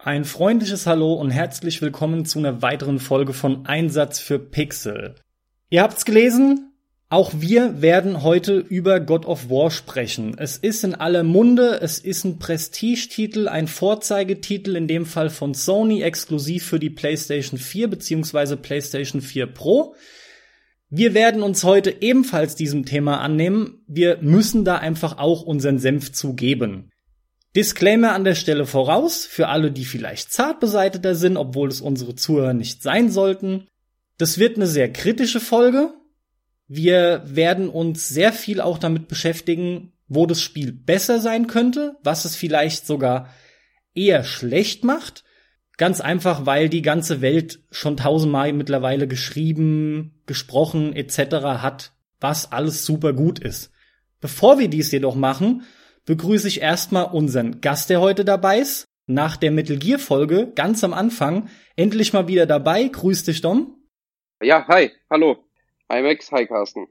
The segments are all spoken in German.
Ein freundliches Hallo und herzlich willkommen zu einer weiteren Folge von Einsatz für Pixel. Ihr habt's gelesen, auch wir werden heute über God of War sprechen. Es ist in aller Munde, es ist ein Prestigetitel, ein Vorzeigetitel, in dem Fall von Sony, exklusiv für die PlayStation 4 bzw. PlayStation 4 Pro. Wir werden uns heute ebenfalls diesem Thema annehmen. Wir müssen da einfach auch unseren Senf zugeben. Disclaimer an der Stelle voraus, für alle, die vielleicht zart beseiteter sind, obwohl es unsere Zuhörer nicht sein sollten. Das wird eine sehr kritische Folge. Wir werden uns sehr viel auch damit beschäftigen, wo das Spiel besser sein könnte, was es vielleicht sogar eher schlecht macht. Ganz einfach, weil die ganze Welt schon 1000-mal mittlerweile geschrieben, gesprochen etc. hat, was alles super gut ist. Bevor wir dies jedoch machen, begrüße ich erstmal unseren Gast, der heute dabei ist. Nach der Metal Gear Folge, ganz am Anfang, endlich mal wieder dabei. Grüß dich, Dom. Ja, hi, hallo. Hi Max, hi Carsten.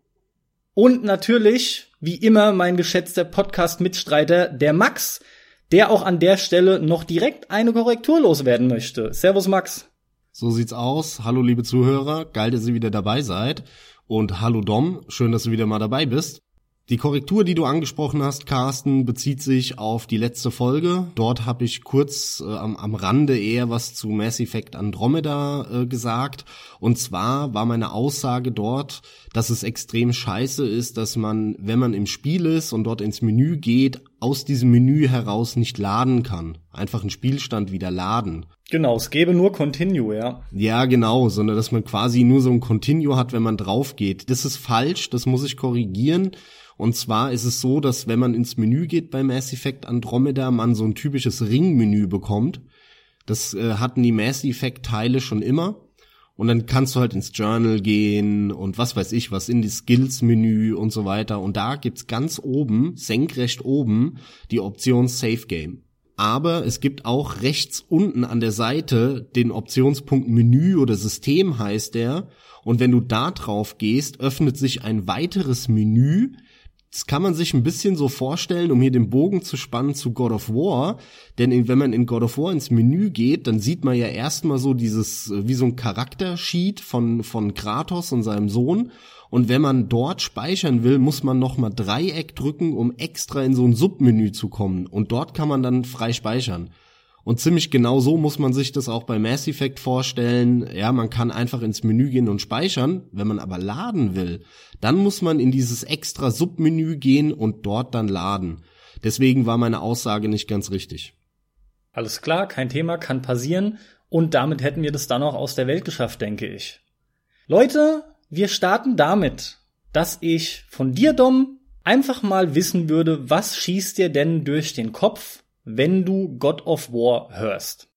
Und natürlich, wie immer, mein geschätzter Podcast-Mitstreiter, der Max, der auch an der Stelle noch direkt eine Korrektur loswerden möchte. Servus, Max. So sieht's aus. Hallo, liebe Zuhörer. Geil, dass ihr wieder dabei seid. Und hallo, Dom. Schön, dass du wieder mal dabei bist. Die Korrektur, die du angesprochen hast, Carsten, bezieht sich auf die letzte Folge. Dort habe ich kurz am Rande eher was zu Mass Effect Andromeda gesagt. Und zwar war meine Aussage dort, dass es extrem scheiße ist, dass man, wenn man im Spiel ist und dort ins Menü geht, aus diesem Menü heraus nicht laden kann. Einfach einen Spielstand wieder laden. Genau, es gäbe nur Continue, ja. Ja, genau, sondern dass man quasi nur so ein Continue hat, wenn man drauf geht. Das ist falsch, das muss ich korrigieren. Und zwar ist es so, dass wenn man ins Menü geht bei Mass Effect Andromeda, man so ein typisches Ringmenü bekommt. Das hatten die Mass Effect Teile schon immer. Und dann kannst du halt ins Journal gehen und was weiß ich was, in die Skills-Menü und so weiter. Und da gibt's ganz oben, senkrecht oben, die Option Save Game. Aber es gibt auch rechts unten an der Seite den Optionspunkt Menü oder System heißt der. Und wenn du da drauf gehst, öffnet sich ein weiteres Menü. Das kann man sich ein bisschen so vorstellen, um hier den Bogen zu spannen zu God of War. Denn wenn man in God of War ins Menü geht, dann sieht man ja erstmal so dieses, wie so ein Charaktersheet von Kratos und seinem Sohn. Und wenn man dort speichern will, muss man nochmal Dreieck drücken, um extra in so ein Submenü zu kommen. Und dort kann man dann frei speichern. Und ziemlich genau so muss man sich das auch bei Mass Effect vorstellen. Ja, man kann einfach ins Menü gehen und speichern. Wenn man aber laden will, dann muss man in dieses extra Submenü gehen und dort dann laden. Deswegen war meine Aussage nicht ganz richtig. Alles klar, kein Thema, kann passieren. Und damit hätten wir das dann auch aus der Welt geschafft, denke ich. Leute, wir starten damit, dass ich von dir, Dom, einfach mal wissen würde, was schießt dir denn durch den Kopf, wenn du God of War hörst?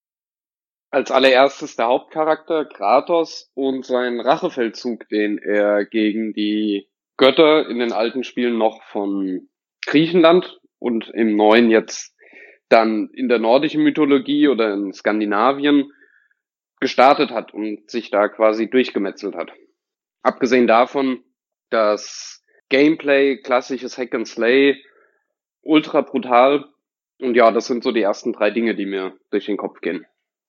Als allererstes der Hauptcharakter Kratos und sein Rachefeldzug, den er gegen die Götter in den alten Spielen noch von Griechenland und im neuen jetzt dann in der nordischen Mythologie oder in Skandinavien gestartet hat und sich da quasi durchgemetzelt hat. Abgesehen davon, dass Gameplay, klassisches Hack and Slay, ultra brutal. Und ja, das sind so die ersten 3 Dinge, die mir durch den Kopf gehen.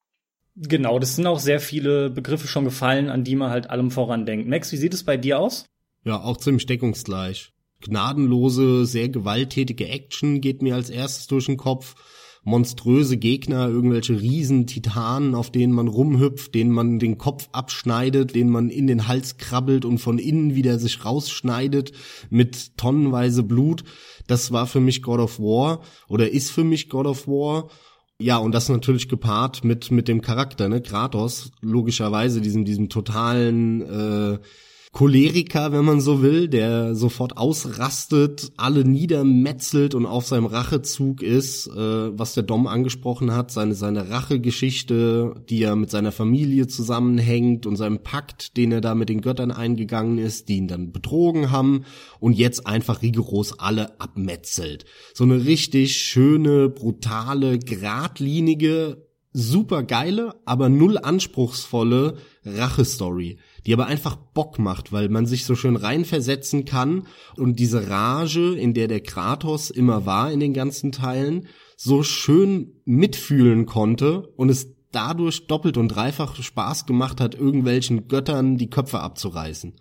Genau, das sind auch sehr viele Begriffe schon gefallen, an die man halt allem voran denkt. Max, wie sieht es bei dir aus? Ja, auch ziemlich deckungsgleich. Gnadenlose, sehr gewalttätige Action geht mir als erstes durch den Kopf. Monströse Gegner, irgendwelche riesen Titanen, auf denen man rumhüpft, denen man den Kopf abschneidet, denen man in den Hals krabbelt und von innen wieder sich rausschneidet mit tonnenweise Blut. Das war für mich God of War oder ist für mich God of War. Ja, und das natürlich gepaart mit dem Charakter, ne, Kratos, logischerweise diesem totalen Choleriker, wenn man so will, der sofort ausrastet, alle niedermetzelt und auf seinem Rachezug ist, was der Dom angesprochen hat, seine Rachegeschichte, die ja mit seiner Familie zusammenhängt und seinem Pakt, den er da mit den Göttern eingegangen ist, die ihn dann betrogen haben und jetzt einfach rigoros alle abmetzelt. So eine richtig schöne, brutale, geradlinige, super geile, aber null anspruchsvolle Rachestory. die aber einfach Bock macht, weil man sich so schön reinversetzen kann und diese Rage, in der Kratos immer war in den ganzen Teilen, so schön mitfühlen konnte und es dadurch doppelt und dreifach Spaß gemacht hat, irgendwelchen Göttern die Köpfe abzureißen.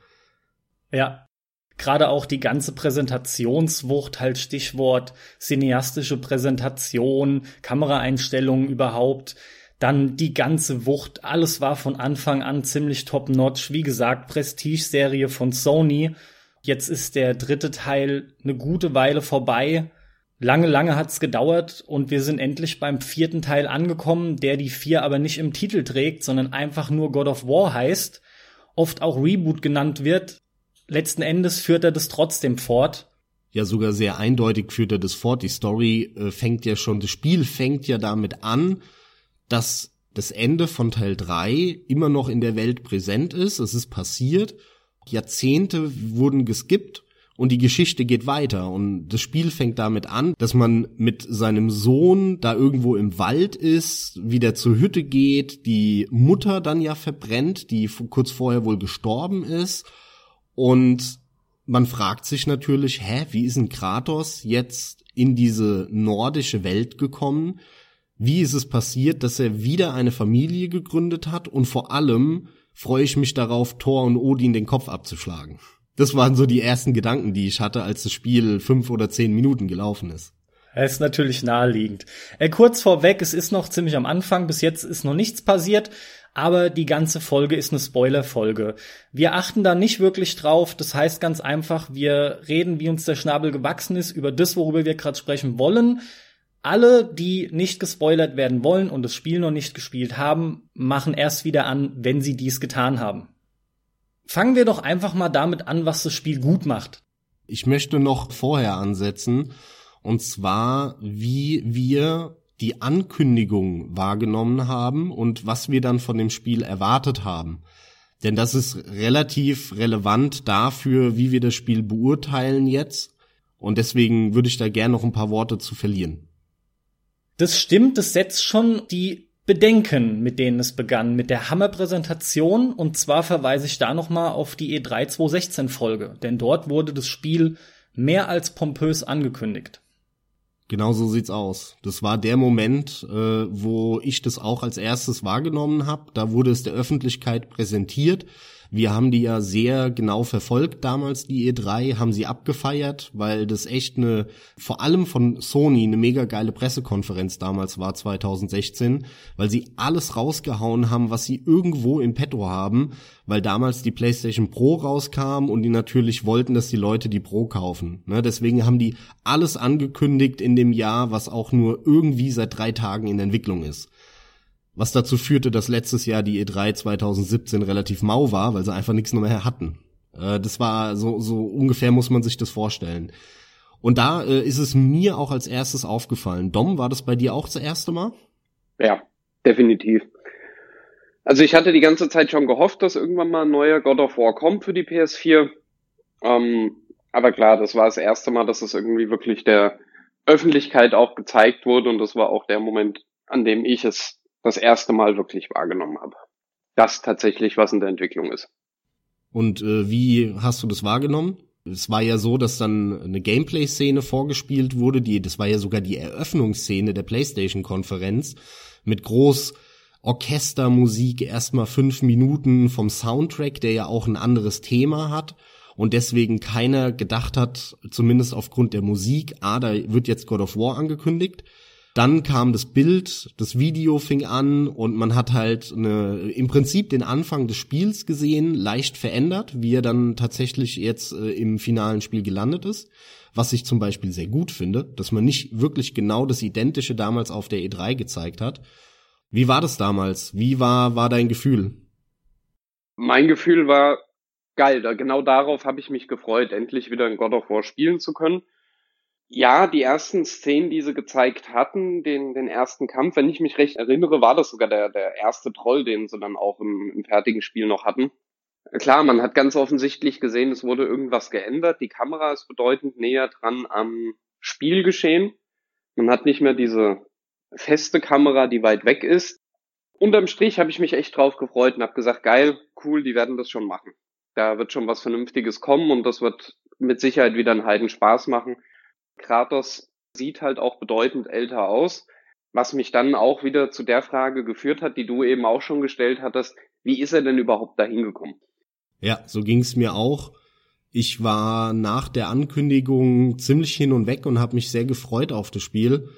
Ja, gerade auch die ganze Präsentationswucht, halt Stichwort cineastische Präsentation, Kameraeinstellungen überhaupt, dann die ganze Wucht, alles war von Anfang an ziemlich top-notch. Wie gesagt, Prestige-Serie von Sony. Jetzt ist der 3. Teil eine gute Weile vorbei. Lange hat's gedauert und wir sind endlich beim 4. Teil angekommen, der die 4 aber nicht im Titel trägt, sondern einfach nur God of War heißt, oft auch Reboot genannt wird. Letzten Endes führt er das trotzdem fort. Ja, sogar sehr eindeutig führt er das fort. Die Story das Spiel fängt ja damit an, dass das Ende von Teil 3 immer noch in der Welt präsent ist. Es ist passiert. Jahrzehnte wurden geskippt und die Geschichte geht weiter. Und das Spiel fängt damit an, dass man mit seinem Sohn da irgendwo im Wald ist, wieder zur Hütte geht, die Mutter dann ja verbrennt, die kurz vorher wohl gestorben ist. Und man fragt sich natürlich, wie ist denn Kratos jetzt in diese nordische Welt gekommen? Wie ist es passiert, dass er wieder eine Familie gegründet hat? Und vor allem freue ich mich darauf, Thor und Odin den Kopf abzuschlagen. Das waren so die ersten Gedanken, die ich hatte, als das Spiel 5 oder 10 Minuten gelaufen ist. Das ist natürlich naheliegend. Kurz vorweg, es ist noch ziemlich am Anfang, bis jetzt ist noch nichts passiert, aber die ganze Folge ist eine Spoiler-Folge. Wir achten da nicht wirklich drauf, das heißt ganz einfach, wir reden, wie uns der Schnabel gewachsen ist, über das, worüber wir gerade sprechen wollen. Alle, die nicht gespoilert werden wollen und das Spiel noch nicht gespielt haben, machen erst wieder an, wenn sie dies getan haben. Fangen wir doch einfach mal damit an, was das Spiel gut macht. Ich möchte noch vorher ansetzen, und zwar, wie wir die Ankündigung wahrgenommen haben und was wir dann von dem Spiel erwartet haben. Denn das ist relativ relevant dafür, wie wir das Spiel beurteilen jetzt. Und deswegen würde ich da gerne noch ein paar Worte zu verlieren. Das stimmt, das setzt schon die Bedenken, mit denen es begann, mit der Hammerpräsentation. Und zwar verweise ich da noch mal auf die E3 2016 Folge, denn dort wurde das Spiel mehr als pompös angekündigt. Genau so sieht's aus. Das war der Moment, wo ich das auch als erstes wahrgenommen habe. Da wurde es der Öffentlichkeit präsentiert. Wir haben die ja sehr genau verfolgt damals, die E3, haben sie abgefeiert, weil das echt vor allem von Sony eine mega geile Pressekonferenz damals war, 2016, weil sie alles rausgehauen haben, was sie irgendwo im Petto haben, weil damals die PlayStation Pro rauskam und die natürlich wollten, dass die Leute die Pro kaufen. Ne? Deswegen haben die alles angekündigt in dem Jahr, was auch nur irgendwie seit 3 Tagen in Entwicklung ist. Was dazu führte, dass letztes Jahr die E3 2017 relativ mau war, weil sie einfach nichts mehr hatten. Das war so ungefähr, muss man sich das vorstellen. Und da ist es mir auch als erstes aufgefallen. Dom, war das bei dir auch das erste Mal? Ja, definitiv. Also ich hatte die ganze Zeit schon gehofft, dass irgendwann mal ein neuer God of War kommt für die PS4. Aber klar, das war das erste Mal, dass es irgendwie wirklich der Öffentlichkeit auch gezeigt wurde. Und das war auch der Moment, an dem ich es das erste Mal wirklich wahrgenommen habe, dass tatsächlich was in der Entwicklung ist. Und wie hast du das wahrgenommen? Es war ja so, dass dann eine Gameplay-Szene vorgespielt wurde, das war ja sogar die Eröffnungsszene der PlayStation-Konferenz mit groß Orchestermusik, erstmal 5 Minuten vom Soundtrack, der ja auch ein anderes Thema hat und deswegen keiner gedacht hat, zumindest aufgrund der Musik, da wird jetzt God of War angekündigt. Dann kam das Bild, das Video fing an und man hat halt im Prinzip den Anfang des Spiels gesehen, leicht verändert, wie er dann tatsächlich jetzt im finalen Spiel gelandet ist. Was ich zum Beispiel sehr gut finde, dass man nicht wirklich genau das Identische damals auf der E3 gezeigt hat. Wie war das damals? Wie war dein Gefühl? Mein Gefühl war geil. Genau darauf habe ich mich gefreut, endlich wieder in God of War spielen zu können. Ja, die ersten Szenen, die sie gezeigt hatten, den ersten Kampf, wenn ich mich recht erinnere, war das sogar der erste Troll, den sie dann auch im fertigen Spiel noch hatten. Klar, man hat ganz offensichtlich gesehen, es wurde irgendwas geändert. Die Kamera ist bedeutend näher dran am Spielgeschehen. Man hat nicht mehr diese feste Kamera, die weit weg ist. Unterm Strich habe ich mich echt drauf gefreut und habe gesagt, geil, cool, die werden das schon machen. Da wird schon was Vernünftiges kommen und das wird mit Sicherheit wieder einen Heidenspaß machen. Kratos sieht halt auch bedeutend älter aus, was mich dann auch wieder zu der Frage geführt hat, die du eben auch schon gestellt hattest, wie ist er denn überhaupt dahin gekommen? Ja, so ging's mir auch. Ich war nach der Ankündigung ziemlich hin und weg und habe mich sehr gefreut auf das Spiel,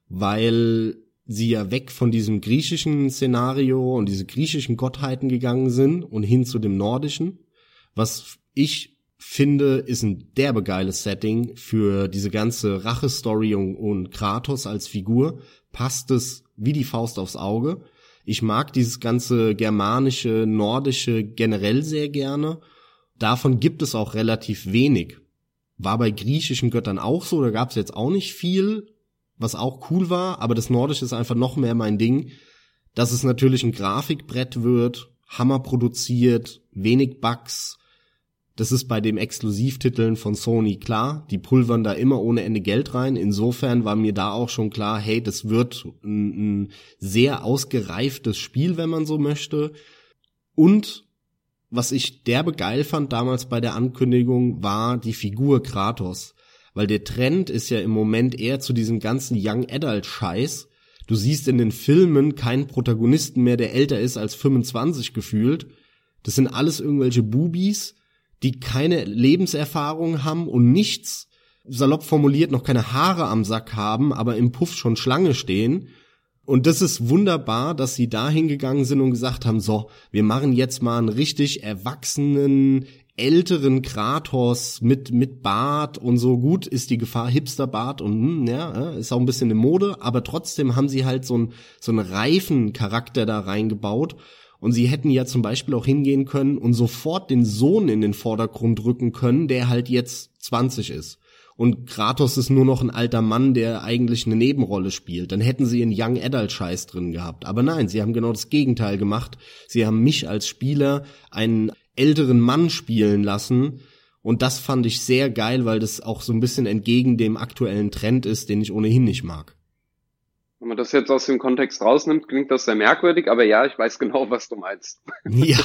weil sie ja weg von diesem griechischen Szenario und diese griechischen Gottheiten gegangen sind und hin zu dem nordischen, was ich finde, ist ein derbe geiles Setting für diese ganze Rache-Story und Kratos als Figur. Passt es wie die Faust aufs Auge. Ich mag dieses ganze germanische, nordische generell sehr gerne. Davon gibt es auch relativ wenig. War bei griechischen Göttern auch so, da gab es jetzt auch nicht viel, was auch cool war, aber das Nordische ist einfach noch mehr mein Ding, dass es natürlich ein Grafikbrett wird, Hammer produziert, wenig Bugs. Das ist bei den Exklusivtiteln von Sony klar, die pulvern da immer ohne Ende Geld rein. Insofern war mir da auch schon klar, hey, das wird ein sehr ausgereiftes Spiel, wenn man so möchte. Und was ich derbe geil fand damals bei der Ankündigung, war die Figur Kratos. Weil der Trend ist ja im Moment eher zu diesem ganzen Young Adult Scheiß. Du siehst in den Filmen keinen Protagonisten mehr, der älter ist als 25 gefühlt. Das sind alles irgendwelche Bubis, die keine Lebenserfahrung haben und nichts, salopp formuliert, noch keine Haare am Sack haben, aber im Puff schon Schlange stehen. Und das ist wunderbar, dass sie da hingegangen sind und gesagt haben, so, wir machen jetzt mal einen richtig erwachsenen, älteren Kratos mit Bart und so. Gut ist die Gefahr Hipsterbart und ist auch ein bisschen in Mode, aber trotzdem haben sie halt so einen reifen Charakter da reingebaut. Und sie hätten ja zum Beispiel auch hingehen können und sofort den Sohn in den Vordergrund rücken können, der halt jetzt 20 ist. Und Kratos ist nur noch ein alter Mann, der eigentlich eine Nebenrolle spielt. Dann hätten sie einen Young Adult Scheiß drin gehabt. Aber nein, sie haben genau das Gegenteil gemacht. Sie haben mich als Spieler einen älteren Mann spielen lassen. Und das fand ich sehr geil, weil das auch so ein bisschen entgegen dem aktuellen Trend ist, den ich ohnehin nicht mag. Wenn man das jetzt aus dem Kontext rausnimmt, klingt das sehr merkwürdig, aber ja, ich weiß genau, was du meinst. Ja.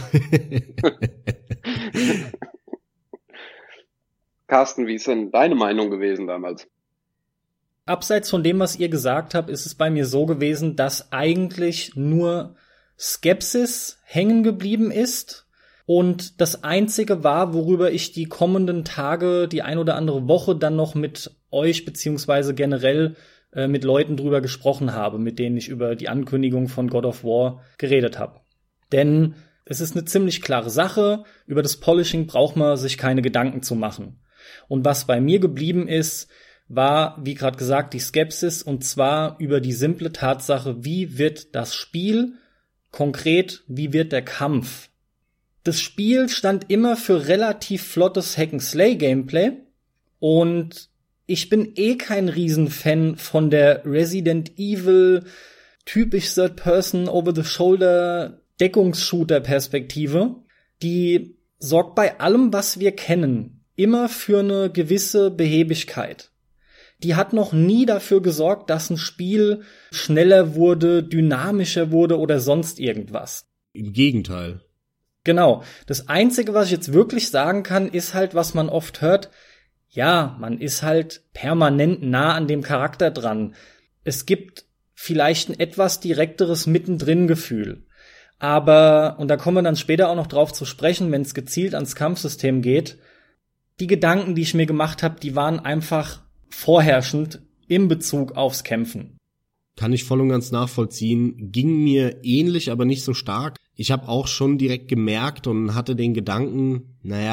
Carsten, wie ist denn deine Meinung gewesen damals? Abseits von dem, was ihr gesagt habt, ist es bei mir so gewesen, dass eigentlich nur Skepsis hängen geblieben ist. Und das Einzige war, worüber ich die kommenden Tage, die ein oder andere Woche dann noch mit euch beziehungsweise generell mit Leuten drüber gesprochen habe, mit denen ich über die Ankündigung von God of War geredet habe. Denn es ist eine ziemlich klare Sache, über das Polishing braucht man sich keine Gedanken zu machen. Und was bei mir geblieben ist, war, wie gerade gesagt, die Skepsis, und zwar über die simple Tatsache, wie wird das Spiel konkret, wie wird der Kampf. Das Spiel stand immer für relativ flottes Hack-and-Slay-Gameplay und ich bin kein Riesenfan von der Resident Evil typisch Third-Person Over-the-Shoulder Deckungsshooter-Perspektive. Die sorgt bei allem, was wir kennen, immer für eine gewisse Behäbigkeit. Die hat noch nie dafür gesorgt, dass ein Spiel schneller wurde, dynamischer wurde oder sonst irgendwas. Im Gegenteil. Genau. Das Einzige, was ich jetzt wirklich sagen kann, ist halt, was man oft hört, ja, man ist halt permanent nah an dem Charakter dran. Es gibt vielleicht ein etwas direkteres Mittendrin-Gefühl. Aber, und da kommen wir dann später auch noch drauf zu sprechen, wenn es gezielt ans Kampfsystem geht, die Gedanken, die ich mir gemacht habe, die waren einfach vorherrschend in Bezug aufs Kämpfen. Kann ich voll und ganz nachvollziehen. Ging mir ähnlich, aber nicht so stark. Ich habe auch schon direkt gemerkt und hatte den Gedanken,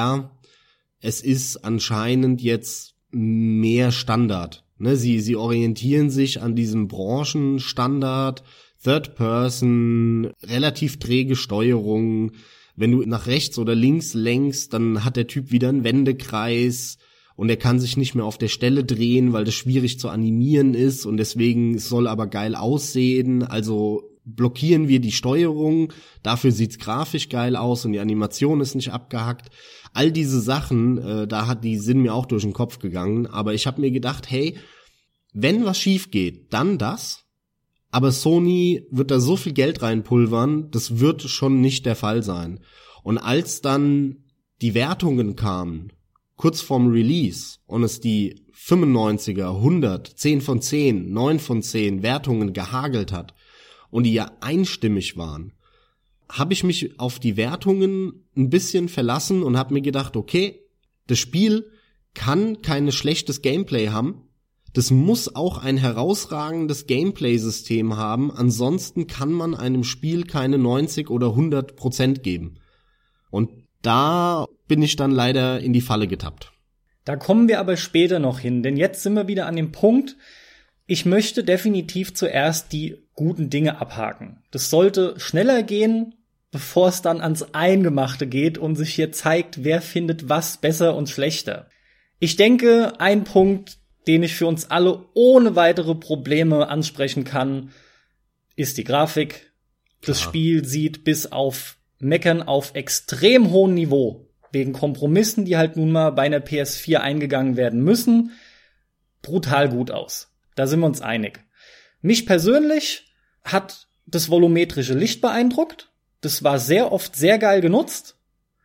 es ist anscheinend jetzt mehr Standard. Ne, sie orientieren sich an diesem Branchenstandard, Third Person, relativ träge Steuerung. Wenn du nach rechts oder links lenkst, dann hat der Typ wieder einen Wendekreis und er kann sich nicht mehr auf der Stelle drehen, weil das schwierig zu animieren ist und deswegen soll aber geil aussehen. Also blockieren wir die Steuerung, dafür sieht's grafisch geil aus und die Animation ist nicht abgehackt. All diese Sachen, die sind mir auch durch den Kopf gegangen, aber ich habe mir gedacht, hey, wenn was schief geht, dann das. Aber Sony wird da so viel Geld reinpulvern, das wird schon nicht der Fall sein. Und als dann die Wertungen kamen, kurz vorm Release, und es die 95er, 100, 10 von 10, 9 von 10 Wertungen gehagelt hat und die ja einstimmig waren, habe ich mich auf die Wertungen ein bisschen verlassen und habe mir gedacht, okay, das Spiel kann kein schlechtes Gameplay haben, das muss auch ein herausragendes Gameplay-System haben, ansonsten kann man einem Spiel keine 90 oder 100% geben. Und da bin ich dann leider in die Falle getappt. Da kommen wir aber später noch hin, denn jetzt sind wir wieder an dem Punkt, ich möchte definitiv zuerst die guten Dinge abhaken. Das sollte schneller gehen, bevor es dann ans Eingemachte geht und sich hier zeigt, wer findet was besser und schlechter. Ich denke, ein Punkt, den ich für uns alle ohne weitere Probleme ansprechen kann, ist die Grafik. Das Spiel sieht bis auf Meckern auf extrem hohem Niveau, wegen Kompromissen, die halt nun mal bei einer PS4 eingegangen werden müssen, brutal gut aus. Da sind wir uns einig. Mich persönlich hat das volumetrische Licht beeindruckt. Das war sehr oft sehr geil genutzt.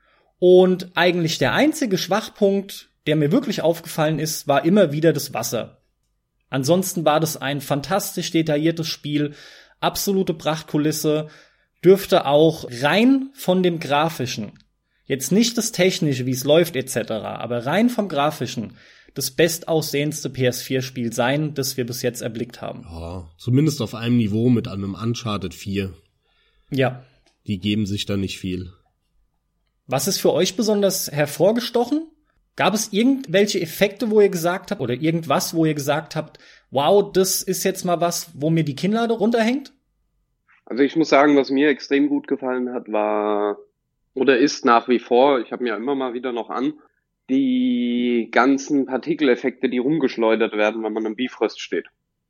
Und eigentlich der einzige Schwachpunkt, der mir wirklich aufgefallen ist, war immer wieder das Wasser. Ansonsten war das ein fantastisch detailliertes Spiel, absolute Prachtkulisse, dürfte auch rein von dem Grafischen, jetzt nicht das Technische, wie es läuft etc., aber rein vom Grafischen, das bestaussehendste PS4-Spiel sein, das wir bis jetzt erblickt haben. Ja, zumindest auf einem Niveau mit einem Uncharted 4. Ja. Die geben sich da nicht viel. Was ist für euch besonders hervorgestochen? Gab es irgendwelche Effekte, wo ihr gesagt habt, oder irgendwas, wo ihr gesagt habt, wow, das ist jetzt mal was, wo mir die Kinnlade runterhängt? Also ich muss sagen, was mir extrem gut gefallen hat, war oder ist nach wie vor, ich habe mir ja immer mal wieder noch an, die ganzen Partikeleffekte, die rumgeschleudert werden, wenn man im Bifrost steht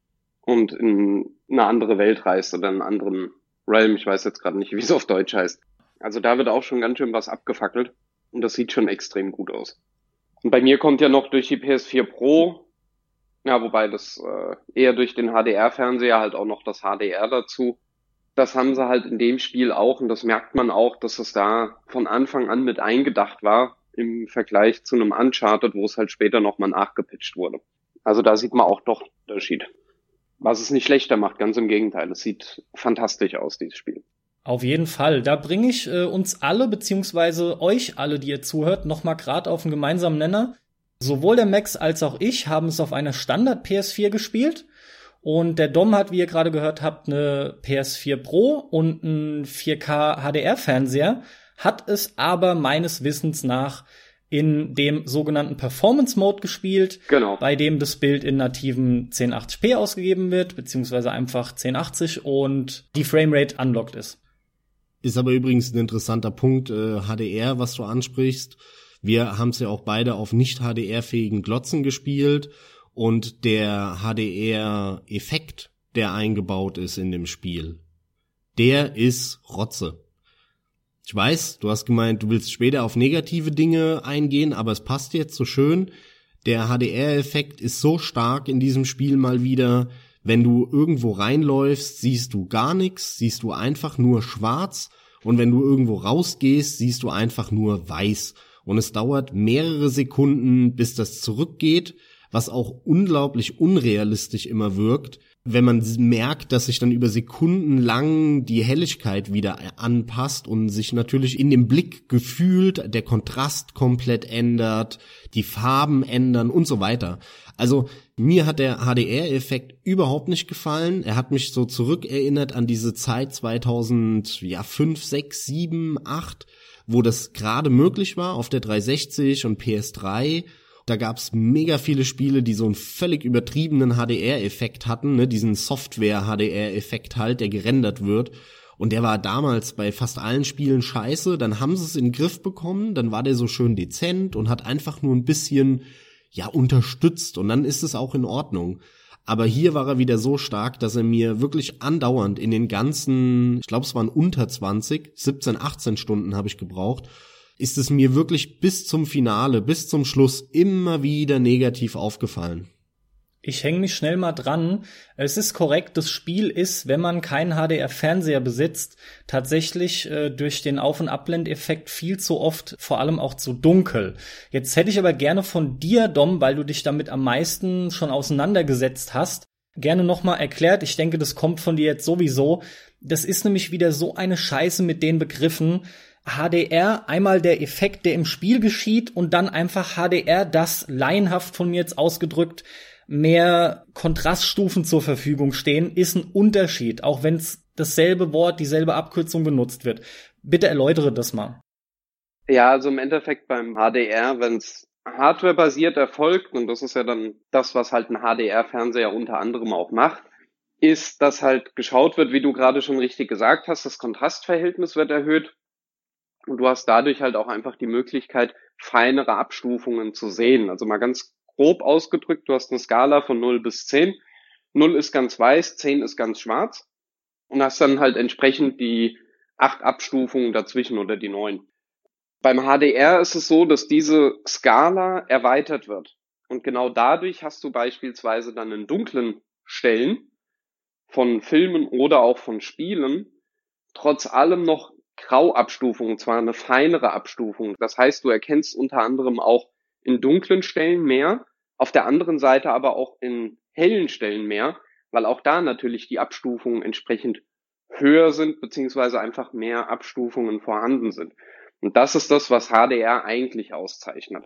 und in eine andere Welt reist oder in einen anderen Realm, ich weiß jetzt gerade nicht, wie es auf Deutsch heißt. Also da wird auch schon ganz schön was abgefackelt und das sieht schon extrem gut aus. Und bei mir kommt ja noch durch die PS4 Pro, ja, wobei das eher durch den HDR-Fernseher halt auch noch das HDR dazu. Das haben sie halt in dem Spiel auch und das merkt man auch, dass es da von Anfang an mit eingedacht war im Vergleich zu einem Uncharted, wo es halt später nochmal nachgepatcht wurde. Also da sieht man auch doch einen Unterschied. Was es nicht schlechter macht, ganz im Gegenteil. Es sieht fantastisch aus, dieses Spiel. Auf jeden Fall. Da bringe ich uns alle, beziehungsweise euch alle, die ihr zuhört, noch mal gerade auf einen gemeinsamen Nenner. Sowohl der Max als auch ich haben es auf einer Standard-PS4 gespielt. Und der Dom hat, wie ihr gerade gehört habt, eine PS4 Pro und einen 4K HDR-Fernseher, hat es aber meines Wissens nach in dem sogenannten Performance-Mode gespielt, genau, bei dem das Bild in nativen 1080p ausgegeben wird, beziehungsweise einfach 1080 und die Framerate unlocked ist. Ist aber übrigens ein interessanter Punkt, HDR, was du ansprichst. Wir haben es ja auch beide auf nicht HDR-fähigen Glotzen gespielt und der HDR-Effekt, der eingebaut ist in dem Spiel, der ist Rotze. Ich weiß, du hast gemeint, du willst später auf negative Dinge eingehen, aber es passt jetzt so schön. Der HDR-Effekt ist so stark in diesem Spiel mal wieder. Wenn du irgendwo reinläufst, siehst du gar nichts, siehst du einfach nur schwarz. Und wenn du irgendwo rausgehst, siehst du einfach nur weiß. Und es dauert mehrere Sekunden, bis das zurückgeht, was auch unglaublich unrealistisch immer wirkt, wenn man merkt, dass sich dann über Sekunden lang die Helligkeit wieder anpasst und sich natürlich in dem Blick gefühlt der Kontrast komplett ändert, die Farben ändern und so weiter. Also mir hat der HDR-Effekt überhaupt nicht gefallen. Er hat mich so zurückerinnert an diese Zeit 2005, 6, 7, 8, wo das gerade möglich war auf der 360 und PS3. Da gab's mega viele Spiele, die so einen völlig übertriebenen HDR-Effekt hatten, ne, diesen Software-HDR-Effekt halt, der gerendert wird. Und der war damals bei fast allen Spielen scheiße. Dann haben sie es in den Griff bekommen, dann war der so schön dezent und hat einfach nur ein bisschen, ja, unterstützt. Und dann ist es auch in Ordnung. Aber hier war er wieder so stark, dass er mir wirklich andauernd in den ganzen, ich glaube, es waren unter 20, 17, 18 Stunden habe ich gebraucht, ist es mir wirklich bis zum Finale, bis zum Schluss immer wieder negativ aufgefallen. Ich hänge mich schnell mal dran. Es ist korrekt, das Spiel ist, wenn man keinen HDR-Fernseher besitzt, tatsächlich durch den Auf- und Abblendeffekt viel zu oft, vor allem auch zu dunkel. Jetzt hätte ich aber gerne von dir, Dom, weil du dich damit am meisten schon auseinandergesetzt hast, gerne nochmal erklärt. Ich denke, das kommt von dir jetzt sowieso. Das ist nämlich wieder so eine Scheiße mit den Begriffen. HDR, einmal der Effekt, der im Spiel geschieht, und dann einfach HDR, das laienhaft von mir jetzt ausgedrückt mehr Kontraststufen zur Verfügung stehen, ist ein Unterschied, auch wenn es dasselbe Wort, dieselbe Abkürzung benutzt wird. Bitte erläutere das mal. Ja, also im Endeffekt beim HDR, wenn es hardwarebasiert erfolgt, und das ist ja dann das, was halt ein HDR-Fernseher unter anderem auch macht, ist, dass halt geschaut wird, wie du gerade schon richtig gesagt hast, das Kontrastverhältnis wird erhöht und du hast dadurch halt auch einfach die Möglichkeit, feinere Abstufungen zu sehen. Also mal ganz grob ausgedrückt, du hast eine Skala von 0 bis 10. 0 ist ganz weiß, 10 ist ganz schwarz und hast dann halt entsprechend die 8 Abstufungen dazwischen oder die 9. Beim HDR ist es so, dass diese Skala erweitert wird. Und genau dadurch hast du beispielsweise dann in dunklen Stellen von Filmen oder auch von Spielen trotz allem noch Grauabstufungen, zwar eine feinere Abstufung. Das heißt, du erkennst unter anderem auch in dunklen Stellen mehr, auf der anderen Seite aber auch in hellen Stellen mehr, weil auch da natürlich die Abstufungen entsprechend höher sind, beziehungsweise einfach mehr Abstufungen vorhanden sind. Und das ist das, was HDR eigentlich auszeichnet.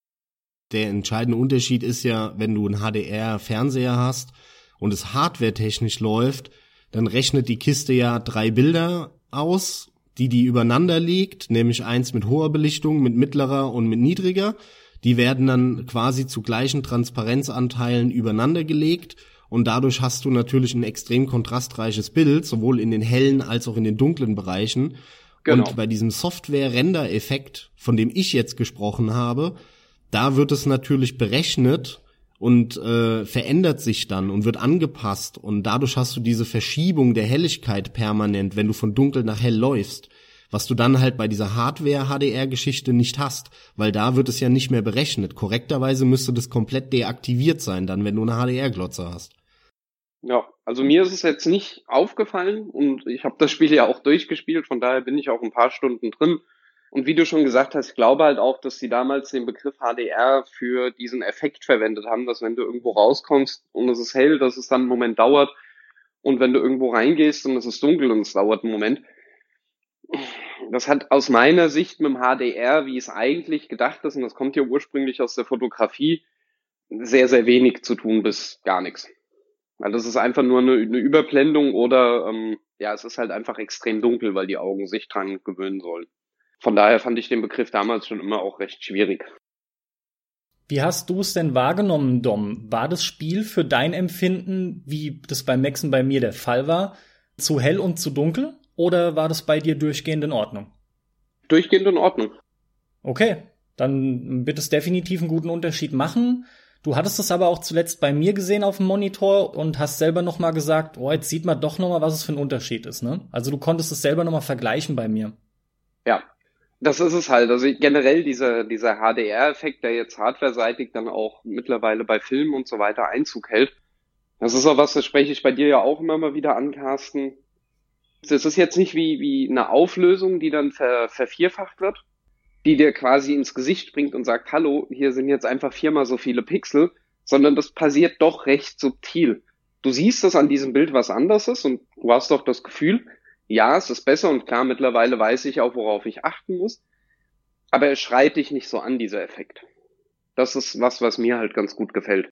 Der entscheidende Unterschied ist ja, wenn du einen HDR-Fernseher hast und es hardwaretechnisch läuft, dann rechnet die Kiste ja 3 Bilder aus, die übereinander legt, nämlich eins mit hoher Belichtung, mit mittlerer und mit niedriger. Die werden dann quasi zu gleichen Transparenzanteilen übereinander gelegt und dadurch hast du natürlich ein extrem kontrastreiches Bild, sowohl in den hellen als auch in den dunklen Bereichen. Genau. Und bei diesem Software-Render-Effekt, von dem ich jetzt gesprochen habe, da wird es natürlich berechnet und verändert sich dann und wird angepasst und dadurch hast du diese Verschiebung der Helligkeit permanent, wenn du von dunkel nach hell läufst, was du dann halt bei dieser Hardware-HDR-Geschichte nicht hast, weil da wird es ja nicht mehr berechnet. Korrekterweise müsste das komplett deaktiviert sein, dann, wenn du eine HDR-Glotze hast. Ja, also mir ist es jetzt nicht aufgefallen und ich habe das Spiel ja auch durchgespielt, von daher bin ich auch ein paar Stunden drin. Und wie du schon gesagt hast, ich glaube halt auch, dass sie damals den Begriff HDR für diesen Effekt verwendet haben, dass wenn du irgendwo rauskommst und es ist hell, dass es dann einen Moment dauert und wenn du irgendwo reingehst und es ist dunkel und es dauert einen Moment. Das hat aus meiner Sicht mit dem HDR, wie es eigentlich gedacht ist, und das kommt ja ursprünglich aus der Fotografie, sehr, sehr wenig zu tun bis gar nichts. Weil das ist einfach nur eine Überblendung oder es ist halt einfach extrem dunkel, weil die Augen sich dran gewöhnen sollen. Von daher fand ich den Begriff damals schon immer auch recht schwierig. Wie hast du es denn wahrgenommen, Dom? War das Spiel für dein Empfinden, wie das bei Max und bei mir der Fall war, zu hell und zu dunkel? Oder war das bei dir durchgehend in Ordnung? Durchgehend in Ordnung. Okay, dann wird es definitiv einen guten Unterschied machen. Du hattest es aber auch zuletzt bei mir gesehen auf dem Monitor und hast selber noch mal gesagt, jetzt sieht man doch noch mal, was es für ein Unterschied ist, ne? Also du konntest es selber noch mal vergleichen bei mir. Ja, das ist es halt. Also generell dieser HDR-Effekt, der jetzt hardware-seitig dann auch mittlerweile bei Filmen und so weiter Einzug hält. Das ist auch was, das spreche ich bei dir ja auch immer mal wieder an, Carsten. Das ist jetzt nicht wie eine Auflösung, die dann vervierfacht wird, die dir quasi ins Gesicht springt und sagt, hallo, hier sind jetzt einfach 4-mal so viele Pixel, sondern das passiert doch recht subtil. Du siehst, dass an diesem Bild was anders ist und du hast doch das Gefühl, ja, es ist besser und klar, mittlerweile weiß ich auch, worauf ich achten muss, aber er schreit dich nicht so an, dieser Effekt. Das ist was mir halt ganz gut gefällt.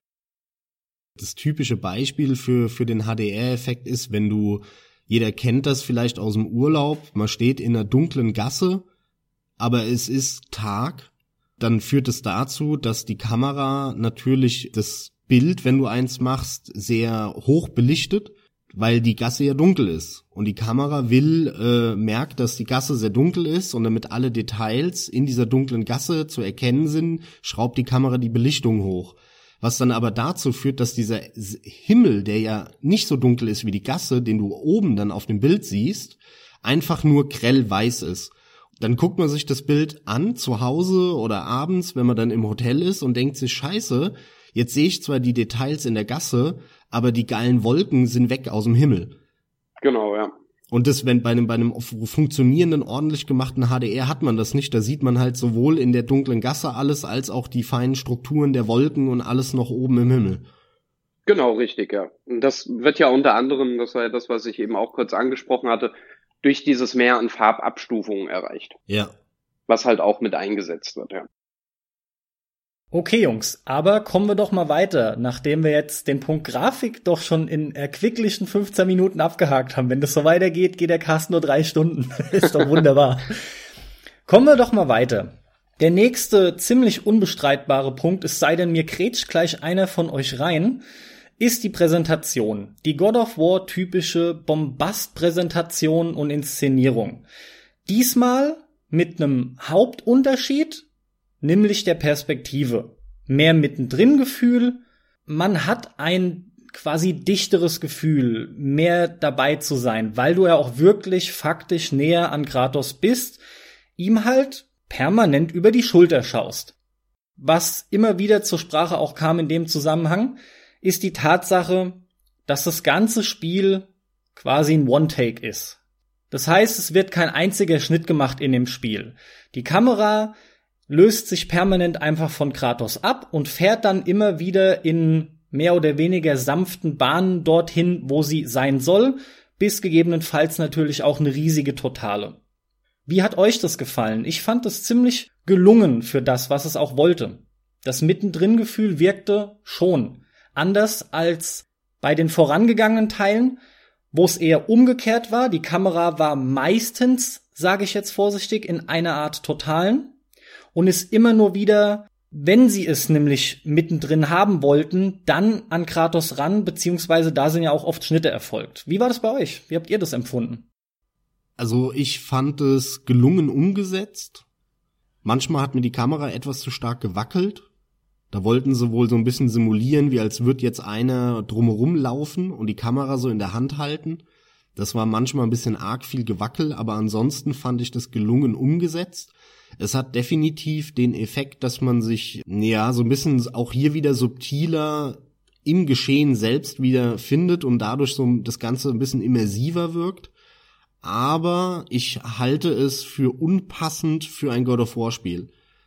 Das typische Beispiel für den HDR-Effekt ist, wenn du, jeder kennt das vielleicht aus dem Urlaub, man steht in einer dunklen Gasse, aber es ist Tag, dann führt es dazu, dass die Kamera natürlich das Bild, wenn du eins machst, sehr hoch belichtet, weil die Gasse ja dunkel ist. Und die Kamera merkt, dass die Gasse sehr dunkel ist und damit alle Details in dieser dunklen Gasse zu erkennen sind, schraubt die Kamera die Belichtung hoch. Was dann aber dazu führt, dass dieser Himmel, der ja nicht so dunkel ist wie die Gasse, den du oben dann auf dem Bild siehst, einfach nur grell weiß ist. Dann guckt man sich das Bild an, zu Hause oder abends, wenn man dann im Hotel ist und denkt sich, scheiße, Jetzt sehe ich zwar die Details in der Gasse, aber die geilen Wolken sind weg aus dem Himmel. Genau, ja. Und das, wenn bei einem funktionierenden, ordentlich gemachten HDR hat man das nicht. Da sieht man halt sowohl in der dunklen Gasse alles, als auch die feinen Strukturen der Wolken und alles noch oben im Himmel. Genau, richtig, ja. Und das wird ja unter anderem, das war ja das, was ich eben auch kurz angesprochen hatte, durch dieses Mehr an Farbabstufungen erreicht. Ja. Was halt auch mit eingesetzt wird, ja. Okay, Jungs, aber kommen wir doch mal weiter, nachdem wir jetzt den Punkt Grafik doch schon in erquicklichen 15 Minuten abgehakt haben. Wenn das so weitergeht, geht der Cast nur 3 Stunden. Ist doch wunderbar. Kommen wir doch mal weiter. Der nächste ziemlich unbestreitbare Punkt, es sei denn, mir grätscht gleich einer von euch rein, ist die Präsentation. Die God of War typische Bombastpräsentation und Inszenierung. Diesmal mit einem Hauptunterschied, nämlich der Perspektive. Mehr Mittendrin-Gefühl. Man hat ein quasi dichteres Gefühl, mehr dabei zu sein, weil du ja auch wirklich faktisch näher an Kratos bist, ihm halt permanent über die Schulter schaust. Was immer wieder zur Sprache auch kam in dem Zusammenhang, ist die Tatsache, dass das ganze Spiel quasi ein One-Take ist. Das heißt, es wird kein einziger Schnitt gemacht in dem Spiel. Die Kamera löst sich permanent einfach von Kratos ab und fährt dann immer wieder in mehr oder weniger sanften Bahnen dorthin, wo sie sein soll, bis gegebenenfalls natürlich auch eine riesige Totale. Wie hat euch das gefallen? Ich fand das ziemlich gelungen für das, was es auch wollte. Das Mittendrin-Gefühl wirkte schon anders als bei den vorangegangenen Teilen, wo es eher umgekehrt war. Die Kamera war meistens, sage ich jetzt vorsichtig, in einer Art Totalen und ist immer nur wieder, wenn sie es nämlich mittendrin haben wollten, dann an Kratos ran, beziehungsweise da sind ja auch oft Schnitte erfolgt. Wie war das bei euch? Wie habt ihr das empfunden? Also ich fand es gelungen umgesetzt. Manchmal hat mir die Kamera etwas zu stark gewackelt. Da wollten sie wohl so ein bisschen simulieren, wie als würde jetzt einer drumherum laufen und die Kamera so in der Hand halten. Das war manchmal ein bisschen arg viel Gewackel, aber ansonsten fand ich das gelungen umgesetzt. Es hat definitiv den Effekt, dass man sich, ja, so ein bisschen auch hier wieder subtiler im Geschehen selbst wieder findet und dadurch so das Ganze ein bisschen immersiver wirkt. Aber ich halte es für unpassend für ein God of War Spiel.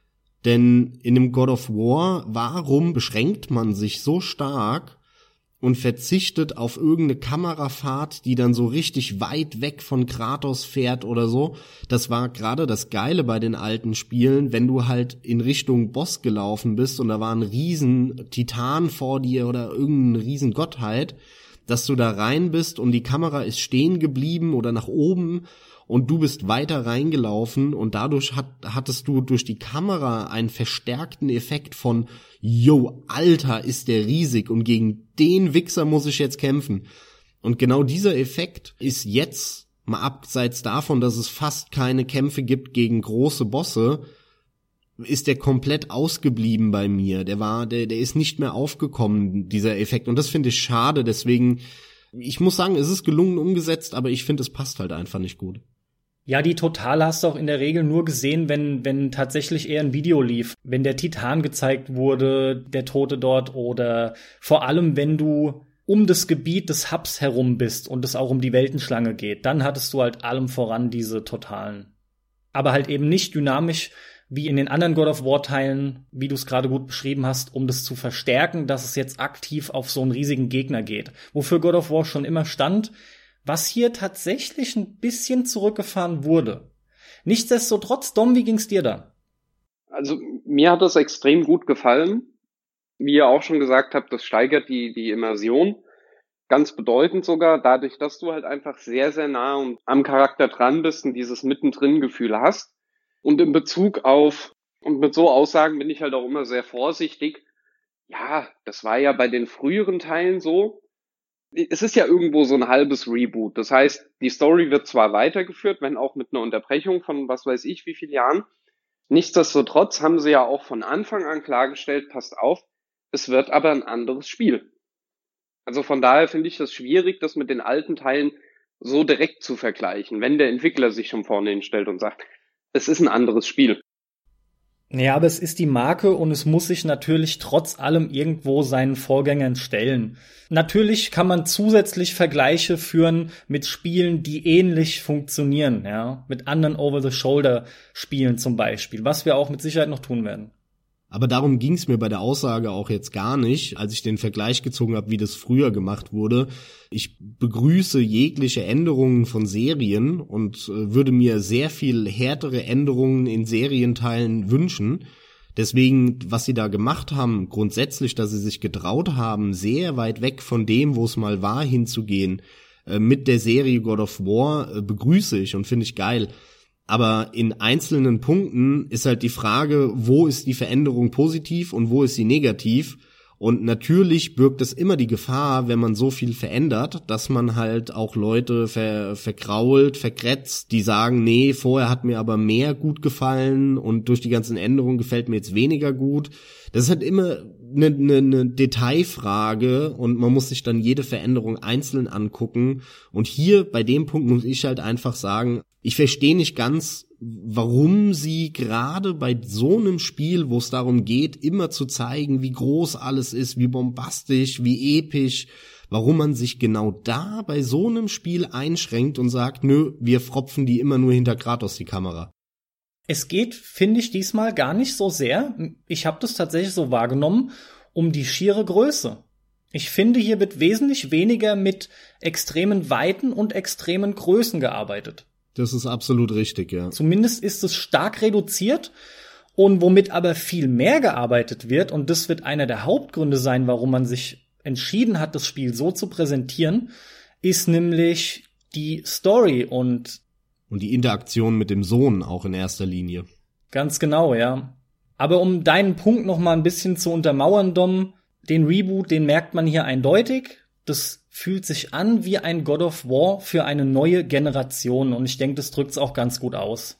Denn in einem God of War, warum beschränkt man sich so stark und verzichtet auf irgendeine Kamerafahrt, die dann so richtig weit weg von Kratos fährt oder so? Das war gerade das Geile bei den alten Spielen, wenn du halt in Richtung Boss gelaufen bist und da war ein riesen Titan vor dir oder irgendeine riesen Gottheit, dass du da rein bist und die Kamera ist stehen geblieben oder nach oben und du bist weiter reingelaufen und dadurch hattest du durch die Kamera einen verstärkten Effekt von yo, Alter, ist der riesig und gegen den Wichser muss ich jetzt kämpfen. Und genau dieser Effekt ist jetzt, mal abseits davon, dass es fast keine Kämpfe gibt gegen große Bosse, ist der komplett ausgeblieben bei mir. Der ist nicht mehr aufgekommen, dieser Effekt. Und das finde ich schade, deswegen, ich muss sagen, es ist gelungen umgesetzt, aber ich finde, es passt halt einfach nicht gut. Ja, die Totale hast du auch in der Regel nur gesehen, wenn tatsächlich eher ein Video lief. Wenn der Titan gezeigt wurde, der Tote dort, oder vor allem, wenn du um das Gebiet des Hubs herum bist und es auch um die Weltenschlange geht, dann hattest du halt allem voran diese Totalen. Aber halt eben nicht dynamisch wie in den anderen God of War Teilen, wie du es gerade gut beschrieben hast, um das zu verstärken, dass es jetzt aktiv auf so einen riesigen Gegner geht. Wofür God of War schon immer stand, was hier tatsächlich ein bisschen zurückgefahren wurde. Nichtsdestotrotz, Dom, wie ging's dir da? Also mir hat das extrem gut gefallen. Wie ihr auch schon gesagt habt, das steigert die Immersion. Ganz bedeutend sogar, dadurch, dass du halt einfach sehr, sehr nah am Charakter dran bist und dieses Mittendrin-Gefühl hast. Und in Bezug auf, und mit so Aussagen bin ich halt auch immer sehr vorsichtig. Ja, das war ja bei den früheren Teilen so. Es ist ja irgendwo so ein halbes Reboot. Das heißt, die Story wird zwar weitergeführt, wenn auch mit einer Unterbrechung von was weiß ich wie vielen Jahren. Nichtsdestotrotz haben sie ja auch von Anfang an klargestellt, passt auf, es wird aber ein anderes Spiel. Also von daher finde ich das schwierig, das mit den alten Teilen so direkt zu vergleichen, wenn der Entwickler sich schon vorne hinstellt und sagt, es ist ein anderes Spiel. Ja, aber es ist die Marke und es muss sich natürlich trotz allem irgendwo seinen Vorgängern stellen. Natürlich kann man zusätzlich Vergleiche führen mit Spielen, die ähnlich funktionieren, ja, mit anderen Over-the-Shoulder-Spielen zum Beispiel, was wir auch mit Sicherheit noch tun werden. Aber darum ging's mir bei der Aussage auch jetzt gar nicht, als ich den Vergleich gezogen habe, wie das früher gemacht wurde. Ich begrüße jegliche Änderungen von Serien und würde mir sehr viel härtere Änderungen in Serienteilen wünschen. Deswegen, was sie da gemacht haben, grundsätzlich, dass sie sich getraut haben, sehr weit weg von dem, wo es mal war, hinzugehen, mit der Serie God of War, begrüße ich und finde ich geil. Aber in einzelnen Punkten ist halt die Frage, wo ist die Veränderung positiv und wo ist sie negativ? Und natürlich birgt es immer die Gefahr, wenn man so viel verändert, dass man halt auch Leute verkrault, verkretzt, die sagen, nee, vorher hat mir aber mehr gut gefallen und durch die ganzen Änderungen gefällt mir jetzt weniger gut. Das ist halt immer eine Detailfrage und man muss sich dann jede Veränderung einzeln angucken. Und hier bei dem Punkt muss ich halt einfach sagen, ich verstehe nicht ganz, warum sie gerade bei so einem Spiel, wo es darum geht, immer zu zeigen, wie groß alles ist, wie bombastisch, wie episch, warum man sich genau da bei so einem Spiel einschränkt und sagt, nö, wir fropfen die immer nur hinter Kratos die Kamera. Es geht, finde ich, diesmal gar nicht so sehr, ich habe das tatsächlich so wahrgenommen, um die schiere Größe. Ich finde, hier wird wesentlich weniger mit extremen Weiten und extremen Größen gearbeitet. Das ist absolut richtig, ja. Zumindest ist es stark reduziert und womit aber viel mehr gearbeitet wird, und das wird einer der Hauptgründe sein, warum man sich entschieden hat, das Spiel so zu präsentieren, ist nämlich die Story und die Interaktion mit dem Sohn auch in erster Linie. Ganz genau, ja. Aber um deinen Punkt noch mal ein bisschen zu untermauern, Dom, den Reboot, den merkt man hier eindeutig. Das fühlt sich an wie ein God of War für eine neue Generation. Und ich denke, das drückt's auch ganz gut aus.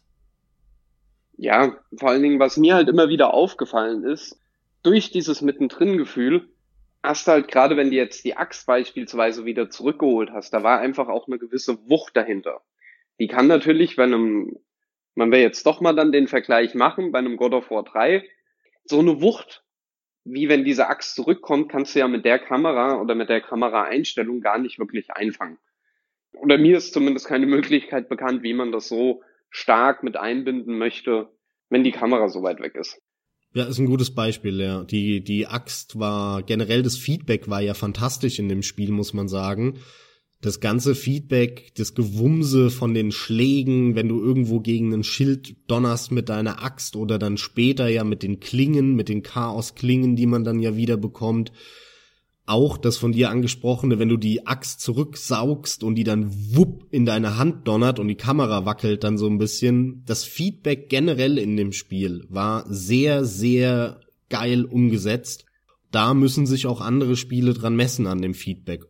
Ja, vor allen Dingen, was mir halt immer wieder aufgefallen ist, durch dieses Mittendrin-Gefühl, hast du halt gerade, wenn du jetzt die Axt beispielsweise wieder zurückgeholt hast, da war einfach auch eine gewisse Wucht dahinter. Die kann natürlich, man will jetzt doch mal dann den Vergleich machen, bei einem God of War 3, so eine Wucht, wie wenn diese Axt zurückkommt, kannst du ja mit der Kamera oder mit der Kameraeinstellung gar nicht wirklich einfangen. Oder mir ist zumindest keine Möglichkeit bekannt, wie man das so stark mit einbinden möchte, wenn die Kamera so weit weg ist. Ja, ist ein gutes Beispiel, ja. Die Axt war, generell das Feedback war ja fantastisch in dem Spiel, muss man sagen. Das ganze Feedback, das Gewumse von den Schlägen, wenn du irgendwo gegen ein Schild donnerst mit deiner Axt oder dann später ja mit den Klingen, mit den Chaos-Klingen, die man dann ja wieder bekommt. Auch das von dir angesprochene, wenn du die Axt zurücksaugst und die dann wupp in deine Hand donnert und die Kamera wackelt dann so ein bisschen. Das Feedback generell in dem Spiel war sehr, sehr geil umgesetzt. Da müssen sich auch andere Spiele dran messen an dem Feedback.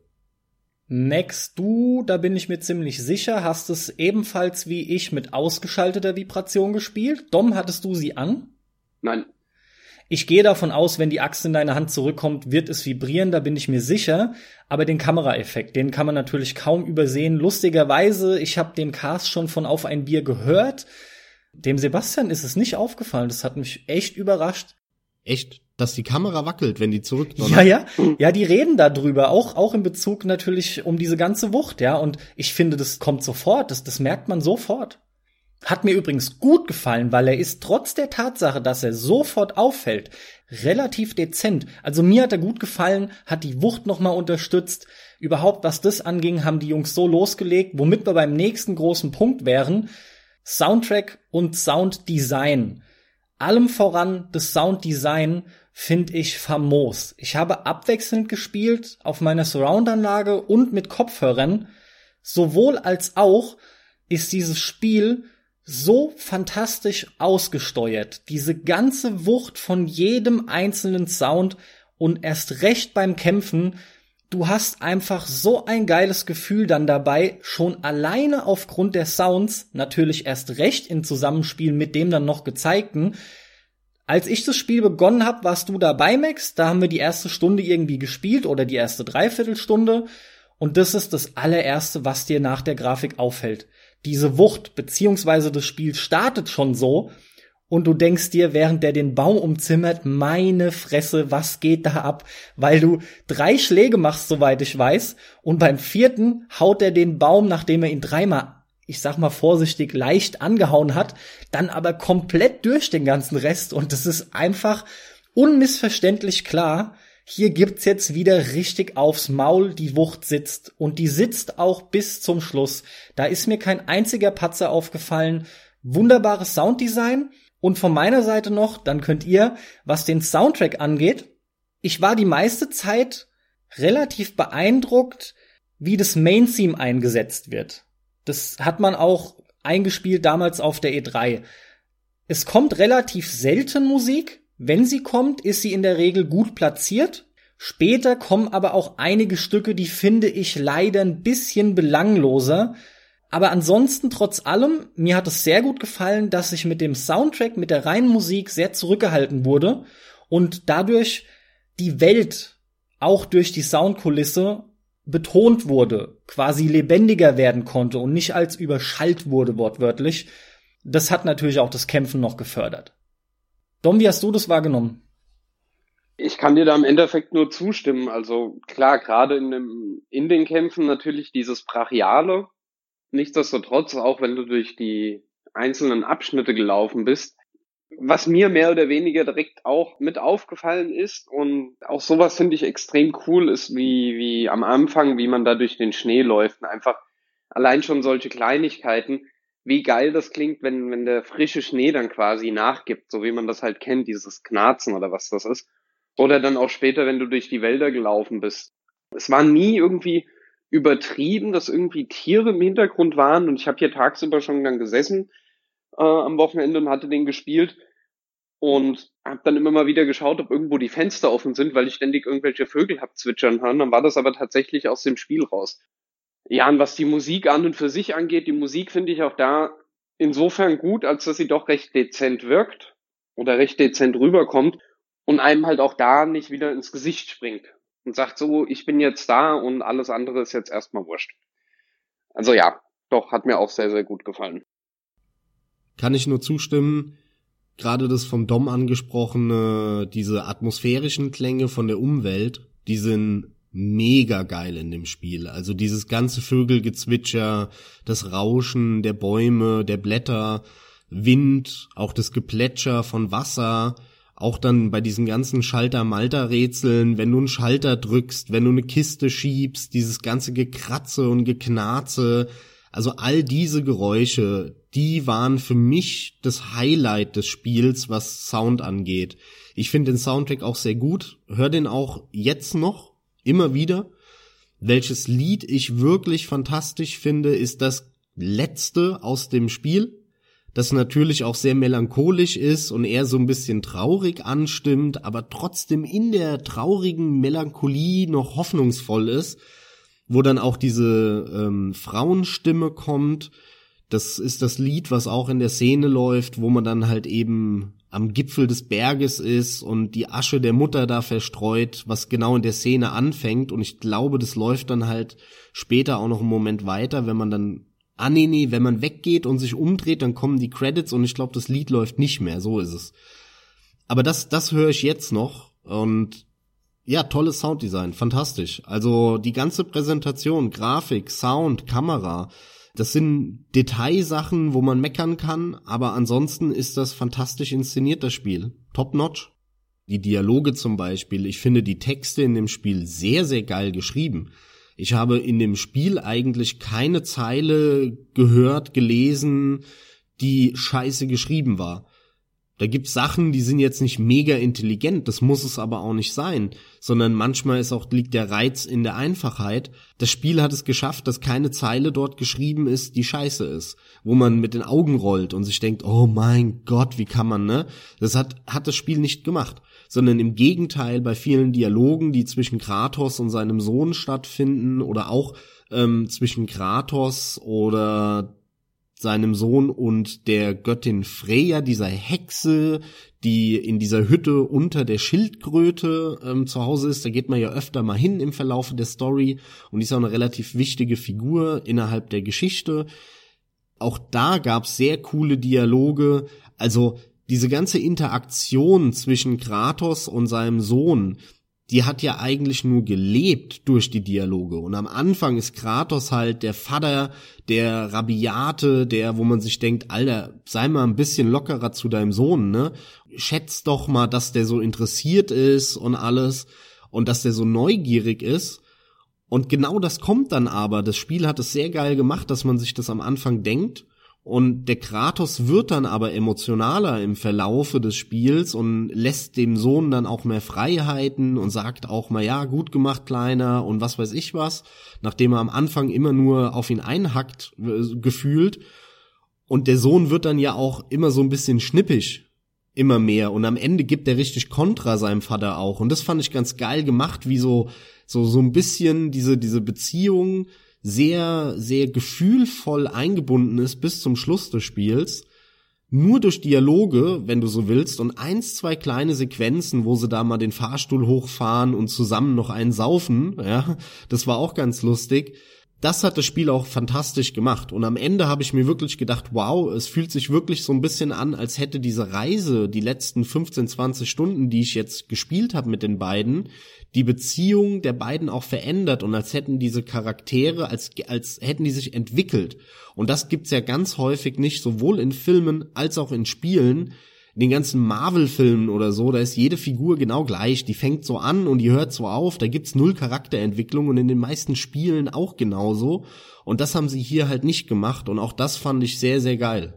Max, du, da bin ich mir ziemlich sicher, hast es ebenfalls wie ich mit ausgeschalteter Vibration gespielt. Dom, hattest du sie an? Nein. Ich gehe davon aus, wenn die Axt in deine Hand zurückkommt, wird es vibrieren, da bin ich mir sicher. Aber den Kameraeffekt, den kann man natürlich kaum übersehen. Lustigerweise, ich habe den Cast schon von Auf ein Bier gehört. Dem Sebastian ist es nicht aufgefallen, das hat mich echt überrascht. Echt? Dass die Kamera wackelt, wenn die zurückdonnert? Ja, die reden da drüber, auch in Bezug natürlich um diese ganze Wucht, ja. Und ich finde, das kommt sofort, das merkt man sofort. Hat mir übrigens gut gefallen, weil er ist trotz der Tatsache, dass er sofort auffällt, relativ dezent. Also mir hat er gut gefallen, hat die Wucht nochmal unterstützt. Überhaupt, was das anging, haben die Jungs so losgelegt, womit wir beim nächsten großen Punkt wären. Soundtrack und Sounddesign. Allem voran das Sounddesign finde ich famos. Ich habe abwechselnd gespielt auf meiner Surround-Anlage und mit Kopfhörern. Sowohl als auch ist dieses Spiel so fantastisch ausgesteuert. Diese ganze Wucht von jedem einzelnen Sound und erst recht beim Kämpfen. Du hast einfach so ein geiles Gefühl dann dabei, schon alleine aufgrund der Sounds, natürlich erst recht im Zusammenspiel mit dem dann noch gezeigten. Als ich das Spiel begonnen habe, warst du dabei, Max. Da haben wir die erste Stunde irgendwie gespielt oder die erste Dreiviertelstunde. Und das ist das allererste, was dir nach der Grafik auffällt. Diese Wucht, beziehungsweise das Spiel startet schon so Und du denkst dir, während der den Baum umzimmert, meine Fresse, was geht da ab? Weil du 3 Schläge machst, soweit ich weiß, und beim 4. haut er den Baum, nachdem er ihn 3-mal, ich sag mal vorsichtig, leicht angehauen hat, dann aber komplett durch den ganzen Rest. Und es ist einfach unmissverständlich klar, hier gibt's jetzt wieder richtig aufs Maul, die Wucht sitzt. Und die sitzt auch bis zum Schluss. Da ist mir kein einziger Patzer aufgefallen. Wunderbares Sounddesign. Und von meiner Seite noch, dann könnt ihr, was den Soundtrack angeht, ich war die meiste Zeit relativ beeindruckt, wie das Main-Theme eingesetzt wird. Das hat man auch eingespielt damals auf der E3. Es kommt relativ selten Musik. Wenn sie kommt, ist sie in der Regel gut platziert. Später kommen aber auch einige Stücke, die finde ich leider ein bisschen belangloser. Aber ansonsten, trotz allem, mir hat es sehr gut gefallen, dass ich mit dem Soundtrack, mit der reinen Musik sehr zurückgehalten wurde und dadurch die Welt auch durch die Soundkulisse betont wurde, quasi lebendiger werden konnte und nicht als überschallt wurde, wortwörtlich. Das hat natürlich auch das Kämpfen noch gefördert. Dom, wie hast du das wahrgenommen? Ich kann dir da im Endeffekt nur zustimmen. Also klar, gerade in den Kämpfen natürlich dieses Brachiale. Nichtsdestotrotz, auch wenn du durch die einzelnen Abschnitte gelaufen bist, was mir mehr oder weniger direkt auch mit aufgefallen ist und auch sowas finde ich extrem cool ist, wie am Anfang, wie man da durch den Schnee läuft und einfach allein schon solche Kleinigkeiten, wie geil das klingt, wenn der frische Schnee dann quasi nachgibt, so wie man das halt kennt, dieses Knarzen oder was das ist. Oder dann auch später, wenn du durch die Wälder gelaufen bist. Es war nie irgendwie übertrieben, dass irgendwie Tiere im Hintergrund waren und ich habe hier tagsüber schon dann gesessen am Wochenende und hatte den gespielt und habe dann immer mal wieder geschaut, ob irgendwo die Fenster offen sind, weil ich ständig irgendwelche Vögel hab zwitschern hören. Dann war das aber tatsächlich aus dem Spiel raus. Ja, und was die Musik an und für sich angeht, die Musik finde ich auch da insofern gut, als dass sie doch recht dezent wirkt oder recht dezent rüberkommt und einem halt auch da nicht wieder ins Gesicht springt und sagt so, ich bin jetzt da und alles andere ist jetzt erstmal wurscht. Also ja, doch, hat mir auch sehr, sehr gut gefallen. Kann ich nur zustimmen. Gerade das vom Dom angesprochene, diese atmosphärischen Klänge von der Umwelt, die sind mega geil in dem Spiel. Also dieses ganze Vögelgezwitscher, das Rauschen der Bäume, der Blätter, Wind, auch das Geplätscher von Wasser, auch dann bei diesen ganzen Schalter-Malter-Rätseln, wenn du einen Schalter drückst, wenn du eine Kiste schiebst, dieses ganze Gekratze und Geknarze, also all diese Geräusche, die waren für mich das Highlight des Spiels, was Sound angeht. Ich finde den Soundtrack auch sehr gut, höre den auch jetzt noch, immer wieder. Welches Lied ich wirklich fantastisch finde, ist das letzte aus dem Spiel, das natürlich auch sehr melancholisch ist und eher so ein bisschen traurig anstimmt, aber trotzdem in der traurigen Melancholie noch hoffnungsvoll ist, wo dann auch diese Frauenstimme kommt. Das ist das Lied, was auch in der Szene läuft, wo man dann halt eben am Gipfel des Berges ist und die Asche der Mutter da verstreut, was genau in der Szene anfängt. Und ich glaube, das läuft dann halt später auch noch einen Moment weiter, wenn man dann wenn man weggeht und sich umdreht, dann kommen die Credits und ich glaube, das Lied läuft nicht mehr, so ist es. Aber das höre ich jetzt noch und ja, tolles Sounddesign, fantastisch. Also die ganze Präsentation, Grafik, Sound, Kamera, das sind Detailsachen, wo man meckern kann, aber ansonsten ist das fantastisch inszeniert, das Spiel. Top notch. Die Dialoge zum Beispiel, ich finde die Texte in dem Spiel sehr, sehr geil geschrieben. Ich habe in dem Spiel eigentlich keine Zeile gehört, gelesen, die scheiße geschrieben war. Da gibt's Sachen, die sind jetzt nicht mega intelligent, das muss es aber auch nicht sein, sondern manchmal liegt der Reiz in der Einfachheit. Das Spiel hat es geschafft, dass keine Zeile dort geschrieben ist, die scheiße ist, wo man mit den Augen rollt und sich denkt, oh mein Gott, wie kann man, ne? Das hat das Spiel nicht gemacht, sondern im Gegenteil bei vielen Dialogen, die zwischen Kratos und seinem Sohn stattfinden oder auch zwischen Kratos oder seinem Sohn und der Göttin Freya, dieser Hexe, die in dieser Hütte unter der Schildkröte zu Hause ist. Da geht man ja öfter mal hin im Verlaufe der Story und die ist auch eine relativ wichtige Figur innerhalb der Geschichte. Auch da gab's sehr coole Dialoge. Also diese ganze Interaktion zwischen Kratos und seinem Sohn, die hat ja eigentlich nur gelebt durch die Dialoge. Und am Anfang ist Kratos halt der Vater, der Rabiate, der, wo man sich denkt, Alter, sei mal ein bisschen lockerer zu deinem Sohn, ne? Schätz doch mal, dass der so interessiert ist und alles und dass der so neugierig ist. Und genau das kommt dann aber. Das Spiel hat es sehr geil gemacht, dass man sich das am Anfang denkt. Und der Kratos wird dann aber emotionaler im Verlaufe des Spiels und lässt dem Sohn dann auch mehr Freiheiten und sagt auch mal, ja, gut gemacht, Kleiner, und was weiß ich was, nachdem er am Anfang immer nur auf ihn einhackt, gefühlt. Und der Sohn wird dann ja auch immer so ein bisschen schnippisch, immer mehr. Und am Ende gibt er richtig Kontra seinem Vater auch. Und das fand ich ganz geil gemacht, wie so ein bisschen diese Beziehung sehr, sehr gefühlvoll eingebunden ist bis zum Schluss des Spiels. Nur durch Dialoge, wenn du so willst, und 1, 2 kleine Sequenzen, wo sie da mal den Fahrstuhl hochfahren und zusammen noch einen saufen, ja, das war auch ganz lustig. Das hat das Spiel auch fantastisch gemacht. Und am Ende habe ich mir wirklich gedacht, wow, es fühlt sich wirklich so ein bisschen an, als hätte diese Reise, die letzten 15, 20 Stunden, die ich jetzt gespielt habe mit den beiden, die Beziehung der beiden auch verändert und als hätten diese Charaktere, als hätten die sich entwickelt. Und das gibt's ja ganz häufig nicht, sowohl in Filmen als auch in Spielen. In den ganzen Marvel-Filmen oder so, da ist jede Figur genau gleich. Die fängt so an und die hört so auf. Da gibt's 0 Charakterentwicklung und in den meisten Spielen auch genauso. Und das haben sie hier halt nicht gemacht und auch das fand ich sehr, sehr geil.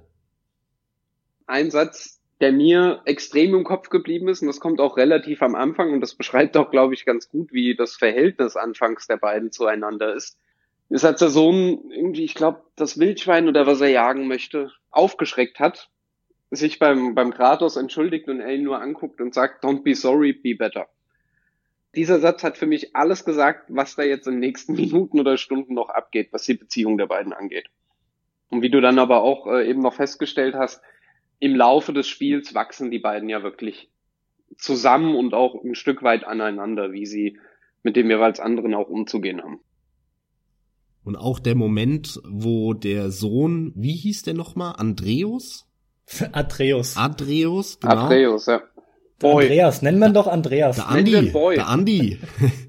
Ein Satz, der mir extrem im Kopf geblieben ist, und das kommt auch relativ am Anfang und das beschreibt auch, glaube ich, ganz gut, wie das Verhältnis anfangs der beiden zueinander ist. Ist, als der Sohn irgendwie, ich glaube, das Wildschwein oder was er jagen möchte, aufgeschreckt hat, sich beim Kratos entschuldigt und er ihn nur anguckt und sagt, don't be sorry, be better. Dieser Satz hat für mich alles gesagt, was da jetzt in den nächsten Minuten oder Stunden noch abgeht, was die Beziehung der beiden angeht. Und wie du dann aber auch eben noch festgestellt hast, im Laufe des Spiels wachsen die beiden ja wirklich zusammen und auch ein Stück weit aneinander, wie sie mit dem jeweils anderen auch umzugehen haben. Und auch der Moment, wo der Sohn, wie hieß der nochmal? Atreus, genau. Atreus, ja. Boy. Andreas, nennen wir ihn doch Andreas. Der Andi.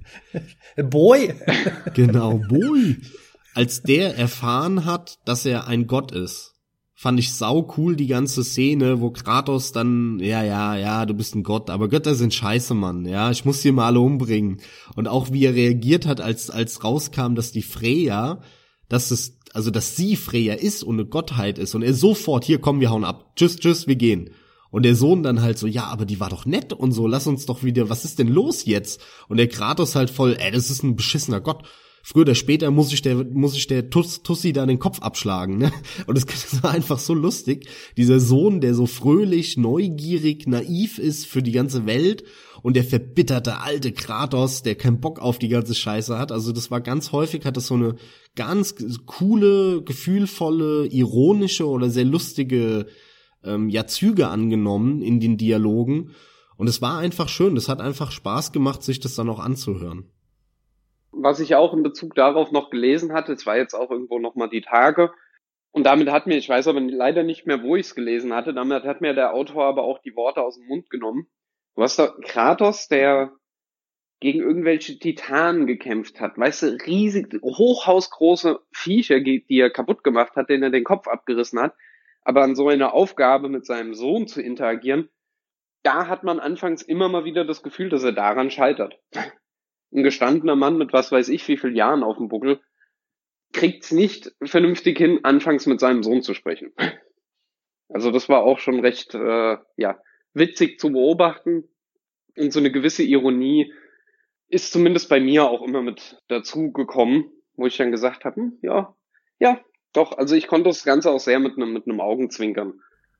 Boy. Genau, Boy. Als der erfahren hat, dass er ein Gott ist, fand ich sau cool die ganze Szene, wo Kratos dann, ja, du bist ein Gott, aber Götter sind scheiße, Mann, ja, ich muss die mal alle umbringen. Und auch wie er reagiert hat, als rauskam, dass die Freya, dass sie Freya ist und eine Gottheit ist und er sofort, hier, komm, wir hauen ab, tschüss, wir gehen. Und der Sohn dann halt so, ja, aber die war doch nett und so, lass uns doch wieder, was ist denn los jetzt? Und der Kratos halt voll, das ist ein beschissener Gott. Früher oder später muss ich der Tussi da den Kopf abschlagen, ne? Und das war einfach so lustig. Dieser Sohn, der so fröhlich, neugierig, naiv ist für die ganze Welt und der verbitterte alte Kratos, der keinen Bock auf die ganze Scheiße hat. Also das war ganz häufig, hat das so eine ganz coole, gefühlvolle, ironische oder sehr lustige Züge angenommen in den Dialogen. Und es war einfach schön. Das hat einfach Spaß gemacht, sich das dann auch anzuhören. Was ich auch in Bezug darauf noch gelesen hatte, es war jetzt auch irgendwo nochmal die Tage, und damit hat mir, ich weiß aber leider nicht mehr, wo ich es gelesen hatte, damit hat mir der Autor aber auch die Worte aus dem Mund genommen. Du hast da Kratos, der gegen irgendwelche Titanen gekämpft hat, weißt du, riesig, hochhausgroße Viecher, die er kaputt gemacht hat, denen er den Kopf abgerissen hat, aber an so einer Aufgabe mit seinem Sohn zu interagieren, da hat man anfangs immer mal wieder das Gefühl, dass er daran scheitert. Ein gestandener Mann mit was weiß ich wie vielen Jahren auf dem Buckel kriegt's nicht vernünftig hin, anfangs mit seinem Sohn zu sprechen. Also das war auch schon recht witzig zu beobachten, und so eine gewisse Ironie ist zumindest bei mir auch immer mit dazu gekommen, wo ich dann gesagt habe, ja, doch, also ich konnte das Ganze auch sehr mit einem Augenzwinkern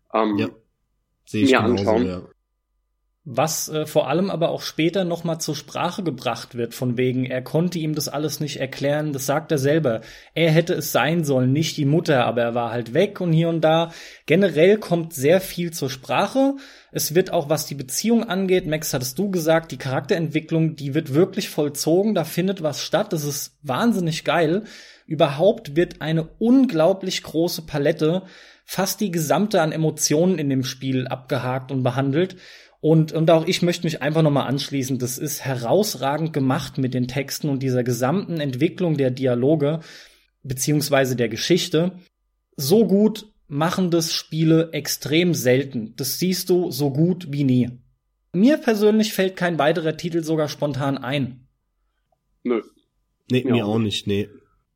sehe ich mir genauso, anschauen. ja. Was vor allem aber auch später nochmal zur Sprache gebracht wird, von wegen, er konnte ihm das alles nicht erklären, das sagt er selber. Er hätte es sein sollen, nicht die Mutter, aber er war halt weg und hier und da. Generell kommt sehr viel zur Sprache. Es wird auch, was die Beziehung angeht, Max, hattest du gesagt, die Charakterentwicklung, die wird wirklich vollzogen, da findet was statt, das ist wahnsinnig geil. Überhaupt wird eine unglaublich große Palette, fast die gesamte an Emotionen in dem Spiel abgehakt und behandelt. Und auch ich möchte mich einfach nochmal anschließen. Das ist herausragend gemacht mit den Texten und dieser gesamten Entwicklung der Dialoge beziehungsweise der Geschichte. So gut machen das Spiele extrem selten. Das siehst du so gut wie nie. Mir persönlich fällt kein weiterer Titel sogar spontan ein. Nö. Nee, mir auch nicht, nee.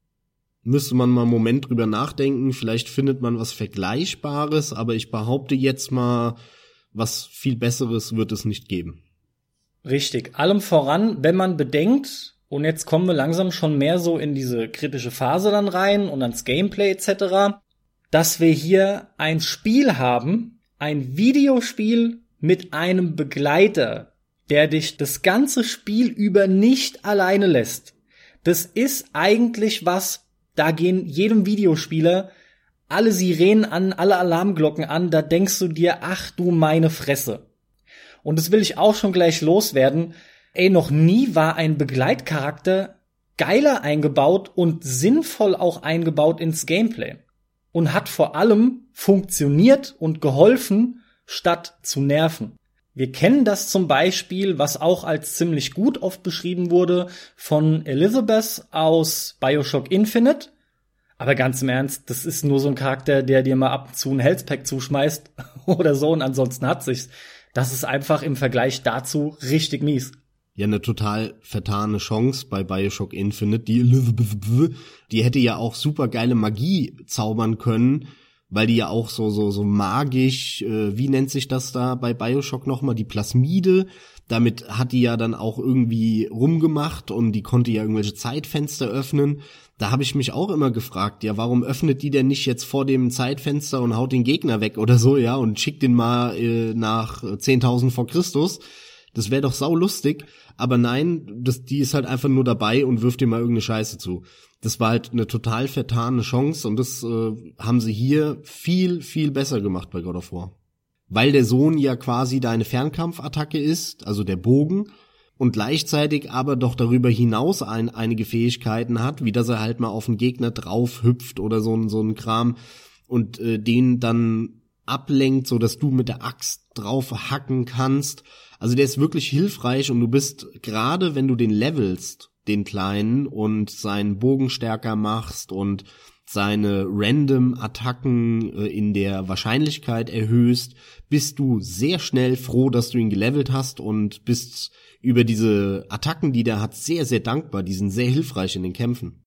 Müsste man mal einen Moment drüber nachdenken. Vielleicht findet man was Vergleichbares, aber ich behaupte jetzt mal, was viel Besseres wird es nicht geben. Richtig. Allem voran, wenn man bedenkt, und jetzt kommen wir langsam schon mehr so in diese kritische Phase dann rein und ans Gameplay etc., dass wir hier ein Spiel haben, ein Videospiel mit einem Begleiter, der dich das ganze Spiel über nicht alleine lässt. Das ist eigentlich was, da gehen jedem Videospieler alle Sirenen an, alle Alarmglocken an, da denkst du dir, ach du meine Fresse. Und das will ich auch schon gleich loswerden. Noch nie war ein Begleitcharakter geiler eingebaut und sinnvoll auch eingebaut ins Gameplay. Und hat vor allem funktioniert und geholfen, statt zu nerven. Wir kennen das zum Beispiel, was auch als ziemlich gut oft beschrieben wurde, von Elizabeth aus BioShock Infinite. Aber ganz im Ernst, das ist nur so ein Charakter, der dir mal ab und zu ein Health-Pack zuschmeißt oder so und ansonsten hat sich's. Das ist einfach im Vergleich dazu richtig mies. Ja, eine total vertane Chance bei BioShock Infinite. Die Elizabeth, die hätte ja auch super geile Magie zaubern können, weil die ja auch so magisch, wie nennt sich das da bei BioShock nochmal, die Plasmide, damit hat die ja dann auch irgendwie rumgemacht und die konnte ja irgendwelche Zeitfenster öffnen. Da habe ich mich auch immer gefragt, ja, warum öffnet die denn nicht jetzt vor dem Zeitfenster und haut den Gegner weg oder so, ja, und schickt den mal nach 10.000 vor Christus. Das wäre doch saulustig, aber nein, die ist halt einfach nur dabei und wirft dir mal irgendeine Scheiße zu. Das war halt eine total vertane Chance und das haben sie hier viel, viel besser gemacht bei God of War. Weil der Sohn ja quasi deine Fernkampfattacke ist, also der Bogen, und gleichzeitig aber doch darüber hinaus einige Fähigkeiten hat, wie dass er halt mal auf den Gegner drauf hüpft oder so ein Kram und den dann ablenkt, so dass du mit der Axt drauf hacken kannst. Also der ist wirklich hilfreich und du bist, gerade wenn du den levelst, den Kleinen, und seinen Bogen stärker machst und seine Random-Attacken in der Wahrscheinlichkeit erhöhst, bist du sehr schnell froh, dass du ihn gelevelt hast und bist über diese Attacken, die der hat, sehr, sehr dankbar. Die sind sehr hilfreich in den Kämpfen.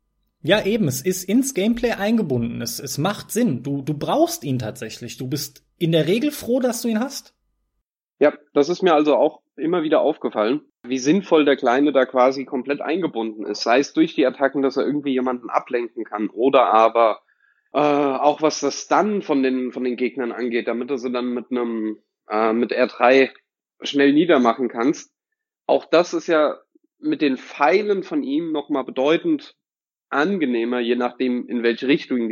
Ja, eben, es ist ins Gameplay eingebunden. Es macht Sinn. Du brauchst ihn tatsächlich. Du bist in der Regel froh, dass du ihn hast. Ja, das ist mir also auch immer wieder aufgefallen, wie sinnvoll der Kleine da quasi komplett eingebunden ist. Sei es durch die Attacken, dass er irgendwie jemanden ablenken kann oder aber auch was das Stun von den Gegnern angeht, damit du sie dann mit R3 schnell niedermachen kannst. Auch das ist ja mit den Pfeilen von ihm nochmal bedeutend angenehmer, je nachdem, in welche Richtung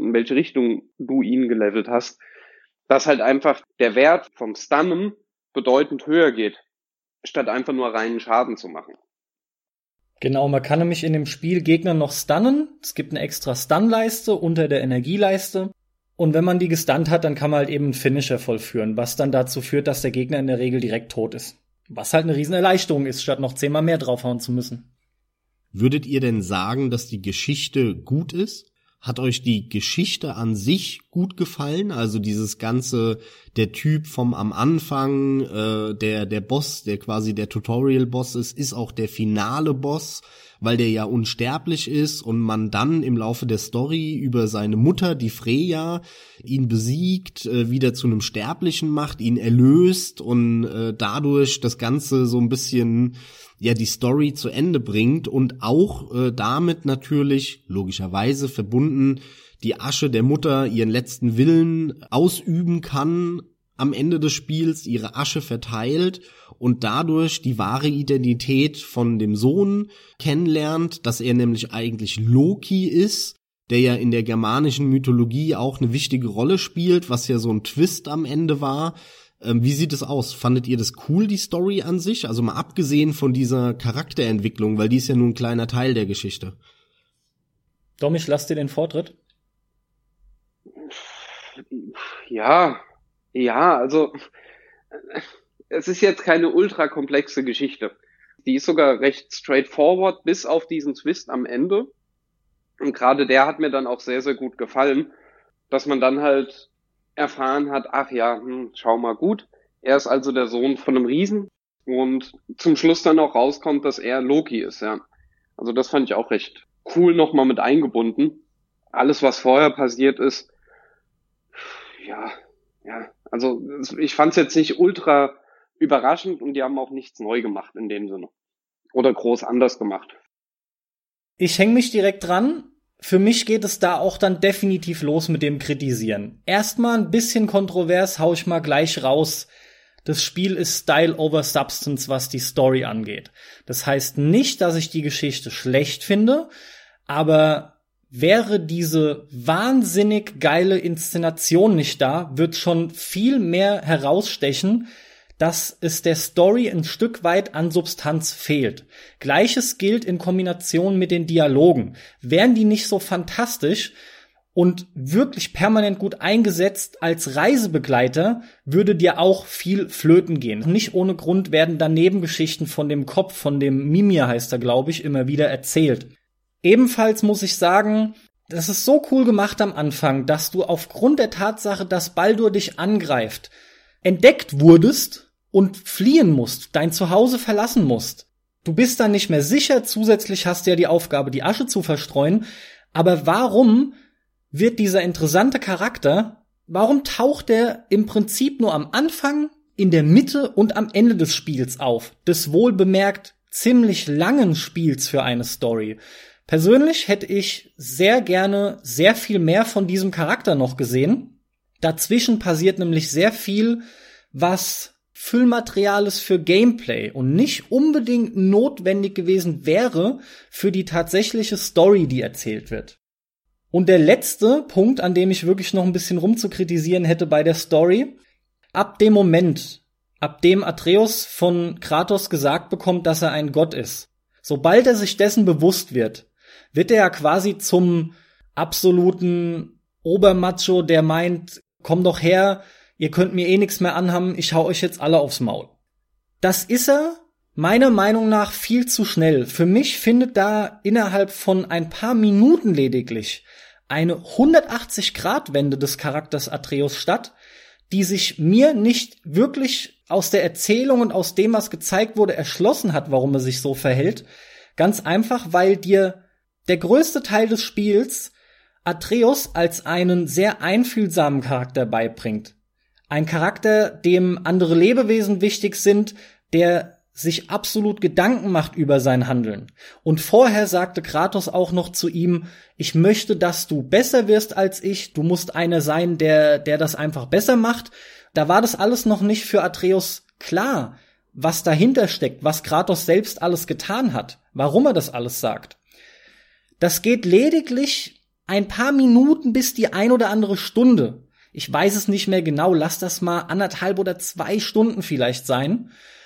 du ihn gelevelt hast, dass halt einfach der Wert vom Stunnen bedeutend höher geht, statt einfach nur reinen Schaden zu machen. Genau, man kann nämlich in dem Spiel Gegner noch stunnen. Es gibt eine extra Stun-Leiste unter der Energieleiste. Und wenn man die gestunt hat, dann kann man halt eben einen Finisher vollführen, was dann dazu führt, dass der Gegner in der Regel direkt tot ist. Was halt eine riesen Erleichterung ist, statt noch 10-mal mehr draufhauen zu müssen. Würdet ihr denn sagen, dass die Geschichte gut ist? Hat euch die Geschichte an sich gut gefallen? Also dieses ganze, der Typ vom am Anfang, der Boss, der quasi der Tutorial-Boss ist auch der finale Boss, weil der ja unsterblich ist und man dann im Laufe der Story über seine Mutter, die Freya, ihn besiegt, wieder zu einem Sterblichen macht, ihn erlöst und dadurch das Ganze so ein bisschen, ja, die Story zu Ende bringt und auch damit natürlich logischerweise verbunden die Asche der Mutter ihren letzten Willen ausüben kann am Ende des Spiels, ihre Asche verteilt und dadurch die wahre Identität von dem Sohn kennenlernt, dass er nämlich eigentlich Loki ist, der ja in der germanischen Mythologie auch eine wichtige Rolle spielt, was ja so ein Twist am Ende war. Wie sieht es aus? Fandet ihr das cool, die Story an sich? Also mal abgesehen von dieser Charakterentwicklung, weil die ist ja nur ein kleiner Teil der Geschichte. Dom, ich lass dir den Vortritt. Ja, also es ist jetzt keine ultra komplexe Geschichte. Die ist sogar recht straightforward, bis auf diesen Twist am Ende. Und gerade der hat mir dann auch sehr, sehr gut gefallen, dass man dann halt erfahren hat, ach ja, schau mal gut, er ist also der Sohn von einem Riesen und zum Schluss dann auch rauskommt, dass er Loki ist, ja. Also das fand ich auch recht cool nochmal mit eingebunden. Alles, was vorher passiert ist, ja, also ich fand es jetzt nicht ultra überraschend und die haben auch nichts neu gemacht in dem Sinne. Oder groß anders gemacht. Ich hänge mich direkt dran. Für mich geht es da auch dann definitiv los mit dem Kritisieren. Erstmal ein bisschen kontrovers, hau ich mal gleich raus. Das Spiel ist Style over Substance, was die Story angeht. Das heißt nicht, dass ich die Geschichte schlecht finde, aber wäre diese wahnsinnig geile Inszenation nicht da, wird schon viel mehr herausstechen, dass es der Story ein Stück weit an Substanz fehlt. Gleiches gilt in Kombination mit den Dialogen. Wären die nicht so fantastisch und wirklich permanent gut eingesetzt als Reisebegleiter, würde dir auch viel flöten gehen. Nicht ohne Grund werden da Nebengeschichten von dem Kopf, von dem Mimir heißt er, glaube ich, immer wieder erzählt. Ebenfalls muss ich sagen, das ist so cool gemacht am Anfang, dass du aufgrund der Tatsache, dass Baldur dich angreift, entdeckt wurdest und fliehen musst, dein Zuhause verlassen musst. Du bist dann nicht mehr sicher, zusätzlich hast du ja die Aufgabe, die Asche zu verstreuen, aber warum wird dieser interessante Charakter, warum taucht er im Prinzip nur am Anfang, in der Mitte und am Ende des Spiels auf? Des wohlbemerkt ziemlich langen Spiels für eine Story. Persönlich hätte ich sehr gerne sehr viel mehr von diesem Charakter noch gesehen. Dazwischen passiert nämlich sehr viel, was Füllmaterial ist für Gameplay und nicht unbedingt notwendig gewesen wäre für die tatsächliche Story, die erzählt wird. Und der letzte Punkt, an dem ich wirklich noch ein bisschen rumzukritisieren hätte bei der Story, ab dem Moment, ab dem Atreus von Kratos gesagt bekommt, dass er ein Gott ist, sobald er sich dessen bewusst wird er ja quasi zum absoluten Obermacho, der meint, komm doch her, ihr könnt mir eh nichts mehr anhaben, ich hau euch jetzt alle aufs Maul. Das ist er meiner Meinung nach viel zu schnell. Für mich findet da innerhalb von ein paar Minuten lediglich eine 180-Grad-Wende des Charakters Atreus statt, die sich mir nicht wirklich aus der Erzählung und aus dem, was gezeigt wurde, erschlossen hat, warum er sich so verhält. Ganz einfach, weil dir der größte Teil des Spiels Atreus als einen sehr einfühlsamen Charakter beibringt. Ein Charakter, dem andere Lebewesen wichtig sind, der sich absolut Gedanken macht über sein Handeln. Und vorher sagte Kratos auch noch zu ihm, ich möchte, dass du besser wirst als ich, du musst einer sein, der das einfach besser macht. Da war das alles noch nicht für Atreus klar, was dahinter steckt, was Kratos selbst alles getan hat, warum er das alles sagt. Das geht lediglich ein paar Minuten bis die 1 oder andere Stunde. Ich weiß es nicht mehr genau, lass das mal 1,5 oder 2 Stunden vielleicht sein.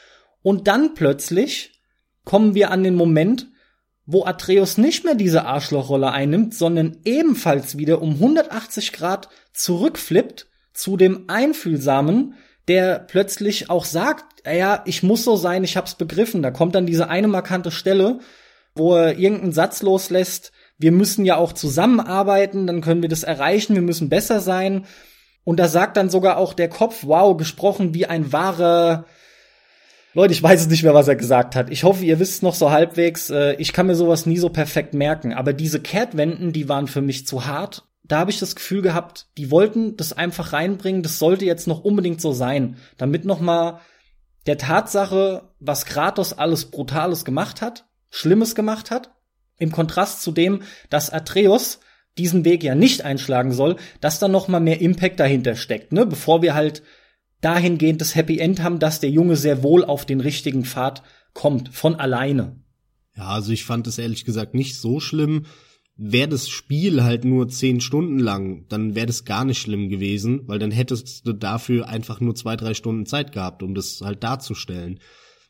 Und dann plötzlich kommen wir an den Moment, wo Atreus nicht mehr diese Arschlochrolle einnimmt, sondern ebenfalls wieder um 180 Grad zurückflippt zu dem Einfühlsamen, der plötzlich auch sagt, ja, ich muss so sein, ich hab's begriffen. Da kommt dann diese eine markante Stelle, wo er irgendeinen Satz loslässt, wir müssen ja auch zusammenarbeiten, dann können wir das erreichen, wir müssen besser sein. Und da sagt dann sogar auch der Kopf, wow, gesprochen wie ein wahrer... Leute, ich weiß es nicht mehr, was er gesagt hat. Ich hoffe, ihr wisst es noch so halbwegs. Ich kann mir sowas nie so perfekt merken. Aber diese Kehrtwenden, die waren für mich zu hart. Da habe ich das Gefühl gehabt, die wollten das einfach reinbringen. Das sollte jetzt noch unbedingt so sein. Damit noch mal der Tatsache, was Kratos alles Brutales gemacht hat, Schlimmes gemacht hat, im Kontrast zu dem, dass Atreus diesen Weg ja nicht einschlagen soll, dass da noch mal mehr Impact dahinter steckt, ne? Bevor wir halt dahingehend das Happy End haben, dass der Junge sehr wohl auf den richtigen Pfad kommt, von alleine. Ja, also ich fand es ehrlich gesagt nicht so schlimm. Wäre das Spiel halt nur 10 Stunden lang, dann wäre das gar nicht schlimm gewesen, weil dann hättest du dafür einfach nur 2-3 Stunden Zeit gehabt, um das halt darzustellen.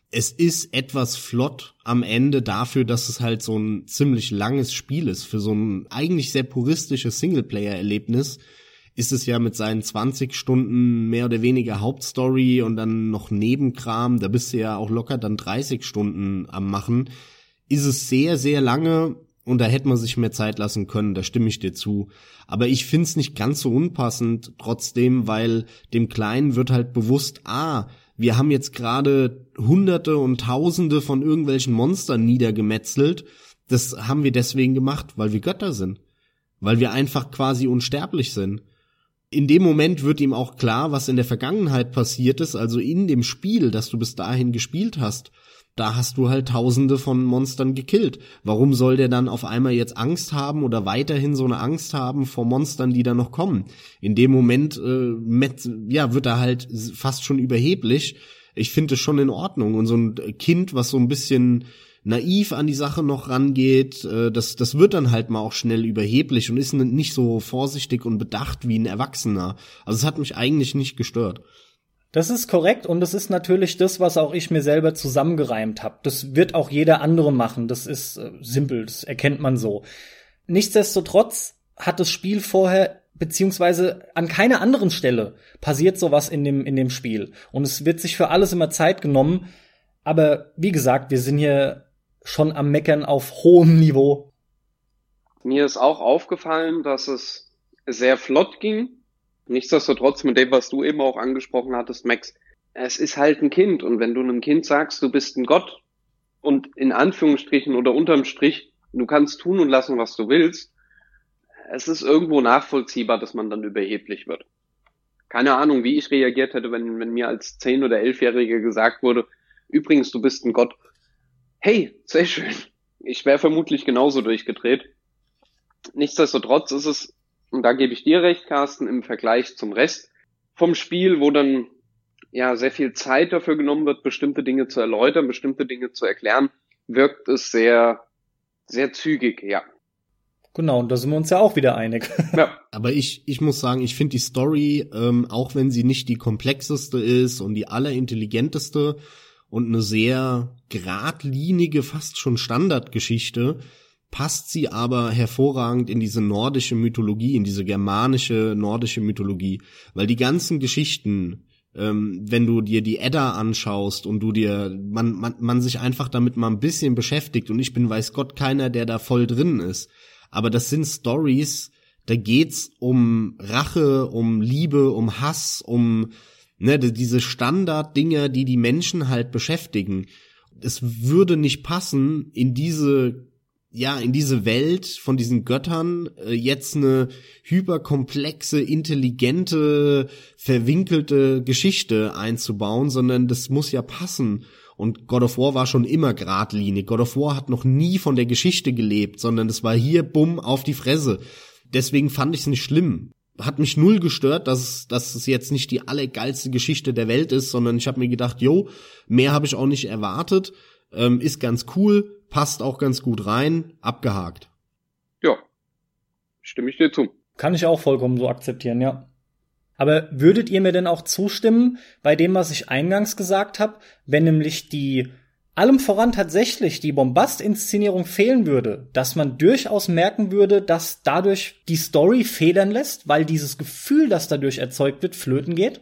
Es ist etwas flott am Ende dafür, dass es halt so ein ziemlich langes Spiel ist. Für so ein eigentlich sehr puristisches Singleplayer-Erlebnis ist es ja mit seinen 20 Stunden mehr oder weniger Hauptstory und dann noch Nebenkram, da bist du ja auch locker dann 30 Stunden am machen, ist es sehr, sehr lange und da hätte man sich mehr Zeit lassen können, da stimme ich dir zu. Aber ich find's nicht ganz so unpassend trotzdem, weil dem Kleinen wird halt bewusst, wir haben jetzt gerade Hunderte und Tausende von irgendwelchen Monstern niedergemetzelt. Das haben wir deswegen gemacht, weil wir Götter sind. Weil wir einfach quasi unsterblich sind. In dem Moment wird ihm auch klar, was in der Vergangenheit passiert ist, also in dem Spiel, das du bis dahin gespielt hast. Da hast du halt Tausende von Monstern gekillt. Warum soll der dann auf einmal jetzt Angst haben oder weiterhin so eine Angst haben vor Monstern, die da noch kommen? In dem Moment, wird er halt fast schon überheblich. Ich finde es schon in Ordnung. Und so ein Kind, was so ein bisschen naiv an die Sache noch rangeht, das wird dann halt mal auch schnell überheblich und ist nicht so vorsichtig und bedacht wie ein Erwachsener. Also es hat mich eigentlich nicht gestört. Das ist korrekt und das ist natürlich das, was auch ich mir selber zusammengereimt habe. Das wird auch jeder andere machen. Das ist simpel, das erkennt man so. Nichtsdestotrotz hat das Spiel vorher, beziehungsweise an keiner anderen Stelle passiert sowas in dem Spiel. Und es wird sich für alles immer Zeit genommen. Aber wie gesagt, wir sind hier schon am Meckern auf hohem Niveau. Mir ist auch aufgefallen, dass es sehr flott ging. Nichtsdestotrotz mit dem, was du eben auch angesprochen hattest, Max, es ist halt ein Kind. Und wenn du einem Kind sagst, du bist ein Gott und in Anführungsstrichen oder unterm Strich, du kannst tun und lassen, was du willst, es ist irgendwo nachvollziehbar, dass man dann überheblich wird. Keine Ahnung, wie ich reagiert hätte, wenn mir als 10- oder 11-Jähriger gesagt wurde, übrigens, du bist ein Gott. Hey, sehr schön. Ich wäre vermutlich genauso durchgedreht. Nichtsdestotrotz ist es, und da gebe ich dir recht, Carsten, im Vergleich zum Rest vom Spiel, wo dann ja sehr viel Zeit dafür genommen wird, bestimmte Dinge zu erläutern, bestimmte Dinge zu erklären, wirkt es sehr, sehr zügig, ja. Genau, und da sind wir uns ja auch wieder einig. Ja. Aber ich muss sagen, ich finde die Story, auch wenn sie nicht die komplexeste ist und die allerintelligenteste und eine sehr geradlinige, fast schon Standardgeschichte, passt sie aber hervorragend in diese nordische Mythologie, in diese germanische, nordische Mythologie. Weil die ganzen Geschichten, wenn du dir die Edda anschaust und man sich einfach damit mal ein bisschen beschäftigt, und ich bin weiß Gott keiner, der da voll drin ist, aber das sind Stories, da geht's um Rache, um Liebe, um Hass, um diese Standarddinger, die Menschen halt beschäftigen. Es würde nicht passen, in diese Welt von diesen Göttern jetzt eine hyperkomplexe, intelligente, verwinkelte Geschichte einzubauen, sondern das muss ja passen. Und God of War war schon immer geradlinig. God of War hat noch nie von der Geschichte gelebt, sondern es war hier, bumm, auf die Fresse. Deswegen fand ich es nicht schlimm. Hat mich null gestört, dass es jetzt nicht die allergeilste Geschichte der Welt ist, sondern ich habe mir gedacht, mehr habe ich auch nicht erwartet. Ist ganz cool, passt auch ganz gut rein, abgehakt. Ja, stimme ich dir zu. Kann ich auch vollkommen so akzeptieren, ja. Aber würdet ihr mir denn auch zustimmen bei dem, was ich eingangs gesagt habe, wenn nämlich allem voran tatsächlich die Bombast-Inszenierung fehlen würde, dass man durchaus merken würde, dass dadurch die Story federn lässt, weil dieses Gefühl, das dadurch erzeugt wird, flöten geht?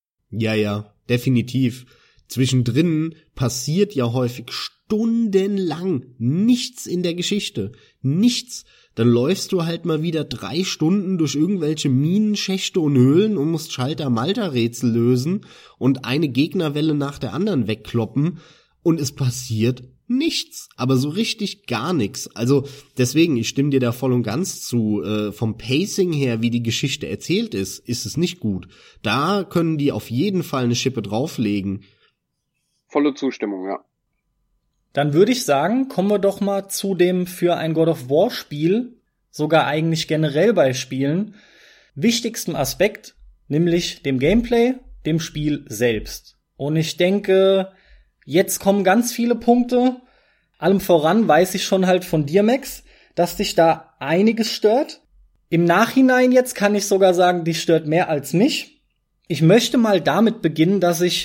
Ja, definitiv. Zwischendrin passiert ja häufig stundenlang nichts in der Geschichte. Nichts. Dann läufst du halt mal wieder 3 Stunden durch irgendwelche Minenschächte und Höhlen und musst Schalter-Malter-Rätsel lösen und eine Gegnerwelle nach der anderen wegkloppen und es passiert nichts. Aber so richtig gar nichts. Also deswegen, ich stimme dir da voll und ganz zu. Vom Pacing her, wie die Geschichte erzählt ist es nicht gut. Da können die auf jeden Fall eine Schippe drauflegen. Volle Zustimmung, ja. Dann würde ich sagen, kommen wir doch mal zu dem für ein God of War Spiel, sogar eigentlich generell bei Spielen, wichtigsten Aspekt, nämlich dem Gameplay, dem Spiel selbst. Und ich denke, jetzt kommen ganz viele Punkte. Allem voran weiß ich schon halt von dir, Max, dass dich da einiges stört. Im Nachhinein jetzt kann ich sogar sagen, dich stört mehr als mich. Ich möchte mal damit beginnen, dass ich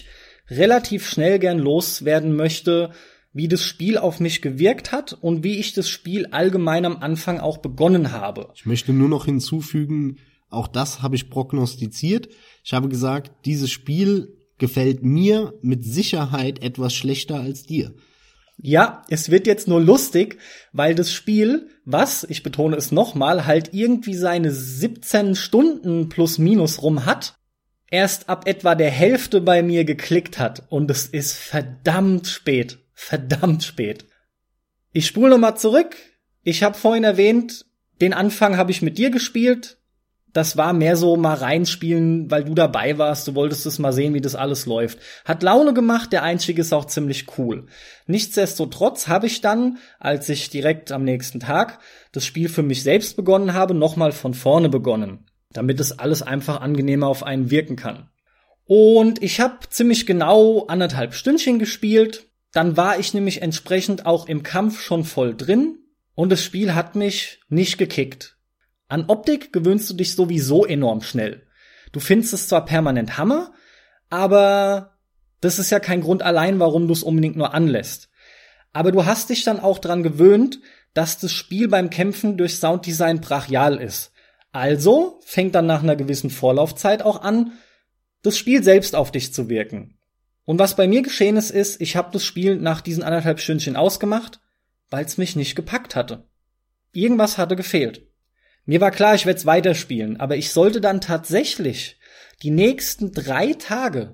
relativ schnell gern loswerden möchte, wie das Spiel auf mich gewirkt hat und wie ich das Spiel allgemein am Anfang auch begonnen habe. Ich möchte nur noch hinzufügen, auch das habe ich prognostiziert. Ich habe gesagt, dieses Spiel gefällt mir mit Sicherheit etwas schlechter als dir. Ja, es wird jetzt nur lustig, weil das Spiel, was, ich betone es nochmal, halt irgendwie seine 17 Stunden plus minus rum hat, erst ab etwa der Hälfte bei mir geklickt hat. Und es ist verdammt spät. Verdammt spät. Ich spule nochmal zurück. Ich habe vorhin erwähnt, den Anfang habe ich mit dir gespielt. Das war mehr so mal reinspielen, weil du dabei warst. Du wolltest es mal sehen, wie das alles läuft. Hat Laune gemacht, der Einstieg ist auch ziemlich cool. Nichtsdestotrotz habe ich dann, als ich direkt am nächsten Tag das Spiel für mich selbst begonnen habe, nochmal von vorne begonnen, damit es alles einfach angenehmer auf einen wirken kann. Und ich habe ziemlich genau 1,5 Stündchen gespielt. Dann war ich nämlich entsprechend auch im Kampf schon voll drin und das Spiel hat mich nicht gekickt. An Optik gewöhnst du dich sowieso enorm schnell. Du findest es zwar permanent Hammer, aber das ist ja kein Grund allein, warum du es unbedingt nur anlässt. Aber du hast dich dann auch dran gewöhnt, dass das Spiel beim Kämpfen durch Sounddesign brachial ist. Also fängt dann nach einer gewissen Vorlaufzeit auch an, das Spiel selbst auf dich zu wirken. Und was bei mir geschehen ist, ich habe das Spiel nach diesen 1,5 Stündchen ausgemacht, weil es mich nicht gepackt hatte. Irgendwas hatte gefehlt. Mir war klar, ich werde es weiterspielen, aber ich sollte dann tatsächlich die nächsten 3 Tage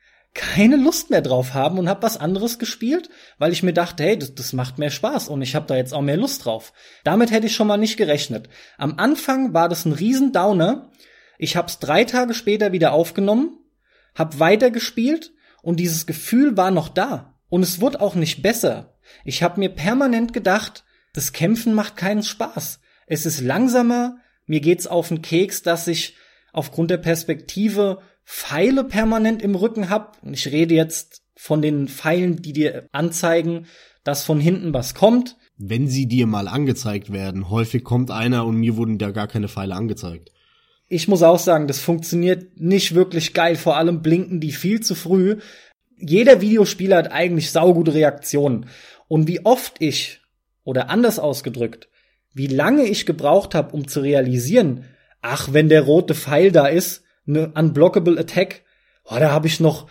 keine Lust mehr drauf haben und habe was anderes gespielt, weil ich mir dachte, hey, das macht mehr Spaß und ich habe da jetzt auch mehr Lust drauf. Damit hätte ich schon mal nicht gerechnet. Am Anfang war das ein riesen Downer. Ich habe es 3 Tage später wieder aufgenommen, habe weitergespielt und dieses Gefühl war noch da. Und es wurde auch nicht besser. Ich habe mir permanent gedacht, das Kämpfen macht keinen Spaß. Es ist langsamer, mir geht's auf den Keks, dass ich aufgrund der Perspektive Pfeile permanent im Rücken hab. Und ich rede jetzt von den Pfeilen, die dir anzeigen, dass von hinten was kommt. Wenn sie dir mal angezeigt werden. Häufig kommt einer und mir wurden da gar keine Pfeile angezeigt. Ich muss auch sagen, das funktioniert nicht wirklich geil. Vor allem blinken die viel zu früh. Jeder Videospieler hat eigentlich saugute Reaktionen. Und wie oft ich, oder anders ausgedrückt, wie lange ich gebraucht habe, um zu realisieren, ach, wenn der rote Pfeil da ist, eine Unblockable Attack, da habe ich noch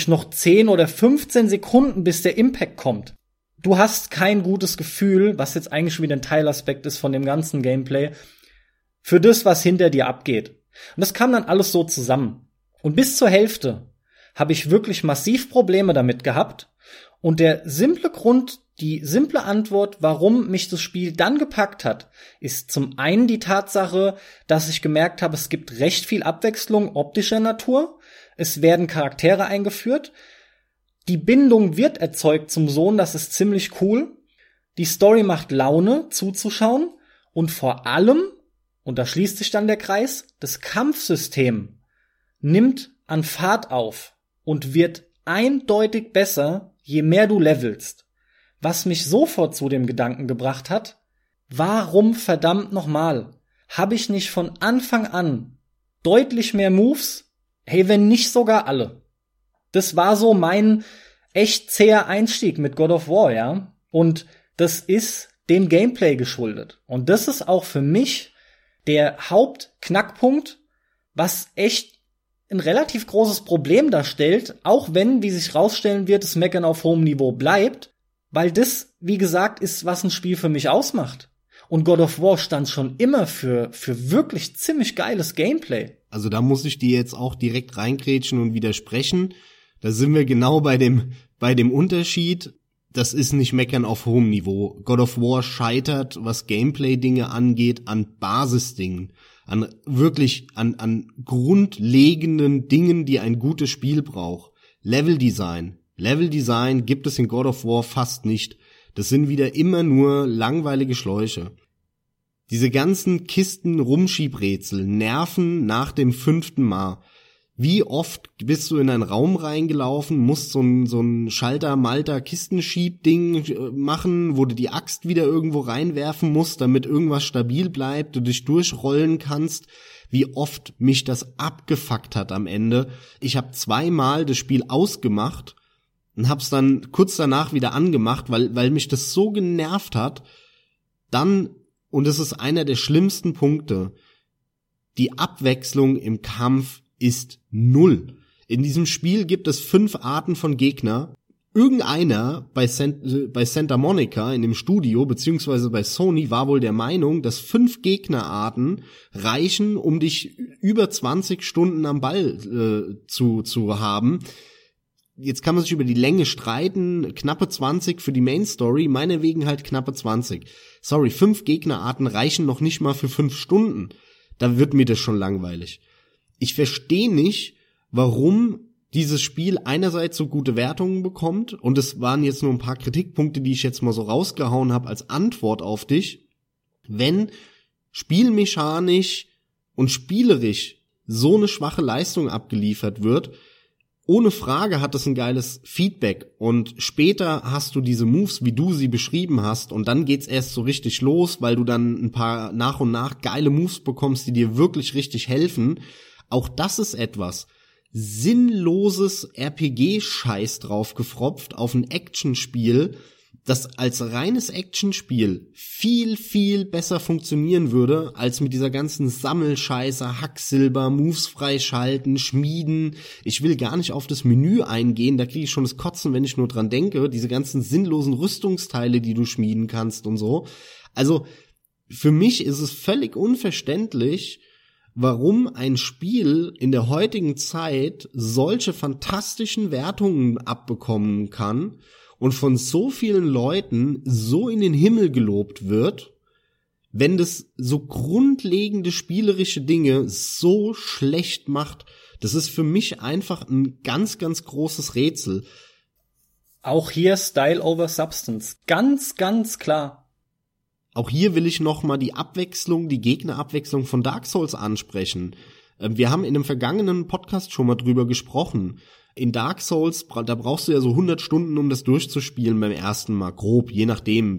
10 oder 15 Sekunden, bis der Impact kommt. Du hast kein gutes Gefühl, was jetzt eigentlich schon wieder ein Teilaspekt ist von dem ganzen Gameplay, für das, was hinter dir abgeht. Und das kam dann alles so zusammen. Und bis zur Hälfte habe ich wirklich massiv Probleme damit gehabt. Und der simple Grund, die simple Antwort, warum mich das Spiel dann gepackt hat, ist zum einen die Tatsache, dass ich gemerkt habe, es gibt recht viel Abwechslung optischer Natur. Es werden Charaktere eingeführt. Die Bindung wird erzeugt zum Sohn, das ist ziemlich cool. Die Story macht Laune zuzuschauen. Und vor allem, und da schließt sich dann der Kreis, das Kampfsystem nimmt an Fahrt auf und wird eindeutig besser, je mehr du levelst. Was mich sofort zu dem Gedanken gebracht hat, warum verdammt nochmal habe ich nicht von Anfang an deutlich mehr Moves? Hey, wenn nicht sogar alle. Das war so mein echt zäher Einstieg mit God of War, ja. Und das ist dem Gameplay geschuldet. Und das ist auch für mich der Hauptknackpunkt, was echt ein relativ großes Problem darstellt, auch wenn, wie sich rausstellen wird, das Meckern auf hohem Niveau bleibt, weil das, wie gesagt, ist, was ein Spiel für mich ausmacht. Und God of War stand schon immer für wirklich ziemlich geiles Gameplay. Also da muss ich dir jetzt auch direkt reingrätschen und widersprechen. Da sind wir genau bei dem Unterschied. Das ist nicht Meckern auf hohem Niveau. God of War scheitert, was Gameplay-Dinge angeht, an Basisdingen. An grundlegenden Dingen, die ein gutes Spiel braucht. Leveldesign gibt es in God of War fast nicht. Das sind wieder immer nur langweilige Schläuche. Diese ganzen Kisten-Rumschiebrätsel nerven nach dem 5. Mal. Wie oft bist du in einen Raum reingelaufen, musst so ein Schalter-Malter-Kistenschieb-Ding machen, wo du die Axt wieder irgendwo reinwerfen musst, damit irgendwas stabil bleibt, du dich durchrollen kannst. Wie oft mich das abgefuckt hat am Ende. Ich habe 2-mal das Spiel ausgemacht und hab's dann kurz danach wieder angemacht, weil mich das so genervt hat. Dann, und das ist einer der schlimmsten Punkte, die Abwechslung im Kampf ist 0. In diesem Spiel gibt es 5 Arten von Gegner. Irgendeiner bei Santa Monica in dem Studio, beziehungsweise bei Sony, war wohl der Meinung, dass 5 Gegnerarten reichen, um dich über 20 Stunden am Ball zu haben. Jetzt kann man sich über die Länge streiten, knappe 20 für die Main Story, meinetwegen halt knappe 20. Sorry, 5 Gegnerarten reichen noch nicht mal für 5 Stunden. Da wird mir das schon langweilig. Ich verstehe nicht, warum dieses Spiel einerseits so gute Wertungen bekommt, und es waren jetzt nur ein paar Kritikpunkte, die ich jetzt mal so rausgehauen habe als Antwort auf dich, wenn spielmechanisch und spielerisch so eine schwache Leistung abgeliefert wird. Ohne Frage hat es ein geiles Feedback, und später hast du diese Moves, wie du sie beschrieben hast, und dann geht's erst so richtig los, weil du dann ein paar nach und nach geile Moves bekommst, die dir wirklich richtig helfen. Auch das ist etwas sinnloses RPG-Scheiß draufgefropft auf ein Actionspiel, das als reines Actionspiel viel, viel besser funktionieren würde, als mit dieser ganzen Sammelscheiße, Hacksilber, Moves freischalten, Schmieden. Ich will gar nicht auf das Menü eingehen, da kriege ich schon das Kotzen, wenn ich nur dran denke. Diese ganzen sinnlosen Rüstungsteile, die du schmieden kannst und so. Also, für mich ist es völlig unverständlich, warum ein Spiel in der heutigen Zeit solche fantastischen Wertungen abbekommen kann und von so vielen Leuten so in den Himmel gelobt wird, wenn das so grundlegende spielerische Dinge so schlecht macht. Das ist für mich einfach ein ganz, ganz großes Rätsel. Auch hier Style over Substance. Ganz, ganz klar. Auch hier will ich noch mal die Gegnerabwechslung von Dark Souls ansprechen. Wir haben in einem vergangenen Podcast schon mal drüber gesprochen. In Dark Souls, da brauchst du ja so 100 Stunden, um das durchzuspielen beim ersten Mal, grob, je nachdem,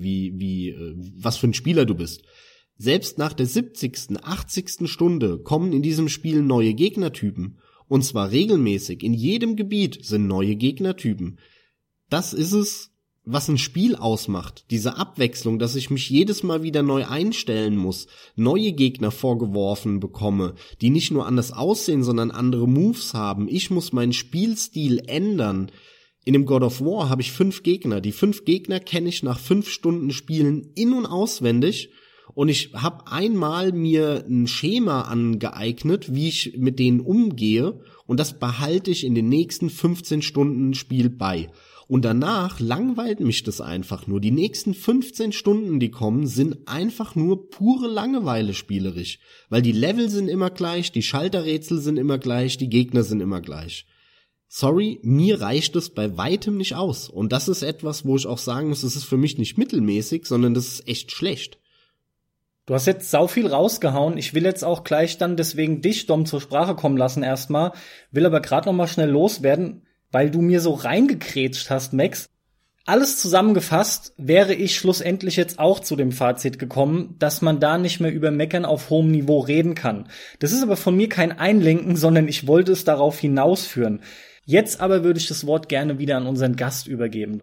was für ein Spieler du bist. Selbst nach der 70., 80. Stunde kommen in diesem Spiel neue Gegnertypen. Und zwar regelmäßig. In jedem Gebiet sind neue Gegnertypen. Das ist es, was ein Spiel ausmacht, diese Abwechslung, dass ich mich jedes Mal wieder neu einstellen muss, neue Gegner vorgeworfen bekomme, die nicht nur anders aussehen, sondern andere Moves haben. Ich muss meinen Spielstil ändern. In dem God of War habe ich 5 Gegner. Die 5 Gegner kenne ich nach 5 Stunden Spielen in- und auswendig, und ich habe einmal mir ein Schema angeeignet, wie ich mit denen umgehe, und das behalte ich in den nächsten 15 Stunden Spiel bei. Und danach langweilt mich das einfach nur. Die nächsten 15 Stunden, die kommen, sind einfach nur pure Langeweile spielerisch. Weil die Level sind immer gleich, die Schalterrätsel sind immer gleich, die Gegner sind immer gleich. Sorry, mir reicht es bei weitem nicht aus. Und das ist etwas, wo ich auch sagen muss, das ist für mich nicht mittelmäßig, sondern das ist echt schlecht. Du hast jetzt sau viel rausgehauen. Ich will jetzt auch gleich dann deswegen dich, Dom, zur Sprache kommen lassen erstmal. Will aber gerade noch mal schnell loswerden, weil du mir so reingekrätscht hast, Max. Alles zusammengefasst wäre ich schlussendlich jetzt auch zu dem Fazit gekommen, dass man da nicht mehr über Meckern auf hohem Niveau reden kann. Das ist aber von mir kein Einlenken, sondern ich wollte es darauf hinausführen. Jetzt aber würde ich das Wort gerne wieder an unseren Gast übergeben.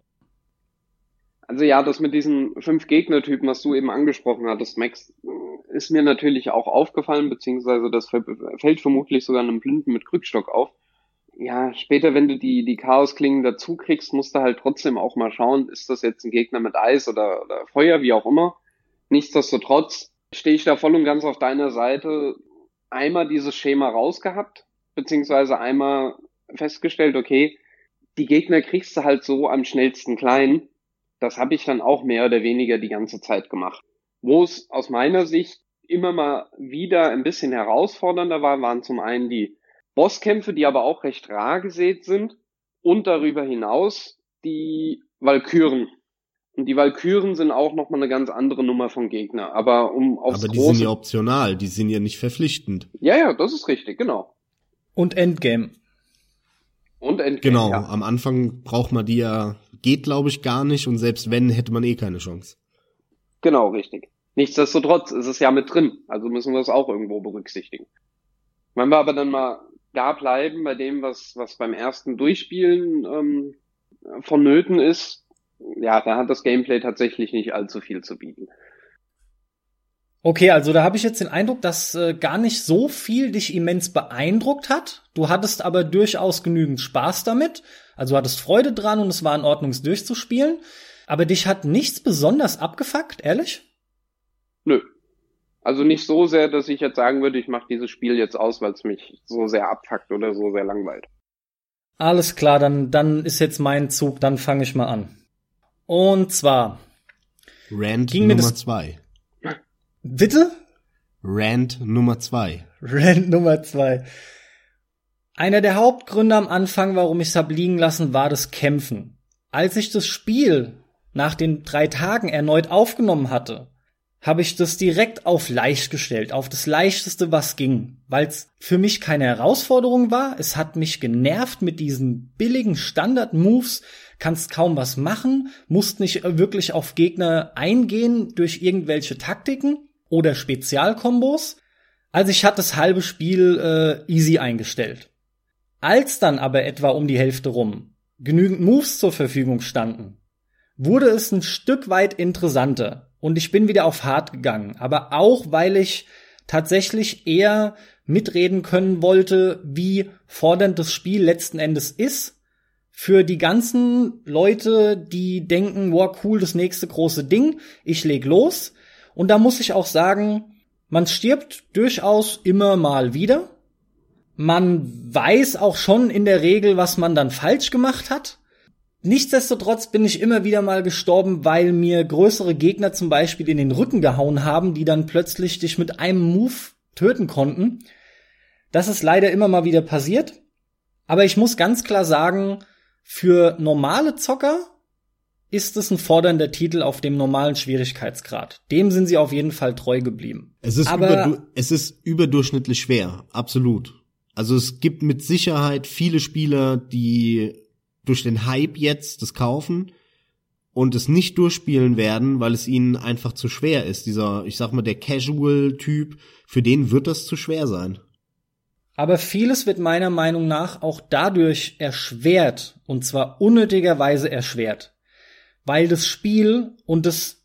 Also ja, das mit diesen 5 Gegnertypen, was du eben angesprochen hattest, Max, ist mir natürlich auch aufgefallen, beziehungsweise das fällt vermutlich sogar einem Blinden mit Krückstock auf. Ja, später, wenn du die Chaosklingen dazu kriegst, musst du halt trotzdem auch mal schauen, ist das jetzt ein Gegner mit Eis oder Feuer, wie auch immer. Nichtsdestotrotz stehe ich da voll und ganz auf deiner Seite. Einmal dieses Schema rausgehabt, beziehungsweise einmal festgestellt, okay, die Gegner kriegst du halt so am schnellsten klein. Das habe ich dann auch mehr oder weniger die ganze Zeit gemacht. Wo es aus meiner Sicht immer mal wieder ein bisschen herausfordernder war, waren zum einen die Bosskämpfe, die aber auch recht rar gesät sind, und darüber hinaus die Walküren. Und die Walküren sind auch nochmal eine ganz andere Nummer von Gegner. Aber die sind ja optional, die sind ja nicht verpflichtend. Ja, das ist richtig, genau. Und Endgame. Genau, ja. am Anfang braucht man die ja, geht glaube ich gar nicht und selbst wenn, hätte man eh keine Chance. Genau, richtig. Nichtsdestotrotz ist es ja mit drin, also müssen wir es auch irgendwo berücksichtigen. Wenn wir aber dann mal da bleiben bei dem, was beim ersten Durchspielen vonnöten ist, ja, da hat das Gameplay tatsächlich nicht allzu viel zu bieten. Okay, also da habe ich jetzt den Eindruck, dass gar nicht so viel dich immens beeindruckt hat. Du hattest aber durchaus genügend Spaß damit. Also du hattest Freude dran und es war in Ordnung, es durchzuspielen. Aber dich hat nichts besonders abgefuckt, ehrlich? Nö. Also nicht so sehr, dass ich jetzt sagen würde, ich mache dieses Spiel jetzt aus, weil es mich so sehr abfuckt oder so sehr langweilt. Alles klar, dann ist jetzt mein Zug, dann fange ich mal an. Und zwar Rant Nummer 2. Bitte? Rant Nummer 2. Rant Nummer 2. Einer der Hauptgründe am Anfang, warum ich es hab liegen lassen, war das Kämpfen. Als ich das Spiel nach den 3 Tagen erneut aufgenommen hatte, habe ich das direkt auf leicht gestellt, auf das Leichteste, was ging, weil es für mich keine Herausforderung war. Es hat mich genervt mit diesen billigen Standard-Moves, kannst kaum was machen, musst nicht wirklich auf Gegner eingehen durch irgendwelche Taktiken oder Spezialkombos. Also ich hatte das halbe Spiel easy eingestellt. Als dann aber etwa um die Hälfte rum genügend Moves zur Verfügung standen, wurde es ein Stück weit interessanter. Und ich bin wieder auf hart gegangen, aber auch, weil ich tatsächlich eher mitreden können wollte, wie fordernd das Spiel letzten Endes ist. Für die ganzen Leute, die denken, wow, cool, das nächste große Ding, ich leg los. Und da muss ich auch sagen, man stirbt durchaus immer mal wieder. Man weiß auch schon in der Regel, was man dann falsch gemacht hat. Nichtsdestotrotz bin ich immer wieder mal gestorben, weil mir größere Gegner zum Beispiel in den Rücken gehauen haben, die dann plötzlich dich mit einem Move töten konnten. Das ist leider immer mal wieder passiert. Aber ich muss ganz klar sagen, für normale Zocker ist es ein fordernder Titel auf dem normalen Schwierigkeitsgrad. Dem sind sie auf jeden Fall treu geblieben. Es ist überdurchschnittlich schwer, absolut. Also es gibt mit Sicherheit viele Spieler, die durch den Hype jetzt das kaufen und es nicht durchspielen werden, weil es ihnen einfach zu schwer ist. Dieser, ich sag mal, der Casual-Typ, für den wird das zu schwer sein. Aber vieles wird meiner Meinung nach auch dadurch erschwert, und zwar unnötigerweise erschwert. Weil das Spiel, und das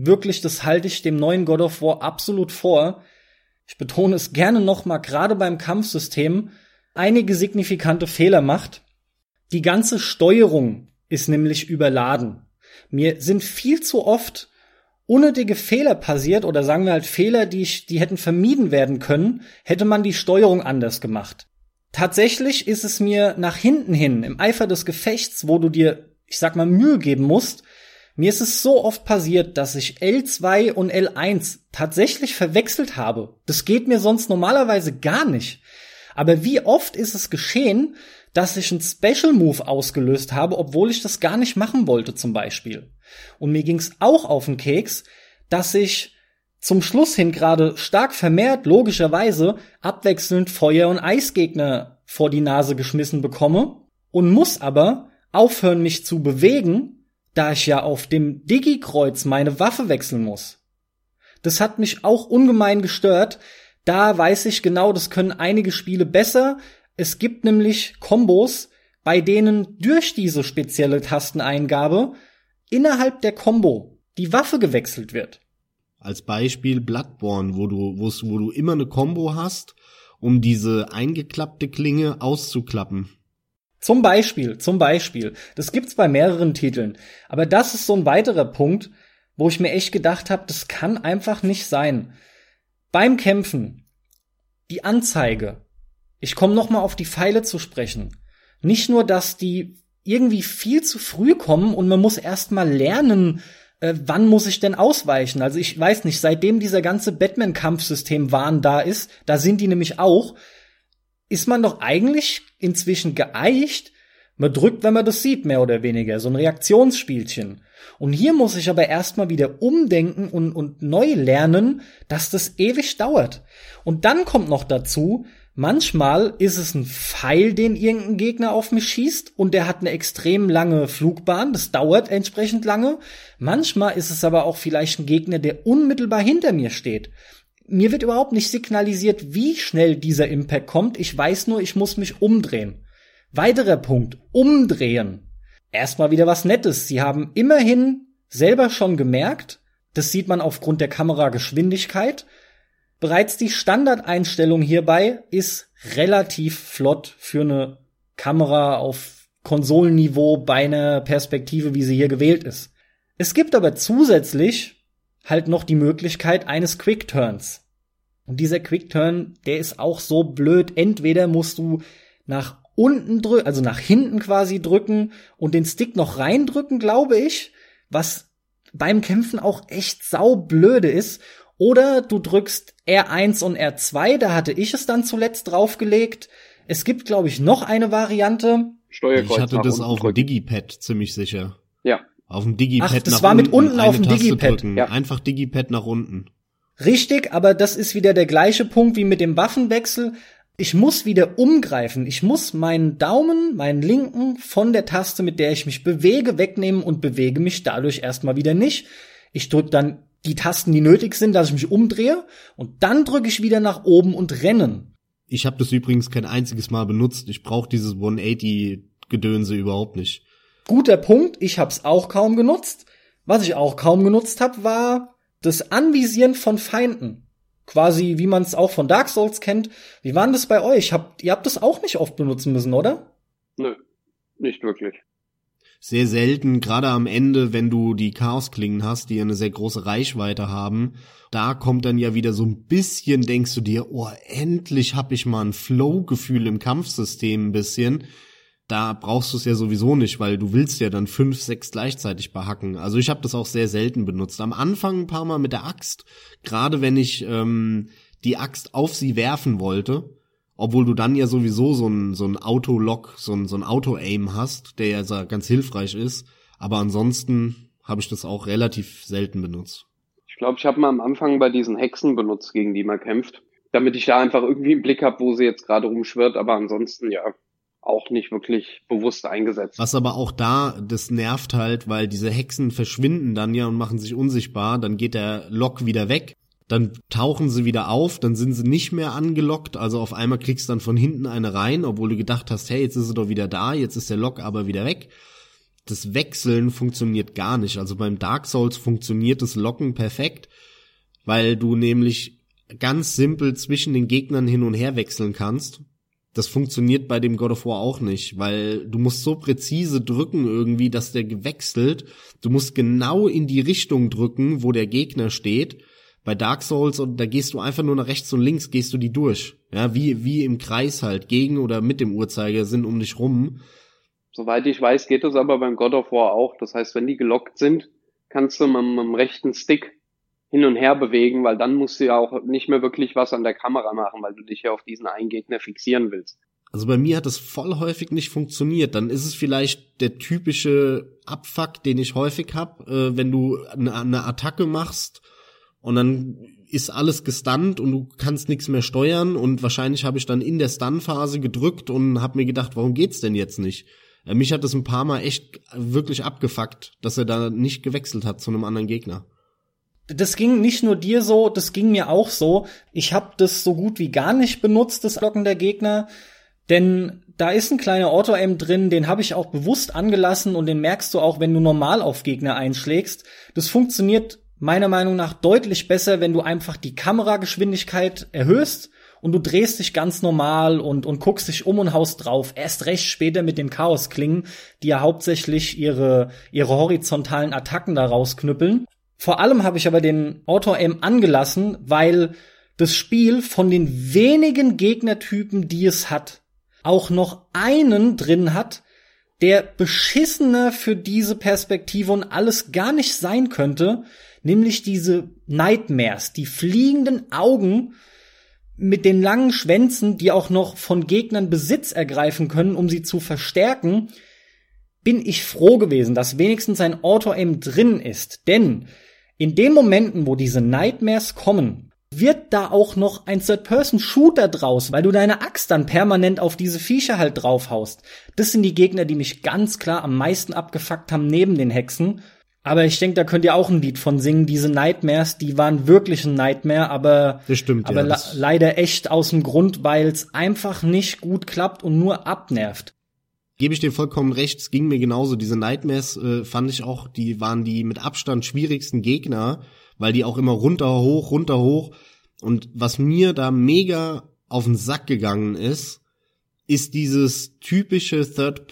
halte ich dem neuen God of War absolut vor, ich betone es gerne nochmal, gerade beim Kampfsystem, einige signifikante Fehler macht. Die ganze Steuerung ist nämlich überladen. Mir sind viel zu oft unnötige Fehler passiert, oder sagen wir halt Fehler, die hätten vermieden werden können, hätte man die Steuerung anders gemacht. Tatsächlich ist es mir nach hinten hin, im Eifer des Gefechts, wo du dir, ich sag mal, Mühe geben musst, mir ist es so oft passiert, dass ich L2 und L1 tatsächlich verwechselt habe. Das geht mir sonst normalerweise gar nicht. Aber wie oft ist es geschehen, dass ich einen Special Move ausgelöst habe, obwohl ich das gar nicht machen wollte zum Beispiel. Und mir ging's auch auf den Keks, dass ich zum Schluss hin gerade stark vermehrt, logischerweise, abwechselnd Feuer- und Eisgegner vor die Nase geschmissen bekomme und muss aber aufhören, mich zu bewegen, da ich ja auf dem Digi-Kreuz meine Waffe wechseln muss. Das hat mich auch ungemein gestört. Da weiß ich genau, das können einige Spiele besser. Es gibt nämlich Kombos, bei denen durch diese spezielle Tasteneingabe innerhalb der Combo die Waffe gewechselt wird. Als Beispiel Bloodborne, wo du immer eine Combo hast, um diese eingeklappte Klinge auszuklappen. Zum Beispiel. Das gibt's bei mehreren Titeln. Aber das ist so ein weiterer Punkt, wo ich mir echt gedacht habe, das kann einfach nicht sein. Beim Kämpfen, die Anzeige. Ich komme noch mal auf die Pfeile zu sprechen. Nicht nur, dass die irgendwie viel zu früh kommen und man muss erst mal lernen, wann muss ich denn ausweichen. Also ich weiß nicht, seitdem dieser ganze Batman-Kampfsystem-Wahn da ist, da sind die nämlich auch, ist man doch eigentlich inzwischen geeicht. Man drückt, wenn man das sieht, mehr oder weniger. So ein Reaktionsspielchen. Und hier muss ich aber erstmal wieder umdenken und neu lernen, dass das ewig dauert. Und dann kommt noch dazu, Manchmal ist es ein Pfeil, den irgendein Gegner auf mich schießt und der hat eine extrem lange Flugbahn, das dauert entsprechend lange. Manchmal ist es aber auch vielleicht ein Gegner, der unmittelbar hinter mir steht. Mir wird überhaupt nicht signalisiert, wie schnell dieser Impact kommt. Ich weiß nur, ich muss mich umdrehen. Weiterer Punkt, umdrehen. Erstmal wieder was Nettes. Sie haben immerhin selber schon gemerkt, das sieht man aufgrund der Kamerageschwindigkeit, bereits die Standardeinstellung hierbei ist relativ flott für eine Kamera auf Konsolenniveau bei einer Perspektive, wie sie hier gewählt ist. Es gibt aber zusätzlich halt noch die Möglichkeit eines Quick-Turns. Und dieser Quick-Turn, der ist auch so blöd. Entweder musst du nach unten drücken, also nach hinten quasi drücken und den Stick noch reindrücken, glaube ich, was beim Kämpfen auch echt saublöde ist. Oder du drückst R1 und R2, da hatte ich es dann zuletzt draufgelegt. Es gibt, glaube ich, noch eine Variante. Steuerkreuz. Ich hatte das auf dem Digipad ziemlich sicher. Ja. Auf dem Digipad nach unten. Das war mit unten auf dem Digipad. Ja. Einfach Digipad nach unten. Richtig, aber das ist wieder der gleiche Punkt wie mit dem Waffenwechsel. Ich muss wieder umgreifen. Ich muss meinen Daumen, meinen linken, von der Taste, mit der ich mich bewege, wegnehmen und bewege mich dadurch erstmal wieder nicht. Ich drücke dann die Tasten, die nötig sind, dass ich mich umdrehe und dann drücke ich wieder nach oben und rennen. Ich habe das übrigens kein einziges Mal benutzt. Ich brauche dieses 180-Gedönse überhaupt nicht. Guter Punkt, ich habe es auch kaum genutzt. Was ich auch kaum genutzt habe, war das Anvisieren von Feinden. Quasi, wie man es auch von Dark Souls kennt. Wie war denn das bei euch? Ihr habt das auch nicht oft benutzen müssen, oder? Nö, nicht wirklich. Sehr selten, gerade am Ende, wenn du die Chaosklingen hast, die ja eine sehr große Reichweite haben, da kommt dann ja wieder so ein bisschen, denkst du dir, oh, endlich hab ich mal ein Flow-Gefühl im Kampfsystem ein bisschen. Da brauchst du es ja sowieso nicht, weil du willst ja dann 5, 6 gleichzeitig behacken. Also ich habe das auch sehr selten benutzt. Am Anfang ein paar Mal mit der Axt, gerade wenn ich die Axt auf sie werfen wollte, obwohl du dann ja sowieso so ein Auto-Lock, so ein Auto-Aim hast, der ja ganz hilfreich ist. Aber ansonsten habe ich das auch relativ selten benutzt. Ich glaube, ich habe mal am Anfang bei diesen Hexen benutzt, gegen die man kämpft, damit ich da einfach irgendwie einen Blick habe, wo sie jetzt gerade rumschwirrt. Aber ansonsten, ja, auch nicht wirklich bewusst eingesetzt. Was aber auch da, das nervt halt, weil diese Hexen verschwinden dann ja und machen sich unsichtbar. Dann geht der Lock wieder weg. Dann tauchen sie wieder auf, dann sind sie nicht mehr angelockt, also auf einmal kriegst du dann von hinten eine rein, obwohl du gedacht hast, hey, jetzt ist sie doch wieder da, jetzt ist der Lock aber wieder weg. Das Wechseln funktioniert gar nicht, also beim Dark Souls funktioniert das Locken perfekt, weil du nämlich ganz simpel zwischen den Gegnern hin und her wechseln kannst. Das funktioniert bei dem God of War auch nicht, weil du musst so präzise drücken irgendwie, dass der gewechselt, du musst genau in die Richtung drücken, wo der Gegner steht. Bei Dark Souls, und da gehst du einfach nur nach rechts und links, gehst du die durch. Ja, wie im Kreis halt, gegen oder mit dem Uhrzeigersinn um dich rum. Soweit ich weiß, geht es aber beim God of War auch. Das heißt, wenn die gelockt sind, kannst du mit dem rechten Stick hin und her bewegen, weil dann musst du ja auch nicht mehr wirklich was an der Kamera machen, weil du dich ja auf diesen einen Gegner fixieren willst. Also bei mir hat es voll häufig nicht funktioniert. Dann ist es vielleicht der typische Abfuck, den ich häufig habe, wenn du eine Attacke machst, und dann ist alles gestunt und du kannst nichts mehr steuern und wahrscheinlich habe ich dann in der Stun-Phase gedrückt und habe mir gedacht, warum geht's denn jetzt nicht? Mich hat das ein paar Mal echt wirklich abgefuckt, dass er da nicht gewechselt hat zu einem anderen Gegner. Das ging nicht nur dir so, das ging mir auch so. Ich habe das so gut wie gar nicht benutzt, das Locken der Gegner, denn da ist ein kleiner Auto-Aim drin, den habe ich auch bewusst angelassen und den merkst du auch, wenn du normal auf Gegner einschlägst. Das funktioniert meiner Meinung nach deutlich besser, wenn du einfach die Kamerageschwindigkeit erhöhst und du drehst dich ganz normal und guckst dich um und haust drauf. Erst recht später mit den Chaosklingen, die ja hauptsächlich ihre horizontalen Attacken da rausknüppeln. Vor allem habe ich aber den Auto-Aim angelassen, weil das Spiel von den wenigen Gegnertypen, die es hat, auch noch einen drin hat, der beschissener für diese Perspektive und alles gar nicht sein könnte, nämlich diese Nightmares, die fliegenden Augen mit den langen Schwänzen, die auch noch von Gegnern Besitz ergreifen können, um sie zu verstärken. Bin ich froh gewesen, dass wenigstens ein Auto-Aim drin ist, denn in den Momenten, wo diese Nightmares kommen, wird da auch noch ein Third-Person-Shooter draus, weil du deine Axt dann permanent auf diese Viecher halt draufhaust. Das sind die Gegner, die mich ganz klar am meisten abgefuckt haben, neben den Hexen. Aber ich denke, da könnt ihr auch ein Lied von singen. Diese Nightmares, die waren wirklich ein Nightmare, aber, das stimmt, aber ja, leider echt aus dem Grund, weil es einfach nicht gut klappt und nur abnervt. Gebe ich dir vollkommen recht, es ging mir genauso. Diese Nightmares fand ich auch, die waren die mit Abstand schwierigsten Gegner, weil die auch immer runter, hoch. Und was mir da mega auf den Sack gegangen ist dieses typische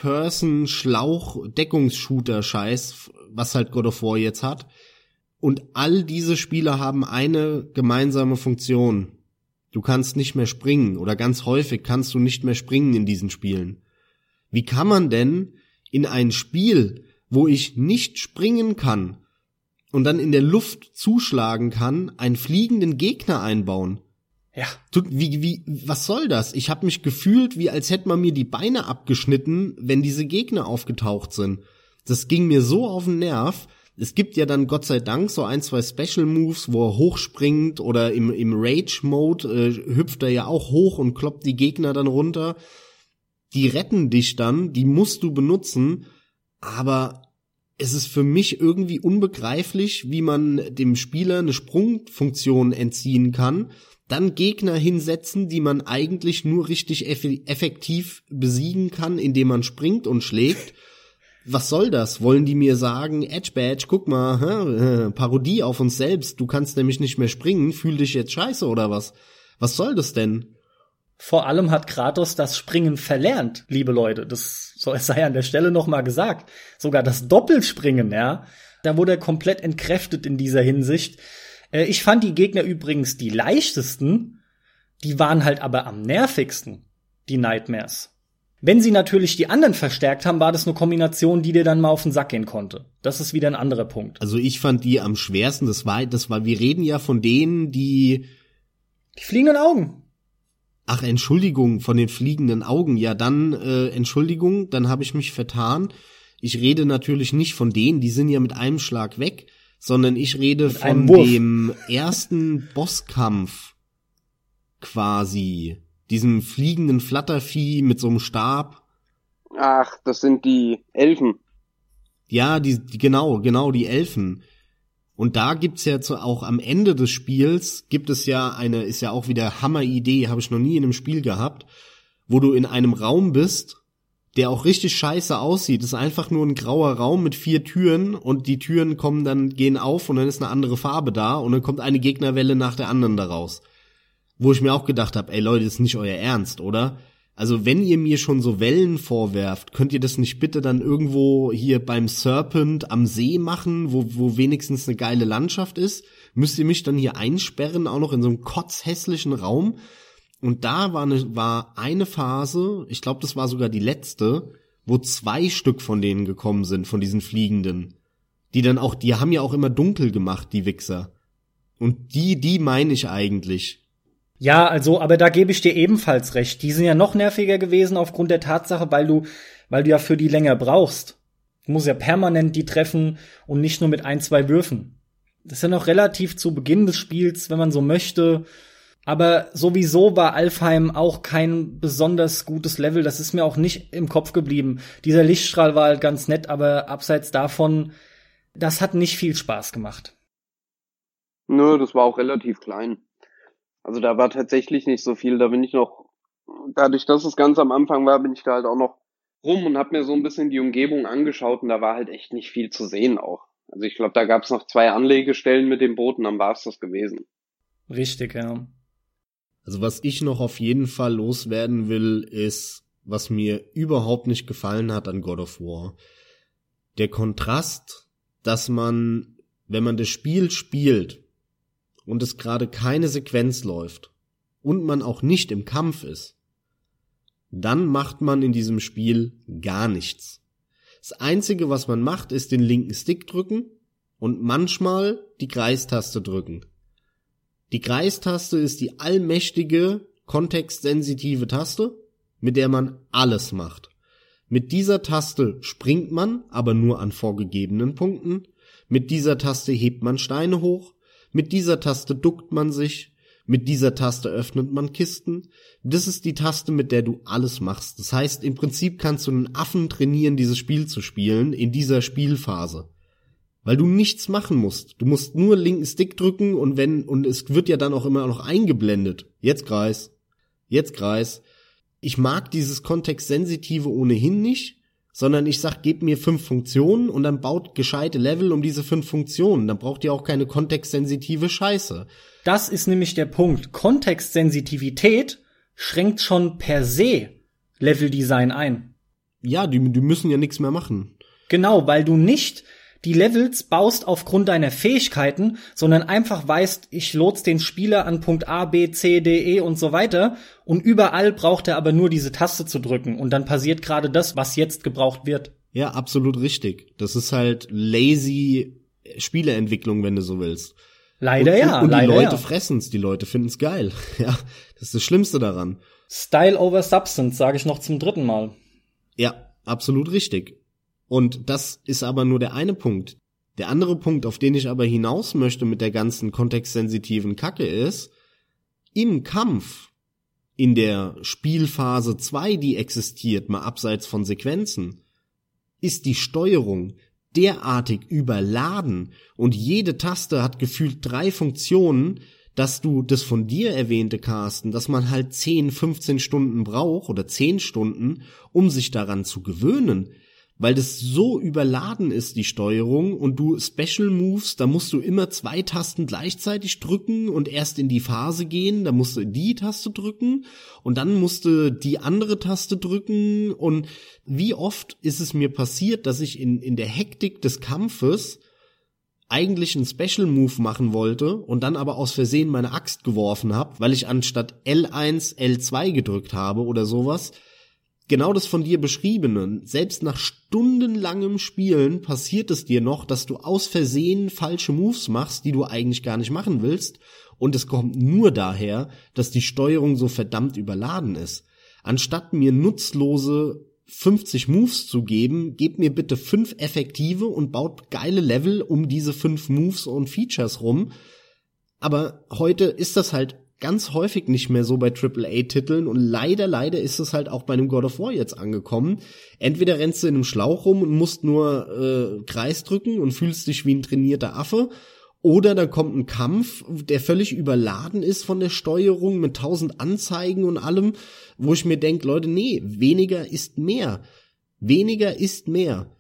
Third-Person-Schlauch-Deckungsshooter-Scheiß, was halt God of War jetzt hat. Und all diese Spiele haben eine gemeinsame Funktion. Du kannst nicht mehr springen, oder ganz häufig kannst du nicht mehr springen in diesen Spielen. Wie kann man denn in ein Spiel, wo ich nicht springen kann und dann in der Luft zuschlagen kann, einen fliegenden Gegner einbauen? Ja. Was soll das? Ich habe mich gefühlt, wie als hätte man mir die Beine abgeschnitten, wenn diese Gegner aufgetaucht sind. Das ging mir so auf den Nerv. Es gibt ja dann Gott sei Dank so 1, 2 Special Moves, wo er hochspringt, oder im Rage-Mode hüpft er ja auch hoch und kloppt die Gegner dann runter. Die retten dich dann, die musst du benutzen, aber es ist für mich irgendwie unbegreiflich, wie man dem Spieler eine Sprungfunktion entziehen kann, dann Gegner hinsetzen, die man eigentlich nur richtig effektiv besiegen kann, indem man springt und schlägt. Was soll das? Wollen die mir sagen, Edge Badge, guck mal, Parodie auf uns selbst, du kannst nämlich nicht mehr springen, fühl dich jetzt scheiße oder was? Was soll das denn? Vor allem hat Kratos das Springen verlernt, liebe Leute. Das sei an der Stelle noch mal gesagt. Sogar das Doppelspringen, ja. Da wurde er komplett entkräftet in dieser Hinsicht. Ich fand die Gegner übrigens die leichtesten. Die waren halt aber am nervigsten, die Nightmares. Wenn sie natürlich die anderen verstärkt haben, war das eine Kombination, die dir dann mal auf den Sack gehen konnte. Das ist wieder ein anderer Punkt. Also ich fand die am schwersten. Das war, wir reden ja von denen, die fliegenden Augen. Ach, Entschuldigung, von den fliegenden Augen. Ja, dann, Entschuldigung, dann habe ich mich vertan. Ich rede natürlich nicht von denen, die sind ja mit einem Schlag weg, sondern ich rede von dem ersten Bosskampf quasi. Diesem fliegenden Flattervieh mit so einem Stab. Ach, das sind die Elfen. Ja, genau, die Elfen. Und da gibt's ja auch am Ende des Spiels ist ja auch wieder Hammeridee, habe ich noch nie in einem Spiel gehabt, wo du in einem Raum bist, der auch richtig scheiße aussieht. Das ist einfach nur ein grauer Raum mit 4 Türen und die Türen gehen auf und dann ist eine andere Farbe da und dann kommt eine Gegnerwelle nach der anderen daraus. Wo ich mir auch gedacht habe, ey Leute, das ist nicht euer Ernst, oder? Also wenn ihr mir schon so Wellen vorwerft, könnt ihr das nicht bitte dann irgendwo hier beim Serpent am See machen, wo wenigstens eine geile Landschaft ist? Müsst ihr mich dann hier einsperren, auch noch in so einem kotzhässlichen Raum? Und da war eine Phase, ich glaube, das war sogar die letzte, wo 2 Stück von denen gekommen sind, von diesen Fliegenden. Die haben ja auch immer dunkel gemacht, die Wichser. Und die meine ich eigentlich. Ja, also, aber da gebe ich dir ebenfalls recht. Die sind ja noch nerviger gewesen aufgrund der Tatsache, weil du ja für die länger brauchst. Du musst ja permanent die treffen und nicht nur mit 1, 2 Würfen. Das ist ja noch relativ zu Beginn des Spiels, wenn man so möchte. Aber sowieso war Alfheim auch kein besonders gutes Level. Das ist mir auch nicht im Kopf geblieben. Dieser Lichtstrahl war halt ganz nett, aber abseits davon, das hat nicht viel Spaß gemacht. Nö, das war auch relativ klein. Also da war tatsächlich nicht so viel. Da bin ich noch, dadurch, dass es ganz am Anfang war, bin ich da halt auch noch rum und hab mir so ein bisschen die Umgebung angeschaut und da war halt echt nicht viel zu sehen auch. Also ich glaube, da gab's noch 2 Anlegestellen mit dem Boot und dann war's das gewesen. Richtig, ja. Also was ich noch auf jeden Fall loswerden will, ist, was mir überhaupt nicht gefallen hat an God of War. Der Kontrast, dass man, wenn man das Spiel spielt und es gerade keine Sequenz läuft und man auch nicht im Kampf ist, dann macht man in diesem Spiel gar nichts. Das Einzige, was man macht, ist den linken Stick drücken und manchmal die Kreistaste drücken. Die Kreistaste ist die allmächtige, kontextsensitive Taste, mit der man alles macht. Mit dieser Taste springt man, aber nur an vorgegebenen Punkten. Mit dieser Taste hebt man Steine hoch. Mit dieser Taste duckt man sich. Mit dieser Taste öffnet man Kisten. Das ist die Taste, mit der du alles machst. Das heißt, im Prinzip kannst du einen Affen trainieren, dieses Spiel zu spielen, in dieser Spielphase. Weil du nichts machen musst. Du musst nur linken Stick drücken und es wird ja dann auch immer noch eingeblendet. Jetzt Kreis. Ich mag dieses Kontextsensitive ohnehin nicht, sondern ich sag, gebt mir 5 Funktionen und dann baut gescheite Level um diese 5 Funktionen. Dann braucht ihr auch keine kontextsensitive Scheiße. Das ist nämlich der Punkt. Kontextsensitivität schränkt schon per se Leveldesign ein. Ja, die müssen ja nichts mehr machen. Genau, weil du nicht die Levels baust aufgrund deiner Fähigkeiten, sondern einfach weißt, ich lotse den Spieler an Punkt A, B, C, D, E und so weiter und überall braucht er aber nur diese Taste zu drücken und dann passiert gerade das, was jetzt gebraucht wird. Ja, absolut richtig. Das ist halt lazy Spieleentwicklung, wenn du so willst. Leider ja. Und die Leute fressen's, die Leute finden's geil. Ja, das ist das Schlimmste daran. Style over Substance, sage ich noch zum 3. Mal. Ja, absolut richtig. Und das ist aber nur der eine Punkt. Der andere Punkt, auf den ich aber hinaus möchte mit der ganzen kontextsensitiven Kacke ist, im Kampf, in der Spielphase 2, die existiert, mal abseits von Sequenzen, ist die Steuerung derartig überladen und jede Taste hat gefühlt 3 Funktionen, dass du das von dir erwähnte Carsten, dass man halt 10, 15 Stunden braucht oder 10 Stunden, um sich daran zu gewöhnen. Weil das so überladen ist, die Steuerung, und du Special Moves, da musst du immer 2 Tasten gleichzeitig drücken und erst in die Phase gehen, da musst du die Taste drücken und dann musst du die andere Taste drücken und wie oft ist es mir passiert, dass ich in der Hektik des Kampfes eigentlich einen Special Move machen wollte und dann aber aus Versehen meine Axt geworfen habe, weil ich anstatt L1 L2 gedrückt habe oder sowas. Genau das von dir Beschriebene, selbst nach stundenlangem Spielen passiert es dir noch, dass du aus Versehen falsche Moves machst, die du eigentlich gar nicht machen willst. Und es kommt nur daher, dass die Steuerung so verdammt überladen ist. Anstatt mir nutzlose 50 Moves zu geben, gebt mir bitte 5 effektive und baut geile Level um diese 5 Moves und Features rum. Aber heute ist das halt ganz häufig nicht mehr so bei AAA-Titeln und leider ist es halt auch bei einem God of War jetzt angekommen. Entweder rennst du in einem Schlauch rum und musst nur Kreis drücken und fühlst dich wie ein trainierter Affe, oder da kommt ein Kampf, der völlig überladen ist von der Steuerung mit 1000 Anzeigen und allem, wo ich mir denke, Leute, nee, weniger ist mehr. Weniger ist mehr.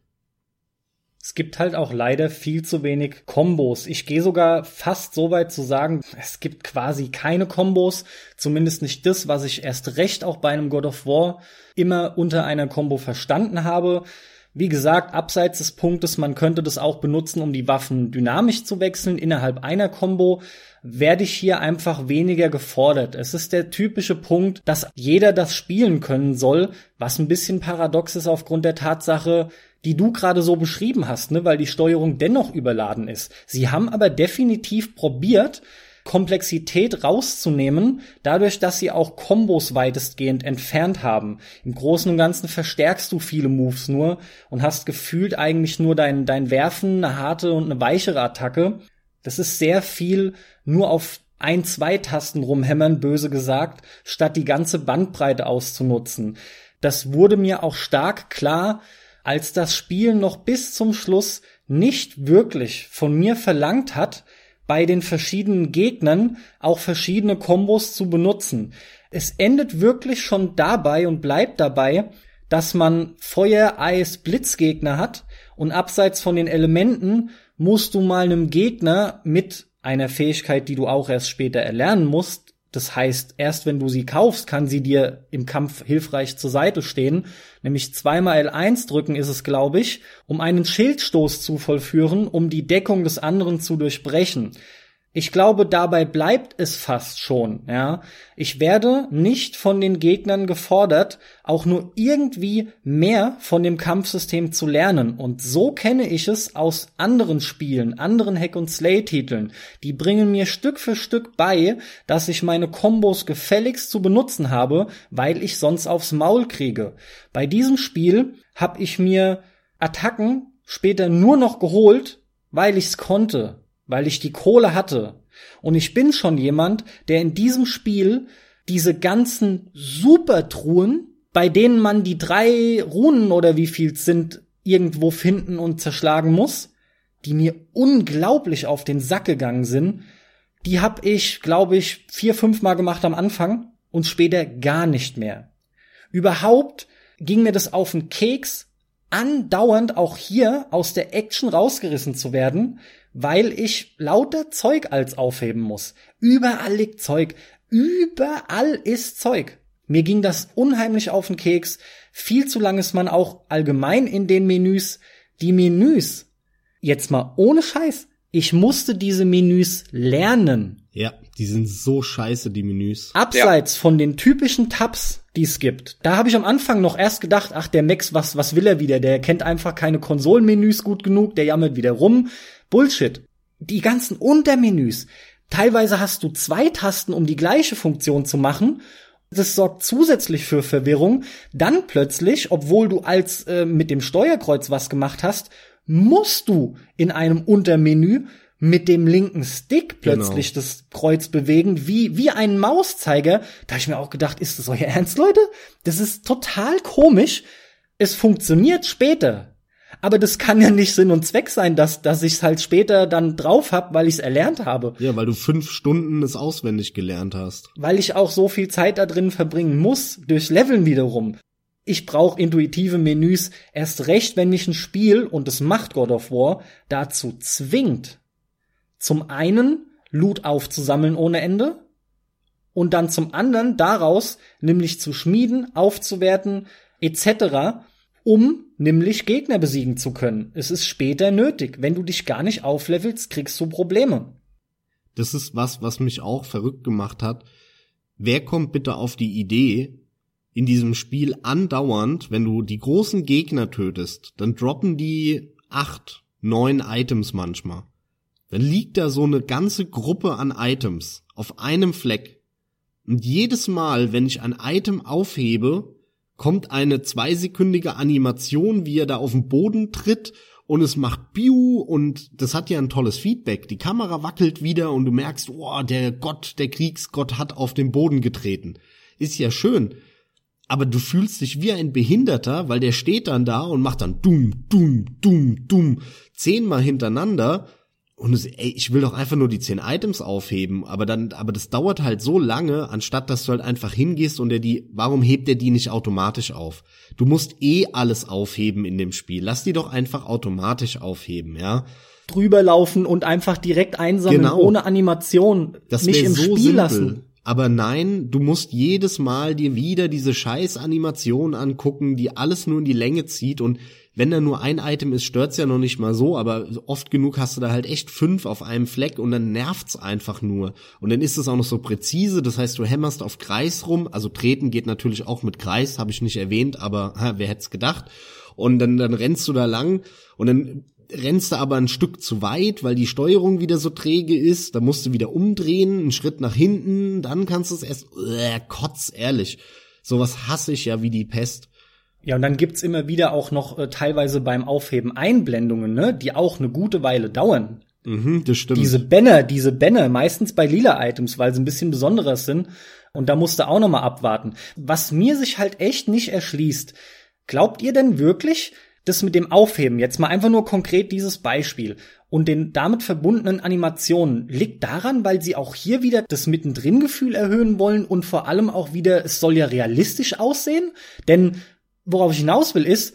Es gibt halt auch leider viel zu wenig Kombos. Ich gehe sogar fast so weit zu sagen, es gibt quasi keine Kombos, zumindest nicht das, was ich erst recht auch bei einem God of War immer unter einer Kombo verstanden habe. Wie gesagt, abseits des Punktes, man könnte das auch benutzen, um die Waffen dynamisch zu wechseln innerhalb einer Kombo, werde ich hier einfach weniger gefordert. Es ist der typische Punkt, dass jeder das spielen können soll, was ein bisschen paradox ist aufgrund der Tatsache, die du gerade so beschrieben hast, ne, weil die Steuerung dennoch überladen ist. Sie haben aber definitiv probiert, Komplexität rauszunehmen, dadurch, dass sie auch Kombos weitestgehend entfernt haben. Im Großen und Ganzen verstärkst du viele Moves nur und hast gefühlt eigentlich nur dein Werfen, eine harte und eine weichere Attacke. Das ist sehr viel nur auf 1, 2 Tasten rumhämmern, böse gesagt, statt die ganze Bandbreite auszunutzen. Das wurde mir auch stark klar, als das Spiel noch bis zum Schluss nicht wirklich von mir verlangt hat, bei den verschiedenen Gegnern auch verschiedene Kombos zu benutzen. Es endet wirklich schon dabei und bleibt dabei, dass man Feuer, Eis, Blitzgegner hat und abseits von den Elementen musst du mal einem Gegner mit einer Fähigkeit, die du auch erst später erlernen musst, das heißt, erst wenn du sie kaufst, kann sie dir im Kampf hilfreich zur Seite stehen. Nämlich zweimal L1 drücken ist es, glaube ich, um einen Schildstoß zu vollführen, um die Deckung des anderen zu durchbrechen. Ich glaube, dabei bleibt es fast schon, ja. Ich werde nicht von den Gegnern gefordert, auch nur irgendwie mehr von dem Kampfsystem zu lernen. Und so kenne ich es aus anderen Spielen, anderen Hack-and-Slay-Titeln. Die bringen mir Stück für Stück bei, dass ich meine Kombos gefälligst zu benutzen habe, weil ich sonst aufs Maul kriege. Bei diesem Spiel habe ich mir Attacken später nur noch geholt, weil ich's konnte. Weil ich die Kohle hatte. Und ich bin schon jemand, der in diesem Spiel diese ganzen Supertruhen, bei denen man die 3 Runen oder wie viel es sind, irgendwo finden und zerschlagen muss, die mir unglaublich auf den Sack gegangen sind, die habe ich, glaube ich, 4-5 Mal gemacht am Anfang und später gar nicht mehr. Überhaupt ging mir das auf den Keks, andauernd auch hier aus der Action rausgerissen zu werden, weil ich lauter Zeug als aufheben muss. Überall liegt Zeug. Überall ist Zeug. Mir ging das unheimlich auf den Keks. Viel zu lang ist man auch allgemein in den Menüs. Die Menüs, jetzt mal ohne Scheiß, ich musste diese Menüs lernen. Ja, die sind so scheiße, die Menüs. Abseits von den typischen Tabs, die es gibt. Da habe ich am Anfang noch erst gedacht, ach, der Max, was will er wieder? Der kennt einfach keine Konsolenmenüs gut genug, der jammert wieder rum. Bullshit. Die ganzen Untermenüs. Teilweise hast du 2 Tasten, um die gleiche Funktion zu machen. Das sorgt zusätzlich für Verwirrung. Dann plötzlich, obwohl du als mit dem Steuerkreuz was gemacht hast, musst du in einem Untermenü mit dem linken Stick plötzlich das Kreuz bewegen, wie ein Mauszeiger. Da habe ich mir auch gedacht, ist das euer Ernst, Leute? Das ist total komisch. Es funktioniert später. Aber das kann ja nicht Sinn und Zweck sein, dass ich es halt später dann drauf hab, weil ich es erlernt habe. Ja, weil du 5 Stunden es auswendig gelernt hast. Weil ich auch so viel Zeit da drin verbringen muss, durch Leveln wiederum. Ich brauche intuitive Menüs, erst recht, wenn mich ein Spiel, und das macht God of War, dazu zwingt, zum einen Loot aufzusammeln ohne Ende und dann zum anderen daraus nämlich zu schmieden, aufzuwerten etc., um nämlich Gegner besiegen zu können. Es ist später nötig. Wenn du dich gar nicht auflevelst, kriegst du Probleme. Das ist was mich auch verrückt gemacht hat. Wer kommt bitte auf die Idee, in diesem Spiel andauernd, wenn du die großen Gegner tötest, dann droppen die 8, 9 Items manchmal. Dann liegt da so eine ganze Gruppe an Items auf einem Fleck. Und jedes Mal, wenn ich ein Item aufhebe, kommt eine 2-sekündige Animation, wie er da auf den Boden tritt und es macht Biu und das hat ja ein tolles Feedback. Die Kamera wackelt wieder und du merkst, oh, der Kriegsgott hat auf den Boden getreten. Ist ja schön. Aber du fühlst dich wie ein Behinderter, weil der steht dann da und macht dann dumm, dumm, dumm, dumm 10-mal hintereinander. Und ich will doch einfach nur die 10 Items aufheben, aber das dauert halt so lange, anstatt dass du halt einfach hingehst und warum hebt er die nicht automatisch auf? Du musst alles aufheben in dem Spiel. Lass die doch einfach automatisch aufheben, ja? Drüber laufen und einfach direkt einsammeln, genau. Ohne Animation, das nicht im so Spiel simpel. lassen. Aber nein, du musst jedes Mal dir wieder diese scheiß Animation angucken, die alles nur in die Länge zieht und wenn da nur ein Item ist, stört's ja noch nicht mal so, aber oft genug hast du da halt echt 5 auf einem Fleck und dann nervt's einfach nur. Und dann ist es auch noch so präzise, das heißt, du hämmerst auf Kreis rum, also treten geht natürlich auch mit Kreis, habe ich nicht erwähnt, aber wer hätte es gedacht. Und dann rennst du da lang und dann rennst du aber ein Stück zu weit, weil die Steuerung wieder so träge ist, da musst du wieder umdrehen, einen Schritt nach hinten, dann kannst du es erst, kotz, ehrlich. Sowas hasse ich ja wie die Pest. Ja, und dann gibt's immer wieder auch noch teilweise beim Aufheben Einblendungen, ne, die auch eine gute Weile dauern. Das stimmt. Diese Banner, meistens bei lila Items, weil sie ein bisschen besonderer sind. Und da musst du auch noch mal abwarten. Was mir sich halt echt nicht erschließt, glaubt ihr denn wirklich, das mit dem Aufheben, jetzt mal einfach nur konkret dieses Beispiel und den damit verbundenen Animationen, liegt daran, weil sie auch hier wieder das Mittendrin-Gefühl erhöhen wollen und vor allem auch wieder, es soll ja realistisch aussehen? Denn worauf ich hinaus will, ist,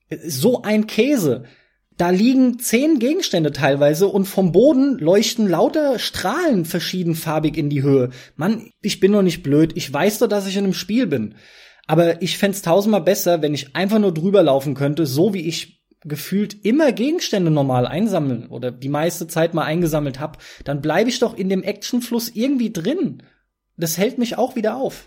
so ein Käse. Da liegen 10 Gegenstände teilweise und vom Boden leuchten lauter Strahlen verschiedenfarbig in die Höhe. Mann, ich bin doch nicht blöd. Ich weiß doch, dass ich in einem Spiel bin. Aber ich fänd's 1000-mal besser, wenn ich einfach nur drüber laufen könnte, so wie ich gefühlt immer Gegenstände normal einsammeln oder die meiste Zeit mal eingesammelt hab. Dann bleibe ich doch in dem Actionfluss irgendwie drin. Das hält mich auch wieder auf.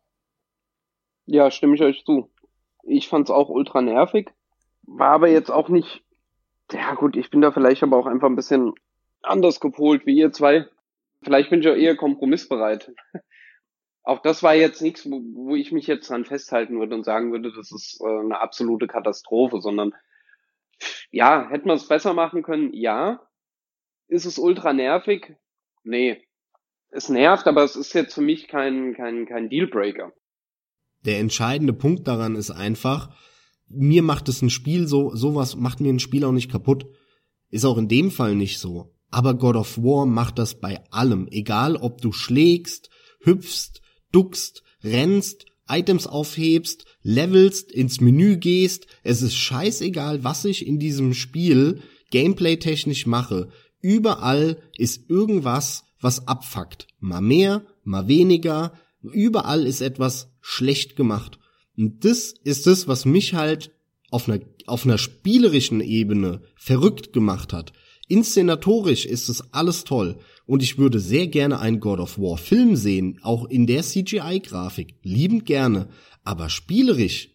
Ja, stimme ich euch zu. Ich fand's auch ultra nervig, war aber jetzt auch nicht, ja gut, ich bin da vielleicht aber auch einfach ein bisschen anders gepolt wie ihr zwei. Vielleicht bin ich auch eher kompromissbereit. Auch das war jetzt nichts, wo ich mich jetzt dran festhalten würde und sagen würde, das ist eine absolute Katastrophe, sondern ja, hätten wir es besser machen können, ja. Ist es ultra nervig? Nee. Es nervt, aber es ist jetzt für mich kein Dealbreaker. Der entscheidende Punkt daran ist einfach, mir macht es ein Spiel sowas macht mir ein Spiel auch nicht kaputt. Ist auch in dem Fall nicht so. Aber God of War macht das bei allem. Egal, ob du schlägst, hüpfst, duckst, rennst, Items aufhebst, levelst, ins Menü gehst. Es ist scheißegal, was ich in diesem Spiel gameplay-technisch mache. Überall ist irgendwas, was abfuckt. Mal mehr, mal weniger. Überall ist etwas schlecht gemacht. Und das ist es, was mich halt auf einer spielerischen Ebene verrückt gemacht hat. Inszenatorisch ist es alles toll. Und ich würde sehr gerne einen God of War Film sehen, auch in der CGI-Grafik. Liebend gerne. Aber spielerisch,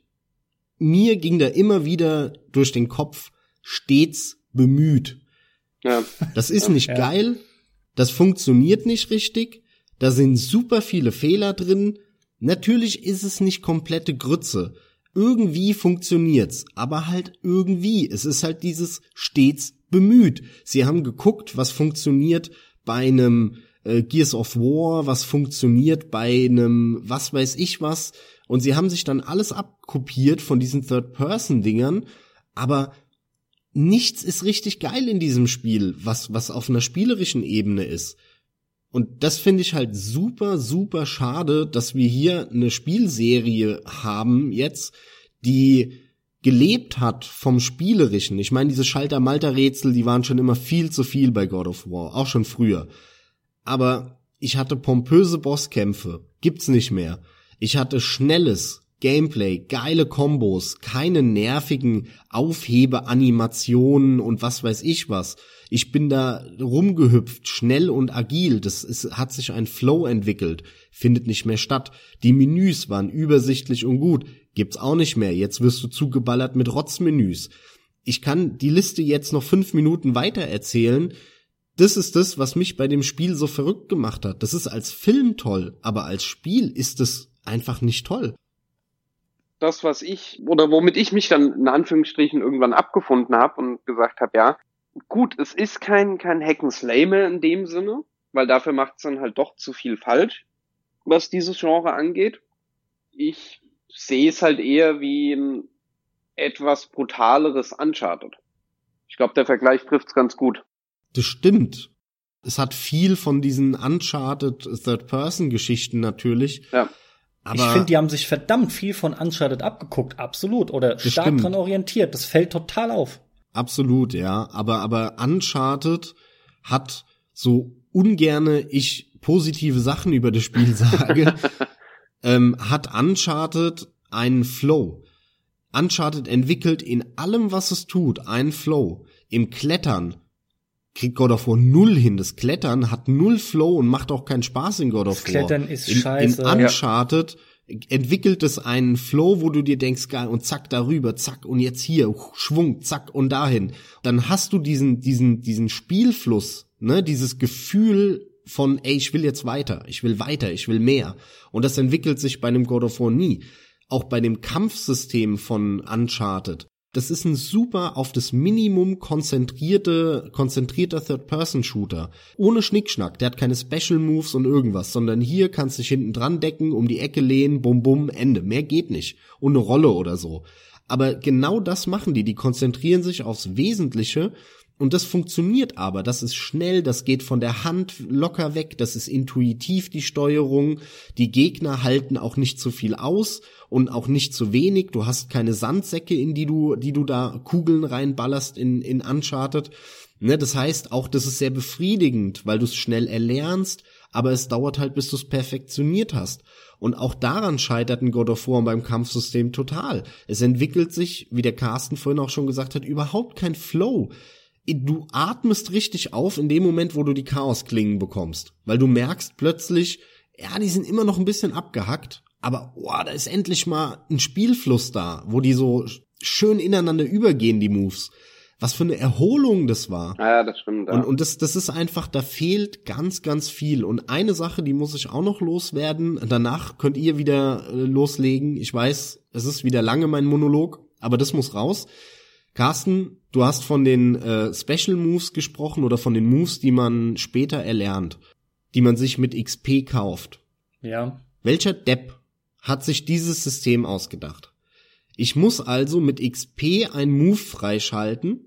mir ging da immer wieder durch den Kopf, stets bemüht. Ja. Das ist nicht geil. Das funktioniert nicht richtig. Da sind super viele Fehler drin. Natürlich ist es nicht komplette Grütze. Irgendwie funktioniert's, aber halt irgendwie. Es ist halt dieses stets bemüht. Sie haben geguckt, was funktioniert bei einem Gears of War, was funktioniert bei einem was weiß ich was. Und sie haben sich dann alles abkopiert von diesen Third-Person-Dingern. Aber nichts ist richtig geil in diesem Spiel, was auf einer spielerischen Ebene ist. Und das finde ich halt super, super schade, dass wir hier eine Spielserie haben jetzt, die gelebt hat vom Spielerischen. Ich meine, diese Schalter-Malter-Rätsel, die waren schon immer viel zu viel bei God of War, auch schon früher. Aber ich hatte pompöse Bosskämpfe, gibt's nicht mehr. Ich hatte schnelles Gameplay, geile Kombos, keine nervigen Aufhebe-Animationen und was weiß ich was. Ich bin da rumgehüpft, schnell und agil. Hat sich ein Flow entwickelt, findet nicht mehr statt. Die Menüs waren übersichtlich und gut, gibt's auch nicht mehr. Jetzt wirst du zugeballert mit Rotzmenüs. Ich kann die Liste jetzt noch 5 Minuten weiter erzählen. Das ist das, was mich bei dem Spiel so verrückt gemacht hat. Das ist als Film toll, aber als Spiel ist es einfach nicht toll. Das, womit ich mich dann in Anführungsstrichen irgendwann abgefunden habe und gesagt habe, ja, gut, es ist kein Hack and Slay mehr in dem Sinne, weil dafür macht es dann halt doch zu viel falsch, was dieses Genre angeht. Ich sehe es halt eher wie ein etwas brutaleres Uncharted. Ich glaube, der Vergleich trifft's ganz gut. Das stimmt. Es hat viel von diesen Uncharted Third-Person-Geschichten natürlich. Ja. Aber ich finde, die haben sich verdammt viel von Uncharted abgeguckt, absolut, oder stark dran orientiert. Das fällt total auf. Absolut, ja. Aber Uncharted hat, so ungerne ich positive Sachen über das Spiel sage, hat Uncharted einen Flow. Uncharted entwickelt in allem, was es tut, einen Flow. Im Klettern kriegt God of War 0 hin. Das Klettern hat 0 Flow und macht auch keinen Spaß in God of War. Das Klettern ist scheiße. In Uncharted entwickelt es einen Flow, wo du dir denkst, geil, und zack, darüber, zack, und jetzt hier, Schwung, zack, und dahin. Dann hast du diesen Spielfluss, ne, dieses Gefühl von, ey, ich will jetzt weiter, ich will mehr. Und das entwickelt sich bei einem God of War nie. Auch bei dem Kampfsystem von Uncharted. Das ist ein super auf das Minimum konzentrierter Third-Person-Shooter. Ohne Schnickschnack. Der hat keine Special Moves und irgendwas, sondern hier kannst du dich hinten dran decken, um die Ecke lehnen, bum bum, Ende. Mehr geht nicht. Und eine Rolle oder so. Aber genau das machen die. Die konzentrieren sich aufs Wesentliche. Und das funktioniert aber. Das ist schnell, das geht von der Hand locker weg, das ist intuitiv, die Steuerung. Die Gegner halten auch nicht zu viel aus und auch nicht zu wenig. Du hast keine Sandsäcke, in die du da Kugeln reinballerst in Uncharted. Ne, das heißt auch, das ist sehr befriedigend, weil du es schnell erlernst, aber es dauert halt, bis du es perfektioniert hast. Und auch daran scheitert ein God of War beim Kampfsystem total. Es entwickelt sich, wie der Carsten vorhin auch schon gesagt hat, überhaupt kein Flow. Du atmest richtig auf in dem Moment, wo du die Chaosklingen bekommst. Weil du merkst plötzlich, ja, die sind immer noch ein bisschen abgehackt, aber da ist endlich mal ein Spielfluss da, wo die so schön ineinander übergehen, die Moves. Was für eine Erholung das war. Ja, das stimmt. Ja. Und das ist einfach, da fehlt ganz, ganz viel. Und eine Sache, die muss ich auch noch loswerden. Danach könnt ihr wieder loslegen. Ich weiß, es ist wieder lange mein Monolog, aber das muss raus. Carsten, du hast von den Special Moves gesprochen oder von den Moves, die man später erlernt. die man sich mit XP kauft. Ja. Welcher Depp hat sich dieses System ausgedacht? Ich muss also mit XP einen Move freischalten,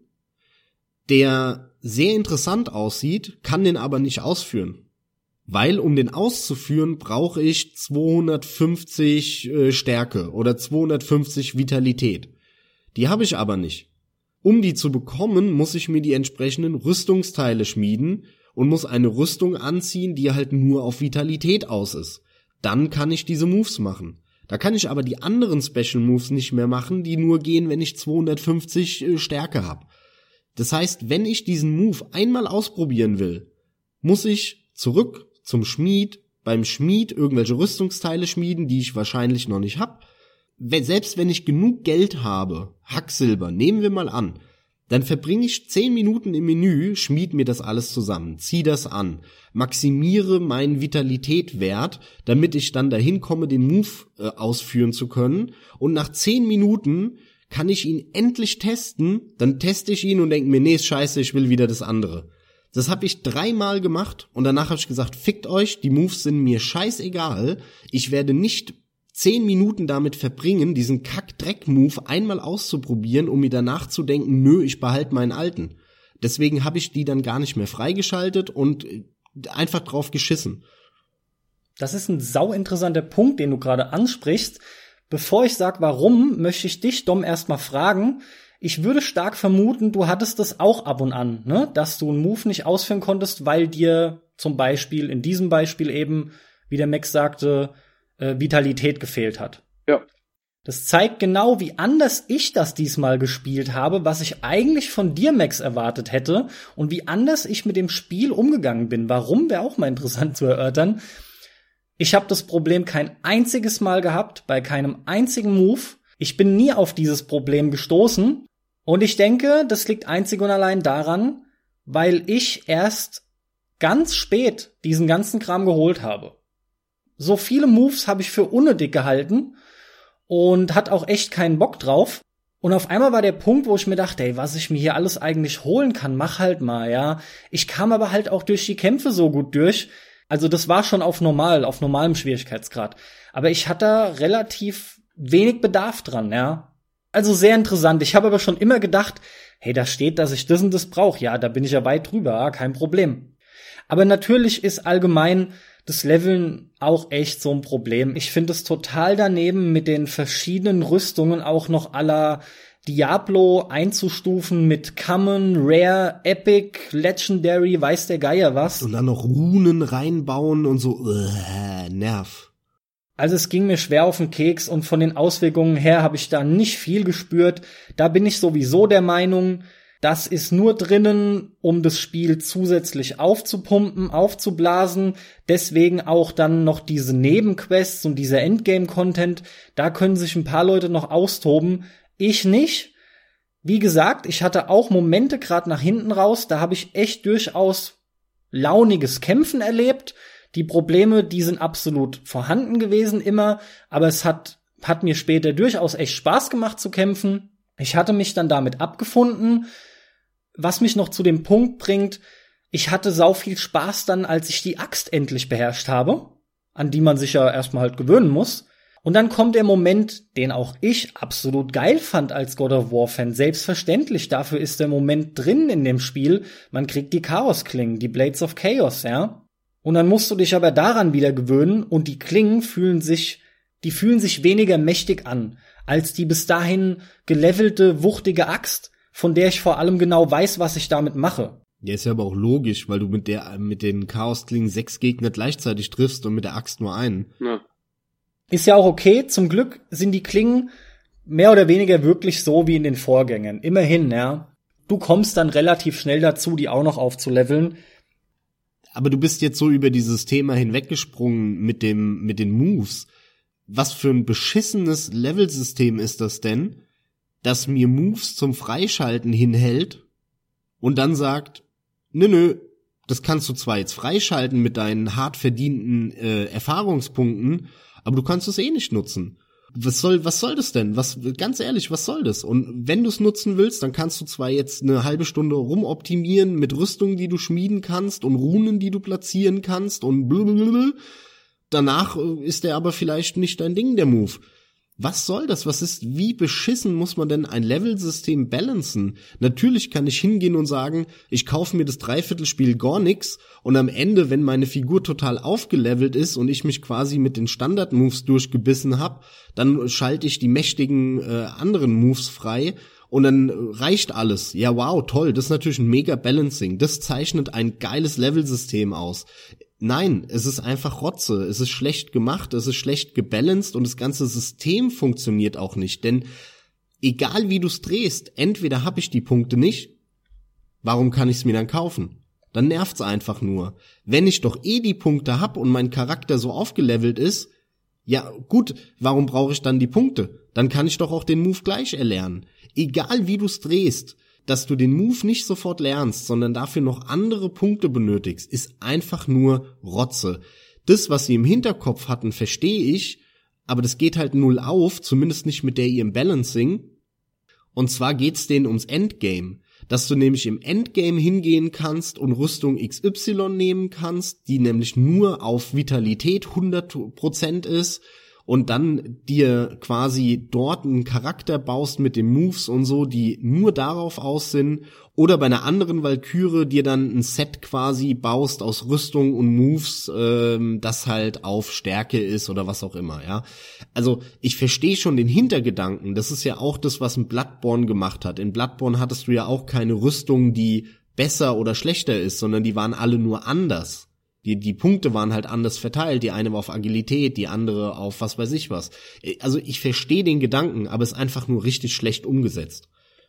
der sehr interessant aussieht, kann den aber nicht ausführen. Weil, um den auszuführen, brauche ich 250 Stärke oder 250 Vitalität. Die habe ich aber nicht. Um die zu bekommen, muss ich mir die entsprechenden Rüstungsteile schmieden und muss eine Rüstung anziehen, die halt nur auf Vitalität aus ist. Dann kann ich diese Moves machen. Da kann ich aber die anderen Special Moves nicht mehr machen, die nur gehen, wenn ich 250 Stärke habe. Das heißt, wenn ich diesen Move einmal ausprobieren will, muss ich zurück zum Schmied, beim Schmied irgendwelche Rüstungsteile schmieden, die ich wahrscheinlich noch nicht habe. Selbst wenn ich genug Geld habe, Hacksilber, nehmen wir mal an, dann verbringe ich 10 Minuten im Menü, schmied mir das alles zusammen, zieh das an, maximiere meinen Vitalitätwert, damit ich dann dahin komme, den Move ausführen zu können, und nach 10 Minuten kann ich ihn endlich testen, dann teste ich ihn und denke mir, nee, ist scheiße, ich will wieder das andere. Das habe ich 3-mal gemacht und danach habe ich gesagt, fickt euch, die Moves sind mir scheißegal, ich werde nicht 10 Minuten damit verbringen, diesen Kack-Dreck-Move einmal auszuprobieren, um mir danach zu denken, nö, ich behalte meinen alten. Deswegen habe ich die dann gar nicht mehr freigeschaltet und einfach drauf geschissen. Das ist ein sauinteressanter Punkt, den du gerade ansprichst. Bevor ich sag, warum, möchte ich dich, Dom, erstmal fragen. Ich würde stark vermuten, du hattest das auch ab und an, ne? Dass du einen Move nicht ausführen konntest, weil dir zum Beispiel, in diesem Beispiel eben, wie der Max sagte, Vitalität gefehlt hat. Ja. Das zeigt genau, wie anders ich das diesmal gespielt habe, was ich eigentlich von dir, Max, erwartet hätte und wie anders ich mit dem Spiel umgegangen bin. Warum, wäre auch mal interessant zu erörtern. Ich habe das Problem kein einziges Mal gehabt, bei keinem einzigen Move. Ich bin nie auf dieses Problem gestoßen. Und ich denke, das liegt einzig und allein daran, weil ich erst ganz spät diesen ganzen Kram geholt habe. So viele Moves habe ich für unnötig gehalten und hatte auch echt keinen Bock drauf. Und auf einmal war der Punkt, wo ich mir dachte, ey, was ich mir hier alles eigentlich holen kann, mach halt mal, ja. Ich kam aber halt auch durch die Kämpfe so gut durch. Also das war schon auf normalem Schwierigkeitsgrad. Aber ich hatte da relativ wenig Bedarf dran, ja. Also sehr interessant. Ich habe aber schon immer gedacht, hey, da steht, dass ich das und das brauche. Ja, da bin ich ja weit drüber, kein Problem. Aber natürlich ist allgemein das Leveln auch echt so ein Problem. Ich finde es total daneben, mit den verschiedenen Rüstungen auch noch à la Diablo einzustufen mit Common, Rare, Epic, Legendary, weiß der Geier was. Und dann noch Runen reinbauen und so, Nerv. Also es ging mir schwer auf den Keks und von den Auswirkungen her habe ich da nicht viel gespürt. Da bin ich sowieso der Meinung, das ist nur drinnen, um das Spiel zusätzlich aufzupumpen, aufzublasen. Deswegen auch dann noch diese Nebenquests und dieser Endgame-Content. Da können sich ein paar Leute noch austoben. Ich nicht. Wie gesagt, ich hatte auch Momente gerade nach hinten raus. Da habe ich echt durchaus launiges Kämpfen erlebt. Die Probleme, die sind absolut vorhanden gewesen immer. Aber es hat mir später durchaus echt Spaß gemacht zu kämpfen. Ich hatte mich dann damit abgefunden. Was mich noch zu dem Punkt bringt, ich hatte sau viel Spaß dann, als ich die Axt endlich beherrscht habe, an die man sich ja erstmal halt gewöhnen muss. Und dann kommt der Moment, den auch ich absolut geil fand als God of War-Fan. Selbstverständlich, dafür ist der Moment drin in dem Spiel. Man kriegt die Chaos-Klingen, die Blades of Chaos, ja. Und dann musst du dich aber daran wieder gewöhnen und die Klingen fühlen sich weniger mächtig an, als die bis dahin gelevelte, wuchtige Axt, von der ich vor allem genau weiß, was ich damit mache. Ja, ist ja aber auch logisch, weil du mit den Chaos-Klingen 6 Gegner gleichzeitig triffst und mit der Axt nur einen. Ja. Ist ja auch okay. Zum Glück sind die Klingen mehr oder weniger wirklich so wie in den Vorgängern. Immerhin, ja. Du kommst dann relativ schnell dazu, die auch noch aufzuleveln. Aber du bist jetzt so über dieses Thema hinweggesprungen mit den Moves. Was für ein beschissenes Levelsystem ist das denn, dass mir Moves zum Freischalten hinhält und dann sagt, nö, das kannst du zwar jetzt freischalten mit deinen hart verdienten Erfahrungspunkten, aber du kannst es eh nicht nutzen. Was soll das denn? Ganz ehrlich, was soll das? Und wenn du es nutzen willst, dann kannst du zwar jetzt eine halbe Stunde rumoptimieren mit Rüstungen, die du schmieden kannst und Runen, die du platzieren kannst und blablabla. Danach ist der aber vielleicht nicht dein Ding, der Move. Was soll das? Wie beschissen muss man denn ein Levelsystem balancen? Natürlich kann ich hingehen und sagen, ich kaufe mir das Dreiviertelspiel gar nix und am Ende, wenn meine Figur total aufgelevelt ist und ich mich quasi mit den Standard-Moves durchgebissen hab, dann schalte ich die mächtigen anderen Moves frei und dann reicht alles. Ja, wow, toll, das ist natürlich ein mega Balancing. Das zeichnet ein geiles Levelsystem aus. Nein, es ist einfach Rotze, es ist schlecht gemacht, es ist schlecht gebalanced und das ganze System funktioniert auch nicht, denn egal wie du's drehst, entweder habe ich die Punkte nicht, warum kann ich's mir dann kaufen? Dann nervt's einfach nur. Wenn ich doch die Punkte hab und mein Charakter so aufgelevelt ist, ja gut, warum brauche ich dann die Punkte? Dann kann ich doch auch den Move gleich erlernen. Egal wie du's drehst, dass du den Move nicht sofort lernst, sondern dafür noch andere Punkte benötigst, ist einfach nur Rotze. Das, was sie im Hinterkopf hatten, verstehe ich, aber das geht halt null auf, zumindest nicht mit ihrem Balancing. Und zwar geht's denen ums Endgame. Dass du nämlich im Endgame hingehen kannst und Rüstung XY nehmen kannst, die nämlich nur auf Vitalität 100% ist, und dann dir quasi dort einen Charakter baust mit den Moves und so, die nur darauf aus sind, oder bei einer anderen Valkyrie dir dann ein Set quasi baust aus Rüstung und Moves, das halt auf Stärke ist oder was auch immer, ja. Also ich verstehe schon den Hintergedanken, das ist ja auch das, was ein Bloodborne gemacht hat. In Bloodborne hattest du ja auch keine Rüstung, die besser oder schlechter ist, sondern die waren alle nur anders. Die Punkte waren halt anders verteilt, die eine war auf Agilität, die andere auf was weiß ich was. Also ich verstehe den Gedanken, aber es ist einfach nur richtig schlecht umgesetzt.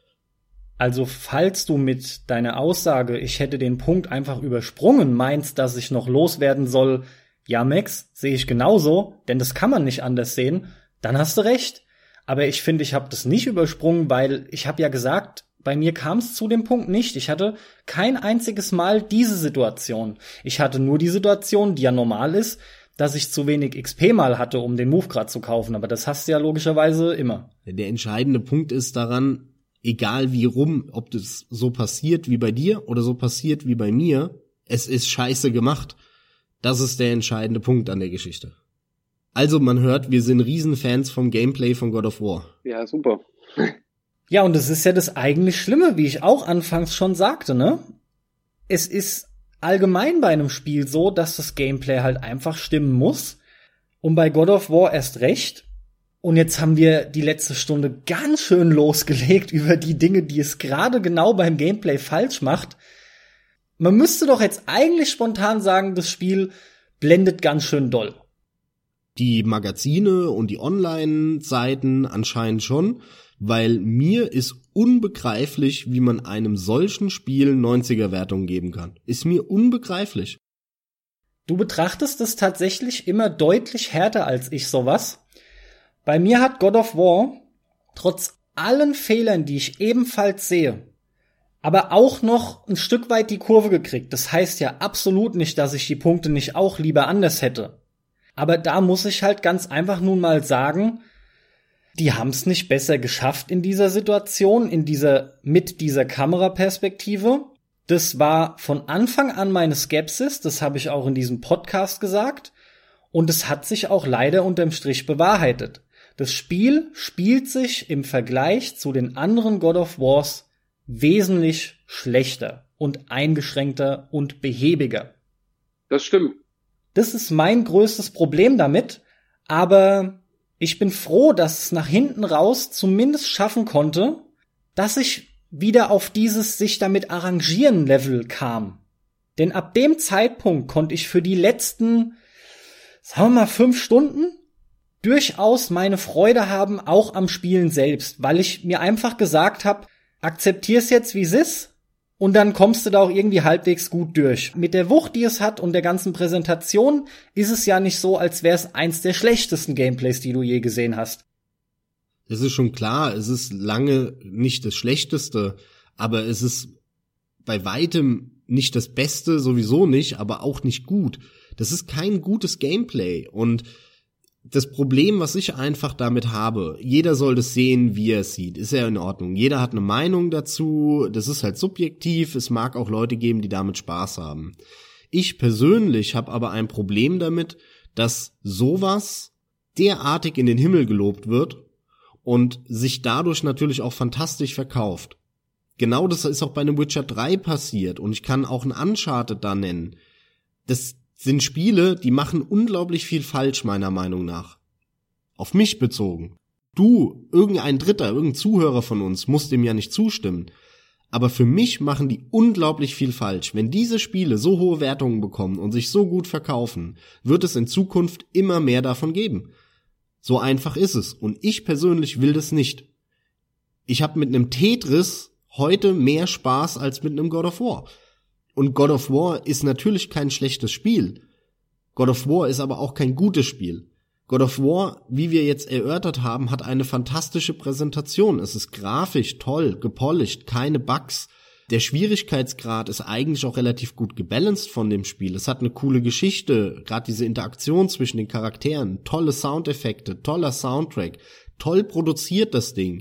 Also falls du mit deiner Aussage, ich hätte den Punkt einfach übersprungen, meinst, dass ich noch loswerden soll, ja Max, sehe ich genauso, denn das kann man nicht anders sehen, dann hast du recht. Aber ich finde, ich habe das nicht übersprungen, weil ich habe ja gesagt, bei mir kam es zu dem Punkt nicht. Ich hatte kein einziges Mal diese Situation. Ich hatte nur die Situation, die ja normal ist, dass ich zu wenig XP mal hatte, um den Move grad zu kaufen. Aber das hast du ja logischerweise immer. Der entscheidende Punkt ist daran, egal wie rum, ob das so passiert wie bei dir oder so passiert wie bei mir, es ist scheiße gemacht. Das ist der entscheidende Punkt an der Geschichte. Also man hört, wir sind Riesenfans vom Gameplay von God of War. Ja, super. Ja, und das ist ja das eigentlich Schlimme, wie ich auch anfangs schon sagte, ne? Es ist allgemein bei einem Spiel so, dass das Gameplay halt einfach stimmen muss. Und bei God of War erst recht. Und jetzt haben wir die letzte Stunde ganz schön losgelegt über die Dinge, die es gerade genau beim Gameplay falsch macht. Man müsste doch jetzt eigentlich spontan sagen, das Spiel blendet ganz schön doll. Die Magazine und die Online-Seiten anscheinend schon. Weil mir ist unbegreiflich, wie man einem solchen Spiel 90er-Wertungen geben kann. Ist mir unbegreiflich. Du betrachtest es tatsächlich immer deutlich härter als ich sowas. Bei mir hat God of War, trotz allen Fehlern, die ich ebenfalls sehe, aber auch noch ein Stück weit die Kurve gekriegt. Das heißt ja absolut nicht, dass ich die Punkte nicht auch lieber anders hätte. Aber da muss ich halt ganz einfach nun mal sagen, die haben es nicht besser geschafft in dieser Situation, mit dieser Kameraperspektive. Das war von Anfang an meine Skepsis, das habe ich auch in diesem Podcast gesagt. Und es hat sich auch leider unterm Strich bewahrheitet. Das Spiel spielt sich im Vergleich zu den anderen God of Wars wesentlich schlechter und eingeschränkter und behäbiger. Das stimmt. Das ist mein größtes Problem damit, aber ich bin froh, dass es nach hinten raus zumindest schaffen konnte, dass ich wieder auf dieses sich damit arrangieren Level kam. Denn ab dem Zeitpunkt konnte ich für die letzten, sagen wir mal 5 Stunden, durchaus meine Freude haben, auch am Spielen selbst, weil ich mir einfach gesagt habe, akzeptier's jetzt, wie es ist, und dann kommst du da auch irgendwie halbwegs gut durch. Mit der Wucht, die es hat und der ganzen Präsentation, ist es ja nicht so, als wäre es eins der schlechtesten Gameplays, die du je gesehen hast. Es ist schon klar, es ist lange nicht das Schlechteste, aber es ist bei weitem nicht das Beste, sowieso nicht, aber auch nicht gut. Das ist kein gutes Gameplay und Das Problem, was ich einfach damit habe, jeder soll das sehen, wie er es sieht, ist ja in Ordnung. Jeder hat eine Meinung dazu, das ist halt subjektiv, es mag auch Leute geben, die damit Spaß haben. Ich persönlich habe aber ein Problem damit, dass sowas derartig in den Himmel gelobt wird und sich dadurch natürlich auch fantastisch verkauft. Genau das ist auch bei einem Witcher 3 passiert und ich kann auch ein Uncharted da nennen. Das sind Spiele, die machen unglaublich viel falsch, meiner Meinung nach. Auf mich bezogen. Du, irgendein Dritter, irgendein Zuhörer von uns, muss dem ja nicht zustimmen. Aber für mich machen die unglaublich viel falsch. Wenn diese Spiele so hohe Wertungen bekommen und sich so gut verkaufen, wird es in Zukunft immer mehr davon geben. So einfach ist es. Und ich persönlich will das nicht. Ich habe mit einem Tetris heute mehr Spaß als mit einem God of War. Und God of War ist natürlich kein schlechtes Spiel. God of War ist aber auch kein gutes Spiel. God of War, wie wir jetzt erörtert haben, hat eine fantastische Präsentation. Es ist grafisch toll, gepolished, keine Bugs. Der Schwierigkeitsgrad ist eigentlich auch relativ gut gebalanced von dem Spiel. Es hat eine coole Geschichte, gerade diese Interaktion zwischen den Charakteren, tolle Soundeffekte, toller Soundtrack, toll produziert das Ding.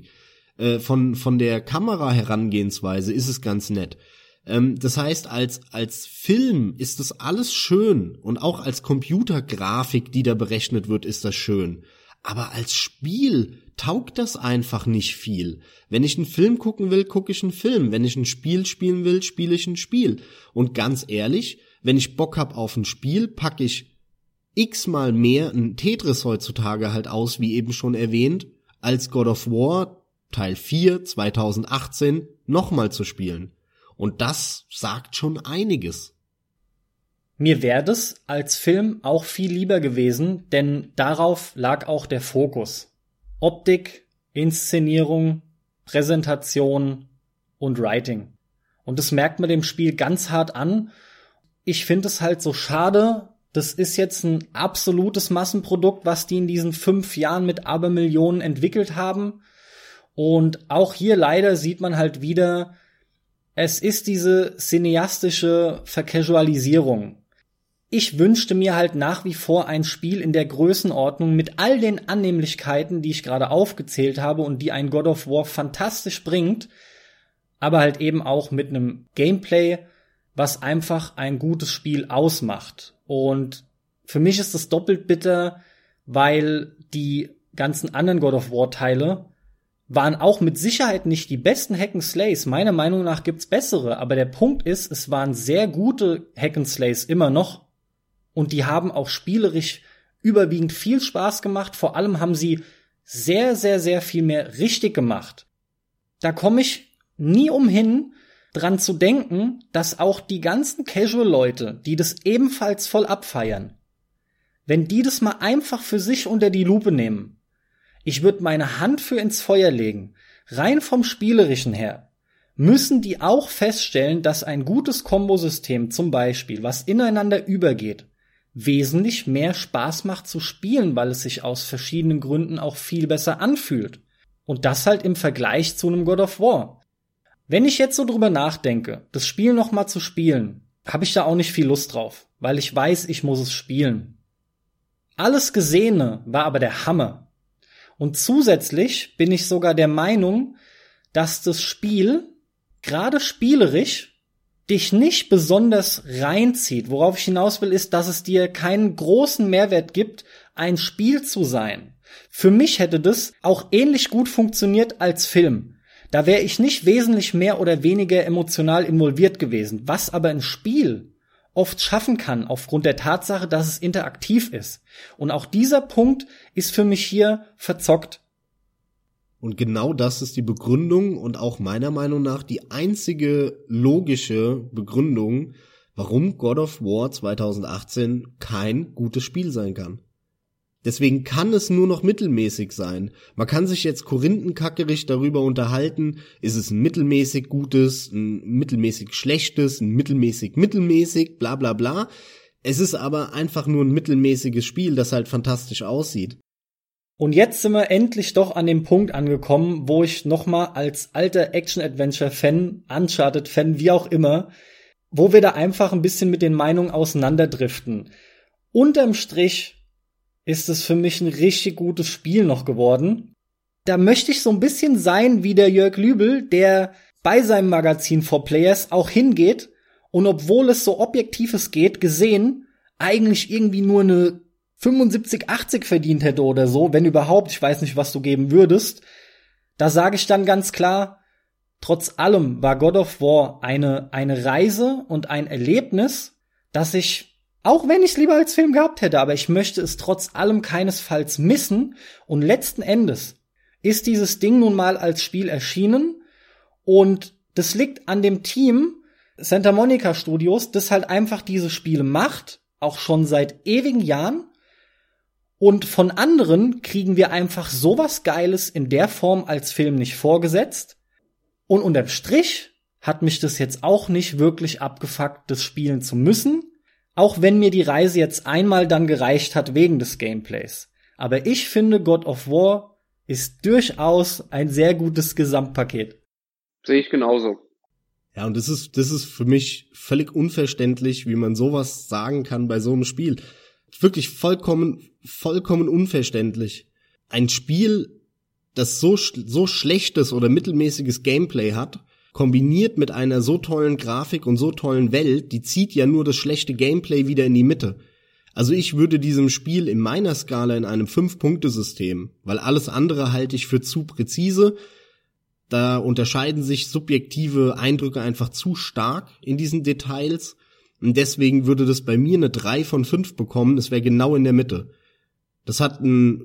Von der Kamera-Herangehensweise ist es ganz nett. Das heißt, als Film ist das alles schön und auch als Computergrafik, die da berechnet wird, ist das schön. Aber als Spiel taugt das einfach nicht viel. Wenn ich einen Film gucken will, gucke ich einen Film. Wenn ich ein Spiel spielen will, spiele ich ein Spiel. Und ganz ehrlich, wenn ich Bock hab auf ein Spiel, packe ich x-mal mehr ein Tetris heutzutage halt aus, wie eben schon erwähnt, als God of War Teil 4 2018 nochmal zu spielen. Und das sagt schon einiges. Mir wäre das als Film auch viel lieber gewesen, denn darauf lag auch der Fokus. Optik, Inszenierung, Präsentation und Writing. Und das merkt man dem Spiel ganz hart an. Ich finde es halt so schade, das ist jetzt ein absolutes Massenprodukt, was die in diesen 5 Jahren mit Abermillionen entwickelt haben. Und auch hier leider sieht man halt wieder, es ist diese cineastische Vercasualisierung. Ich wünschte mir halt nach wie vor ein Spiel in der Größenordnung mit all den Annehmlichkeiten, die ich gerade aufgezählt habe und die ein God of War fantastisch bringt, aber halt eben auch mit einem Gameplay, was einfach ein gutes Spiel ausmacht. Und für mich ist das doppelt bitter, weil die ganzen anderen God of War Teile waren auch mit Sicherheit nicht die besten Hack-and-Slays. Meiner Meinung nach gibt's bessere. Aber der Punkt ist, es waren sehr gute Hack-and-Slays immer noch. Und die haben auch spielerisch überwiegend viel Spaß gemacht. Vor allem haben sie sehr, sehr, sehr viel mehr richtig gemacht. Da komme ich nie umhin, dran zu denken, dass auch die ganzen Casual-Leute, die das ebenfalls voll abfeiern, wenn die das mal einfach für sich unter die Lupe nehmen, ich würde meine Hand für ins Feuer legen. Rein vom Spielerischen her müssen die auch feststellen, dass ein gutes Kombosystem zum Beispiel, was ineinander übergeht, wesentlich mehr Spaß macht zu spielen, weil es sich aus verschiedenen Gründen auch viel besser anfühlt. Und das halt im Vergleich zu einem God of War. Wenn ich jetzt so drüber nachdenke, das Spiel noch mal zu spielen, habe ich da auch nicht viel Lust drauf, weil ich weiß, ich muss es spielen. Alles Gesehene war aber der Hammer. Und zusätzlich bin ich sogar der Meinung, dass das Spiel, gerade spielerisch, dich nicht besonders reinzieht. Worauf ich hinaus will, ist, dass es dir keinen großen Mehrwert gibt, ein Spiel zu sein. Für mich hätte das auch ähnlich gut funktioniert als Film. Da wäre ich nicht wesentlich mehr oder weniger emotional involviert gewesen. Was aber ein Spiel oft schaffen kann, aufgrund der Tatsache, dass es interaktiv ist. Und auch dieser Punkt ist für mich hier verzockt. Und genau das ist die Begründung und auch meiner Meinung nach die einzige logische Begründung, warum God of War 2018 kein gutes Spiel sein kann. Deswegen kann es nur noch mittelmäßig sein. Man kann sich jetzt korinthenkackerig darüber unterhalten, ist es ein mittelmäßig gutes, ein mittelmäßig schlechtes, ein mittelmäßig, bla bla bla. Es ist aber einfach nur ein mittelmäßiges Spiel, das halt fantastisch aussieht. Und jetzt sind wir endlich doch an dem Punkt angekommen, wo ich nochmal als alter Action-Adventure-Fan, Uncharted-Fan, wie auch immer, wo wir da einfach ein bisschen mit den Meinungen auseinanderdriften. Unterm Strich ist es für mich ein richtig gutes Spiel noch geworden. Da möchte ich so ein bisschen sein wie der Jörg Lübel, der bei seinem Magazin 4Players auch hingeht und obwohl es so objektiv es geht, gesehen, eigentlich irgendwie nur eine 75, 80 verdient hätte oder so, wenn überhaupt, ich weiß nicht, was du geben würdest. Da sage ich dann ganz klar, trotz allem war God of War eine Reise und ein Erlebnis, das ich, auch wenn ich es lieber als Film gehabt hätte, aber ich möchte es trotz allem keinesfalls missen. Und letzten Endes ist dieses Ding nun mal als Spiel erschienen und das liegt an dem Team Santa Monica Studios, das halt einfach diese Spiele macht, auch schon seit ewigen Jahren. Und von anderen kriegen wir einfach sowas Geiles in der Form als Film nicht vorgesetzt. Und unterm Strich hat mich das jetzt auch nicht wirklich abgefuckt, das spielen zu müssen. Auch wenn mir die Reise jetzt einmal dann gereicht hat wegen des Gameplays. Aber ich finde, God of War ist durchaus ein sehr gutes Gesamtpaket. Sehe ich genauso. Ja, und das ist für mich völlig unverständlich, wie man sowas sagen kann bei so einem Spiel. Wirklich vollkommen unverständlich. Ein Spiel, das so schlechtes oder mittelmäßiges Gameplay hat, kombiniert mit einer so tollen Grafik und so tollen Welt, die zieht ja nur das schlechte Gameplay wieder in die Mitte. Also ich würde diesem Spiel in meiner Skala in einem 5-Punkte-System, weil alles andere halte ich für zu präzise, da unterscheiden sich subjektive Eindrücke einfach zu stark in diesen Details und deswegen würde das bei mir eine 3 von 5 bekommen, das wäre genau in der Mitte. Das hat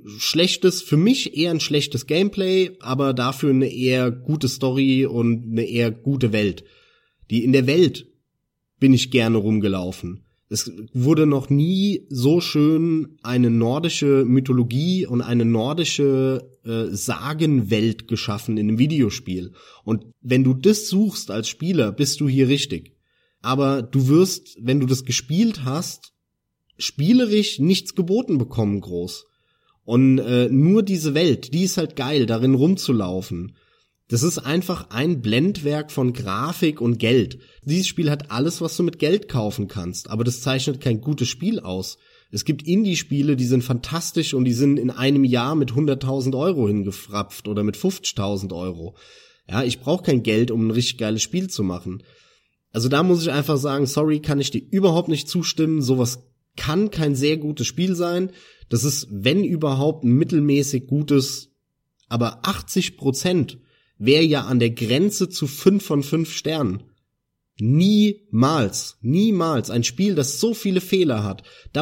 für mich eher ein schlechtes Gameplay, aber dafür eine eher gute Story und eine eher gute Welt. In der Welt bin ich gerne rumgelaufen. Es wurde noch nie so schön eine nordische Mythologie und eine nordische Sagenwelt geschaffen in einem Videospiel. Und wenn du das suchst als Spieler, bist du hier richtig. Aber du wirst, wenn du das gespielt hast, spielerisch nichts geboten bekommen groß. Und nur diese Welt, die ist halt geil, darin rumzulaufen. Das ist einfach ein Blendwerk von Grafik und Geld. Dieses Spiel hat alles, was du mit Geld kaufen kannst, aber das zeichnet kein gutes Spiel aus. Es gibt Indie-Spiele, die sind fantastisch und die sind in einem Jahr mit 100.000 Euro hingefrapft oder mit 50.000 Euro. Ja, ich brauche kein Geld, um ein richtig geiles Spiel zu machen. Also da muss ich einfach sagen, sorry, kann ich dir überhaupt nicht zustimmen. Sowas kann kein sehr gutes Spiel sein. Das ist, wenn überhaupt, ein mittelmäßig gutes, aber 80% wäre ja an der Grenze zu 5 von 5 Sternen. Niemals. Ein Spiel, das so viele Fehler hat. Da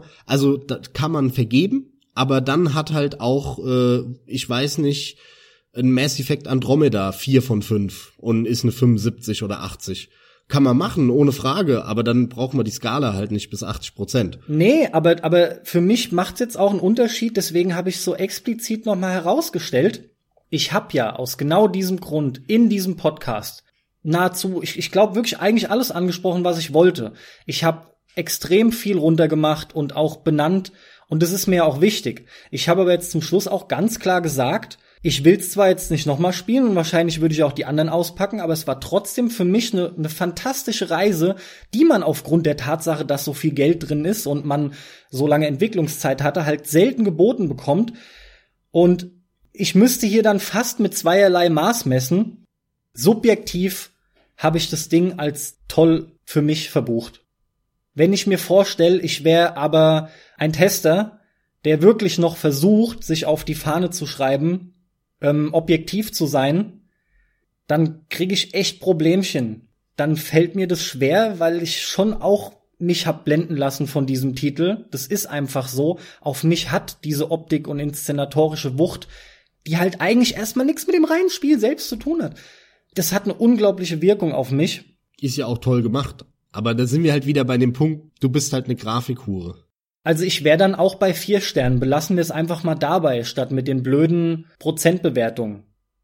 kann man vergeben, aber dann hat halt auch, ich weiß nicht, ein Mass Effect Andromeda 4 von 5 und ist eine 75 oder 80. Kann man machen, ohne Frage, aber dann braucht man die Skala halt nicht bis 80%. Nee, aber für mich macht's jetzt auch einen Unterschied, deswegen habe ich so explizit nochmal herausgestellt, ich habe ja aus genau diesem Grund in diesem Podcast nahezu, ich glaube wirklich eigentlich alles angesprochen, was ich wollte. Ich habe extrem viel runtergemacht und auch benannt und das ist mir auch wichtig. Ich habe aber jetzt zum Schluss auch ganz klar gesagt, ich will's zwar jetzt nicht nochmal spielen und wahrscheinlich würde ich auch die anderen auspacken, aber es war trotzdem für mich eine fantastische Reise, die man aufgrund der Tatsache, dass so viel Geld drin ist und man so lange Entwicklungszeit hatte, halt selten geboten bekommt. Und ich müsste hier dann fast mit zweierlei Maß messen. Subjektiv habe ich das Ding als toll für mich verbucht. Wenn ich mir vorstelle, ich wäre aber ein Tester, der wirklich noch versucht, sich auf die Fahne zu schreiben, objektiv zu sein, dann kriege ich echt Problemchen. Dann fällt mir das schwer, weil ich schon auch mich hab blenden lassen von diesem Titel. Das ist einfach so. Auf mich hat diese Optik und inszenatorische Wucht, die halt eigentlich erstmal nichts mit dem reinen Spiel selbst zu tun hat. Das hat eine unglaubliche Wirkung auf mich. Ist ja auch toll gemacht. Aber da sind wir halt wieder bei dem Punkt, du bist halt eine Grafikhure. Also ich wäre dann auch bei 4 Sternen. Belassen wir es einfach mal dabei, statt mit den blöden Prozentbewertungen.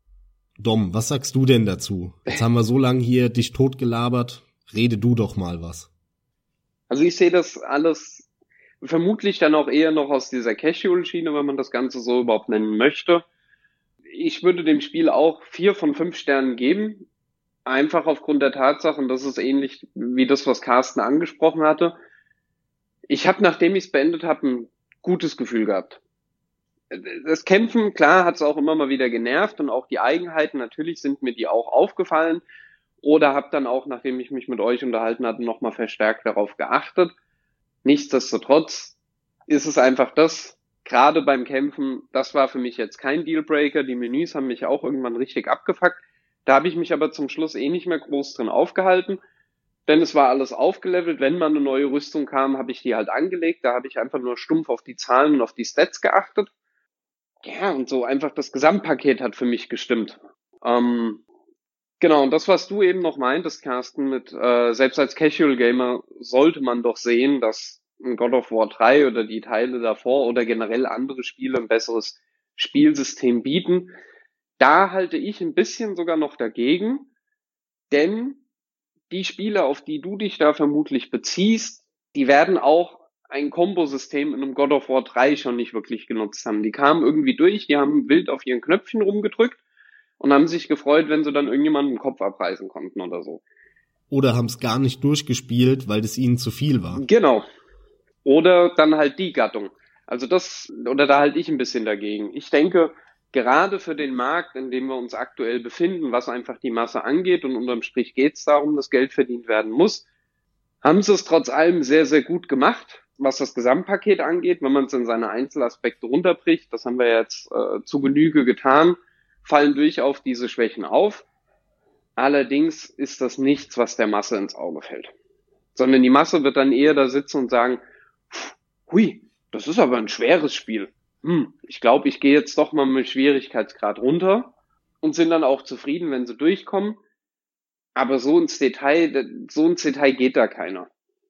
Dom, was sagst du denn dazu? Jetzt haben wir so lange hier dich totgelabert. Rede du doch mal was. Also ich sehe das alles vermutlich dann auch eher noch aus dieser Casual-Schiene, wenn man das Ganze so überhaupt nennen möchte. Ich würde dem Spiel auch 4 von 5 Sternen geben. Einfach aufgrund der Tatsachen, das ist ähnlich wie das, was Carsten angesprochen hatte. Ich habe, nachdem ich es beendet habe, ein gutes Gefühl gehabt. Das Kämpfen, klar, hat es auch immer mal wieder genervt und auch die Eigenheiten, natürlich sind mir die auch aufgefallen oder habe dann auch, nachdem ich mich mit euch unterhalten hatte, nochmal verstärkt darauf geachtet. Nichtsdestotrotz ist es einfach das, gerade beim Kämpfen, das war für mich jetzt kein Dealbreaker. Die Menüs haben mich auch irgendwann richtig abgefuckt. Da habe ich mich aber zum Schluss nicht mehr groß drin aufgehalten, denn es war alles aufgelevelt. Wenn mal eine neue Rüstung kam, habe ich die halt angelegt. Da habe ich einfach nur stumpf auf die Zahlen und auf die Stats geachtet. Ja, und so einfach das Gesamtpaket hat für mich gestimmt. Genau, und das, was du eben noch meintest, Carsten, mit selbst als Casual Gamer sollte man doch sehen, dass ein God of War 3 oder die Teile davor oder generell andere Spiele ein besseres Spielsystem bieten. Da halte ich ein bisschen sogar noch dagegen, denn die Spiele, auf die du dich da vermutlich beziehst, die werden auch ein Kombosystem in einem God of War 3 schon nicht wirklich genutzt haben. Die kamen irgendwie durch, die haben wild auf ihren Knöpfchen rumgedrückt und haben sich gefreut, wenn sie dann irgendjemanden den Kopf abreißen konnten oder so. Oder haben es gar nicht durchgespielt, weil das ihnen zu viel war. Genau. Oder dann halt die Gattung. Also da halte ich ein bisschen dagegen. Ich denke, gerade für den Markt, in dem wir uns aktuell befinden, was einfach die Masse angeht, und unterm Strich geht es darum, dass Geld verdient werden muss, haben sie es trotz allem sehr, sehr gut gemacht, was das Gesamtpaket angeht. Wenn man es in seine Einzelaspekte runterbricht, das haben wir jetzt zu Genüge getan, fallen durchaus diese Schwächen auf. Allerdings ist das nichts, was der Masse ins Auge fällt. Sondern die Masse wird dann eher da sitzen und sagen, hui, das ist aber ein schweres Spiel. Ich glaube, ich gehe jetzt doch mal mit Schwierigkeitsgrad runter und sind dann auch zufrieden, wenn sie durchkommen. Aber so ins Detail geht da keiner.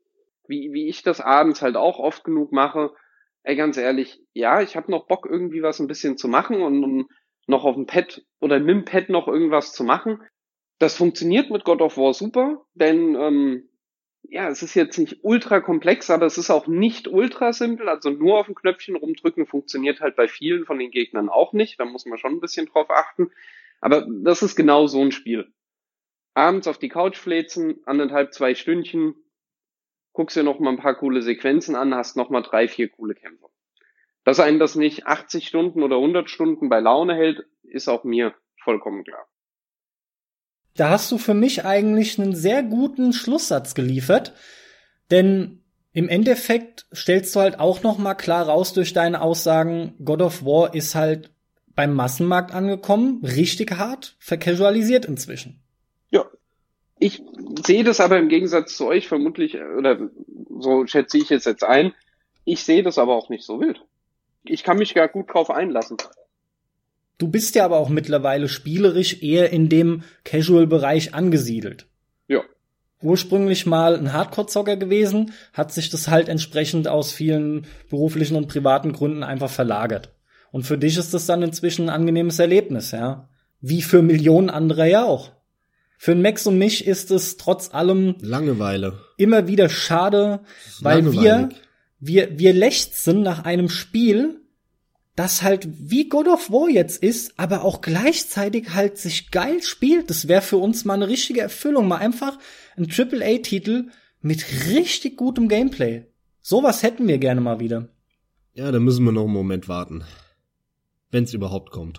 Wie ich das abends halt auch oft genug mache, ganz ehrlich, ja, ich habe noch Bock, irgendwie was ein bisschen zu machen und noch auf dem Pad oder mit dem Pad noch irgendwas zu machen. Das funktioniert mit God of War super, denn es ist jetzt nicht ultra komplex, aber es ist auch nicht ultra simpel. Also nur auf dem Knöpfchen rumdrücken funktioniert halt bei vielen von den Gegnern auch nicht. Da muss man schon ein bisschen drauf achten. Aber das ist genau so ein Spiel. Abends auf die Couch fläzen, 1,5, 2 Stündchen, guckst dir noch mal ein paar coole Sequenzen an, hast noch mal 3, 4 coole Kämpfe. Dass einen das nicht 80 Stunden oder 100 Stunden bei Laune hält, ist auch mir vollkommen klar. Da hast du für mich eigentlich einen sehr guten Schlusssatz geliefert, denn im Endeffekt stellst du halt auch noch mal klar raus durch deine Aussagen, God of War ist halt beim Massenmarkt angekommen, richtig hart, vercasualisiert inzwischen. Ja, ich sehe das aber im Gegensatz zu euch vermutlich, oder so schätze ich es jetzt ein, ich sehe das aber auch nicht so wild. Ich kann mich gar gut drauf einlassen. Du bist ja aber auch mittlerweile spielerisch eher in dem Casual-Bereich angesiedelt. Ja. Ursprünglich mal ein Hardcore-Zocker gewesen, hat sich das halt entsprechend aus vielen beruflichen und privaten Gründen einfach verlagert. Und für dich ist das dann inzwischen ein angenehmes Erlebnis, ja. Wie für Millionen anderer ja auch. Für Max und mich ist es trotz allem Langeweile. Immer wieder schade, weil wir lechzen nach einem Spiel, das halt wie God of War jetzt ist, aber auch gleichzeitig halt sich geil spielt. Das wäre für uns mal eine richtige Erfüllung, mal einfach ein AAA-Titel mit richtig gutem Gameplay. Sowas hätten wir gerne mal wieder. Ja, da müssen wir noch einen Moment warten. Wenn's überhaupt kommt.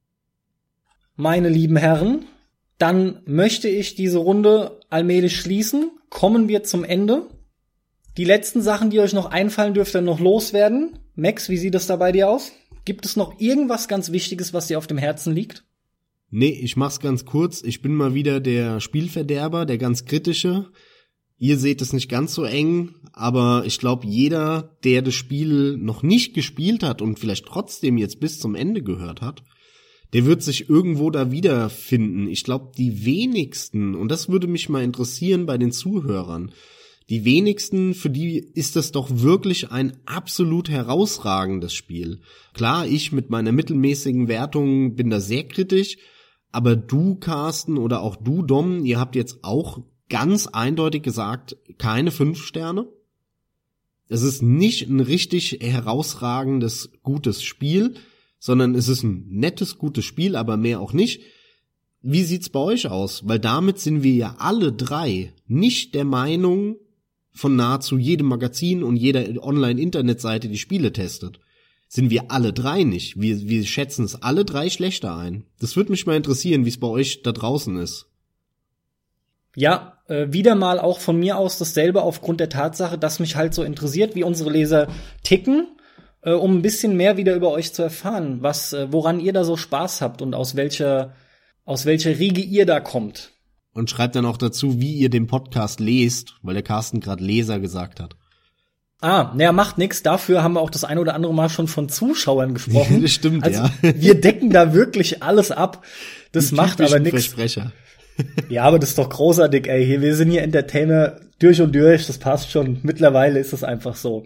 Meine lieben Herren, dann möchte ich diese Runde allmählich schließen. Kommen wir zum Ende. Die letzten Sachen, die euch noch einfallen, dürft ihr noch loswerden. Max, wie sieht es da bei dir aus? Gibt es noch irgendwas ganz Wichtiges, was dir auf dem Herzen liegt? Nee, ich mach's ganz kurz. Ich bin mal wieder der Spielverderber, der ganz kritische. Ihr seht es nicht ganz so eng, aber ich glaube, jeder, der das Spiel noch nicht gespielt hat und vielleicht trotzdem jetzt bis zum Ende gehört hat, der wird sich irgendwo da wiederfinden. Ich glaube, die wenigsten, und das würde mich mal interessieren bei den Zuhörern, die wenigsten, für die ist das doch wirklich ein absolut herausragendes Spiel. Klar, ich mit meiner mittelmäßigen Wertung bin da sehr kritisch, aber du, Carsten, oder auch du, Dom, ihr habt jetzt auch ganz eindeutig gesagt, keine 5 Sterne. Es ist nicht ein richtig herausragendes, gutes Spiel, sondern es ist ein nettes, gutes Spiel, aber mehr auch nicht. Wie sieht's bei euch aus? Weil damit sind wir ja alle drei nicht der Meinung, von nahezu jedem Magazin und jeder Online-Internetseite die Spiele testet. Sind wir alle drei nicht. Wir schätzen es alle drei schlechter ein. Das würde mich mal interessieren, wie es bei euch da draußen ist. Ja, wieder mal auch von mir aus dasselbe aufgrund der Tatsache, dass mich halt so interessiert, wie unsere Leser ticken, um ein bisschen mehr wieder über euch zu erfahren, woran ihr da so Spaß habt und aus welcher Riege ihr da kommt. Und schreibt dann auch dazu, wie ihr den Podcast lest, weil der Carsten gerade Leser gesagt hat. Macht nix. Dafür haben wir auch das ein oder andere Mal schon von Zuschauern gesprochen. Das stimmt, also, ja. Wir decken da wirklich alles ab. Das macht aber nix. Versprecher. Ja, aber das ist doch großartig, ey. Wir sind hier Entertainer durch und durch. Das passt schon. Mittlerweile ist es einfach so.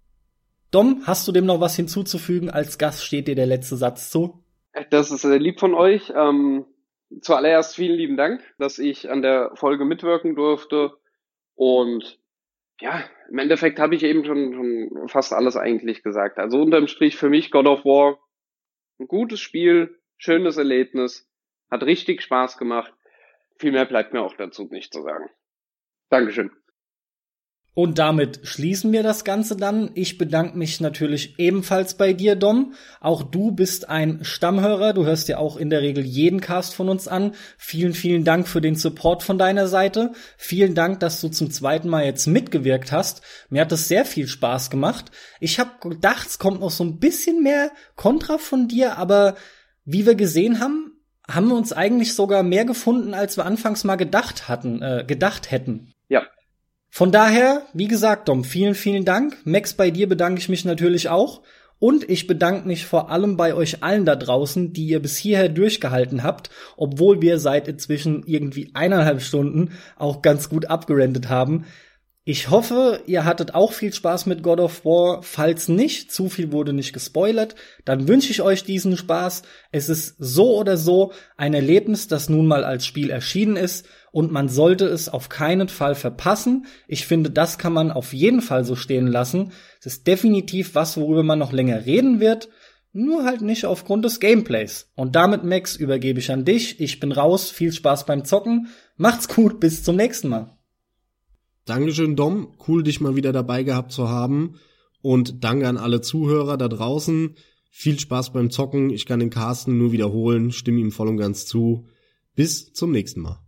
Dom, hast du dem noch was hinzuzufügen? Als Gast steht dir der letzte Satz zu. Das ist lieb von euch. Zuallererst vielen lieben Dank, dass ich an der Folge mitwirken durfte. Und ja, im Endeffekt habe ich eben schon fast alles eigentlich gesagt. Also unterm Strich für mich God of War ein gutes Spiel, schönes Erlebnis, hat richtig Spaß gemacht. Viel mehr bleibt mir auch dazu nicht zu sagen. Dankeschön. Und damit schließen wir das Ganze dann. Ich bedanke mich natürlich ebenfalls bei dir, Dom. Auch du bist ein Stammhörer. Du hörst ja auch in der Regel jeden Cast von uns an. Vielen, vielen Dank für den Support von deiner Seite. Vielen Dank, dass du zum zweiten Mal jetzt mitgewirkt hast. Mir hat es sehr viel Spaß gemacht. Ich habe gedacht, es kommt noch so ein bisschen mehr Kontra von dir, aber wie wir gesehen haben wir uns eigentlich sogar mehr gefunden, als wir anfangs mal gedacht hätten. Ja. Von daher, wie gesagt, Dom, vielen, vielen Dank. Max, bei dir bedanke ich mich natürlich auch. Und ich bedanke mich vor allem bei euch allen da draußen, die ihr bis hierher durchgehalten habt, obwohl wir seit inzwischen irgendwie 1,5 Stunden auch ganz gut abgerendet haben. Ich hoffe, ihr hattet auch viel Spaß mit God of War. Falls nicht, zu viel wurde nicht gespoilert, dann wünsche ich euch diesen Spaß. Es ist so oder so ein Erlebnis, das nun mal als Spiel erschienen ist und man sollte es auf keinen Fall verpassen. Ich finde, das kann man auf jeden Fall so stehen lassen. Es ist definitiv was, worüber man noch länger reden wird, nur halt nicht aufgrund des Gameplays. Und damit, Max, übergebe ich an dich. Ich bin raus, viel Spaß beim Zocken. Macht's gut, bis zum nächsten Mal. Dankeschön, Dom. Cool, dich mal wieder dabei gehabt zu haben. Und danke an alle Zuhörer da draußen. Viel Spaß beim Zocken. Ich kann den Carsten nur wiederholen. Stimme ihm voll und ganz zu. Bis zum nächsten Mal.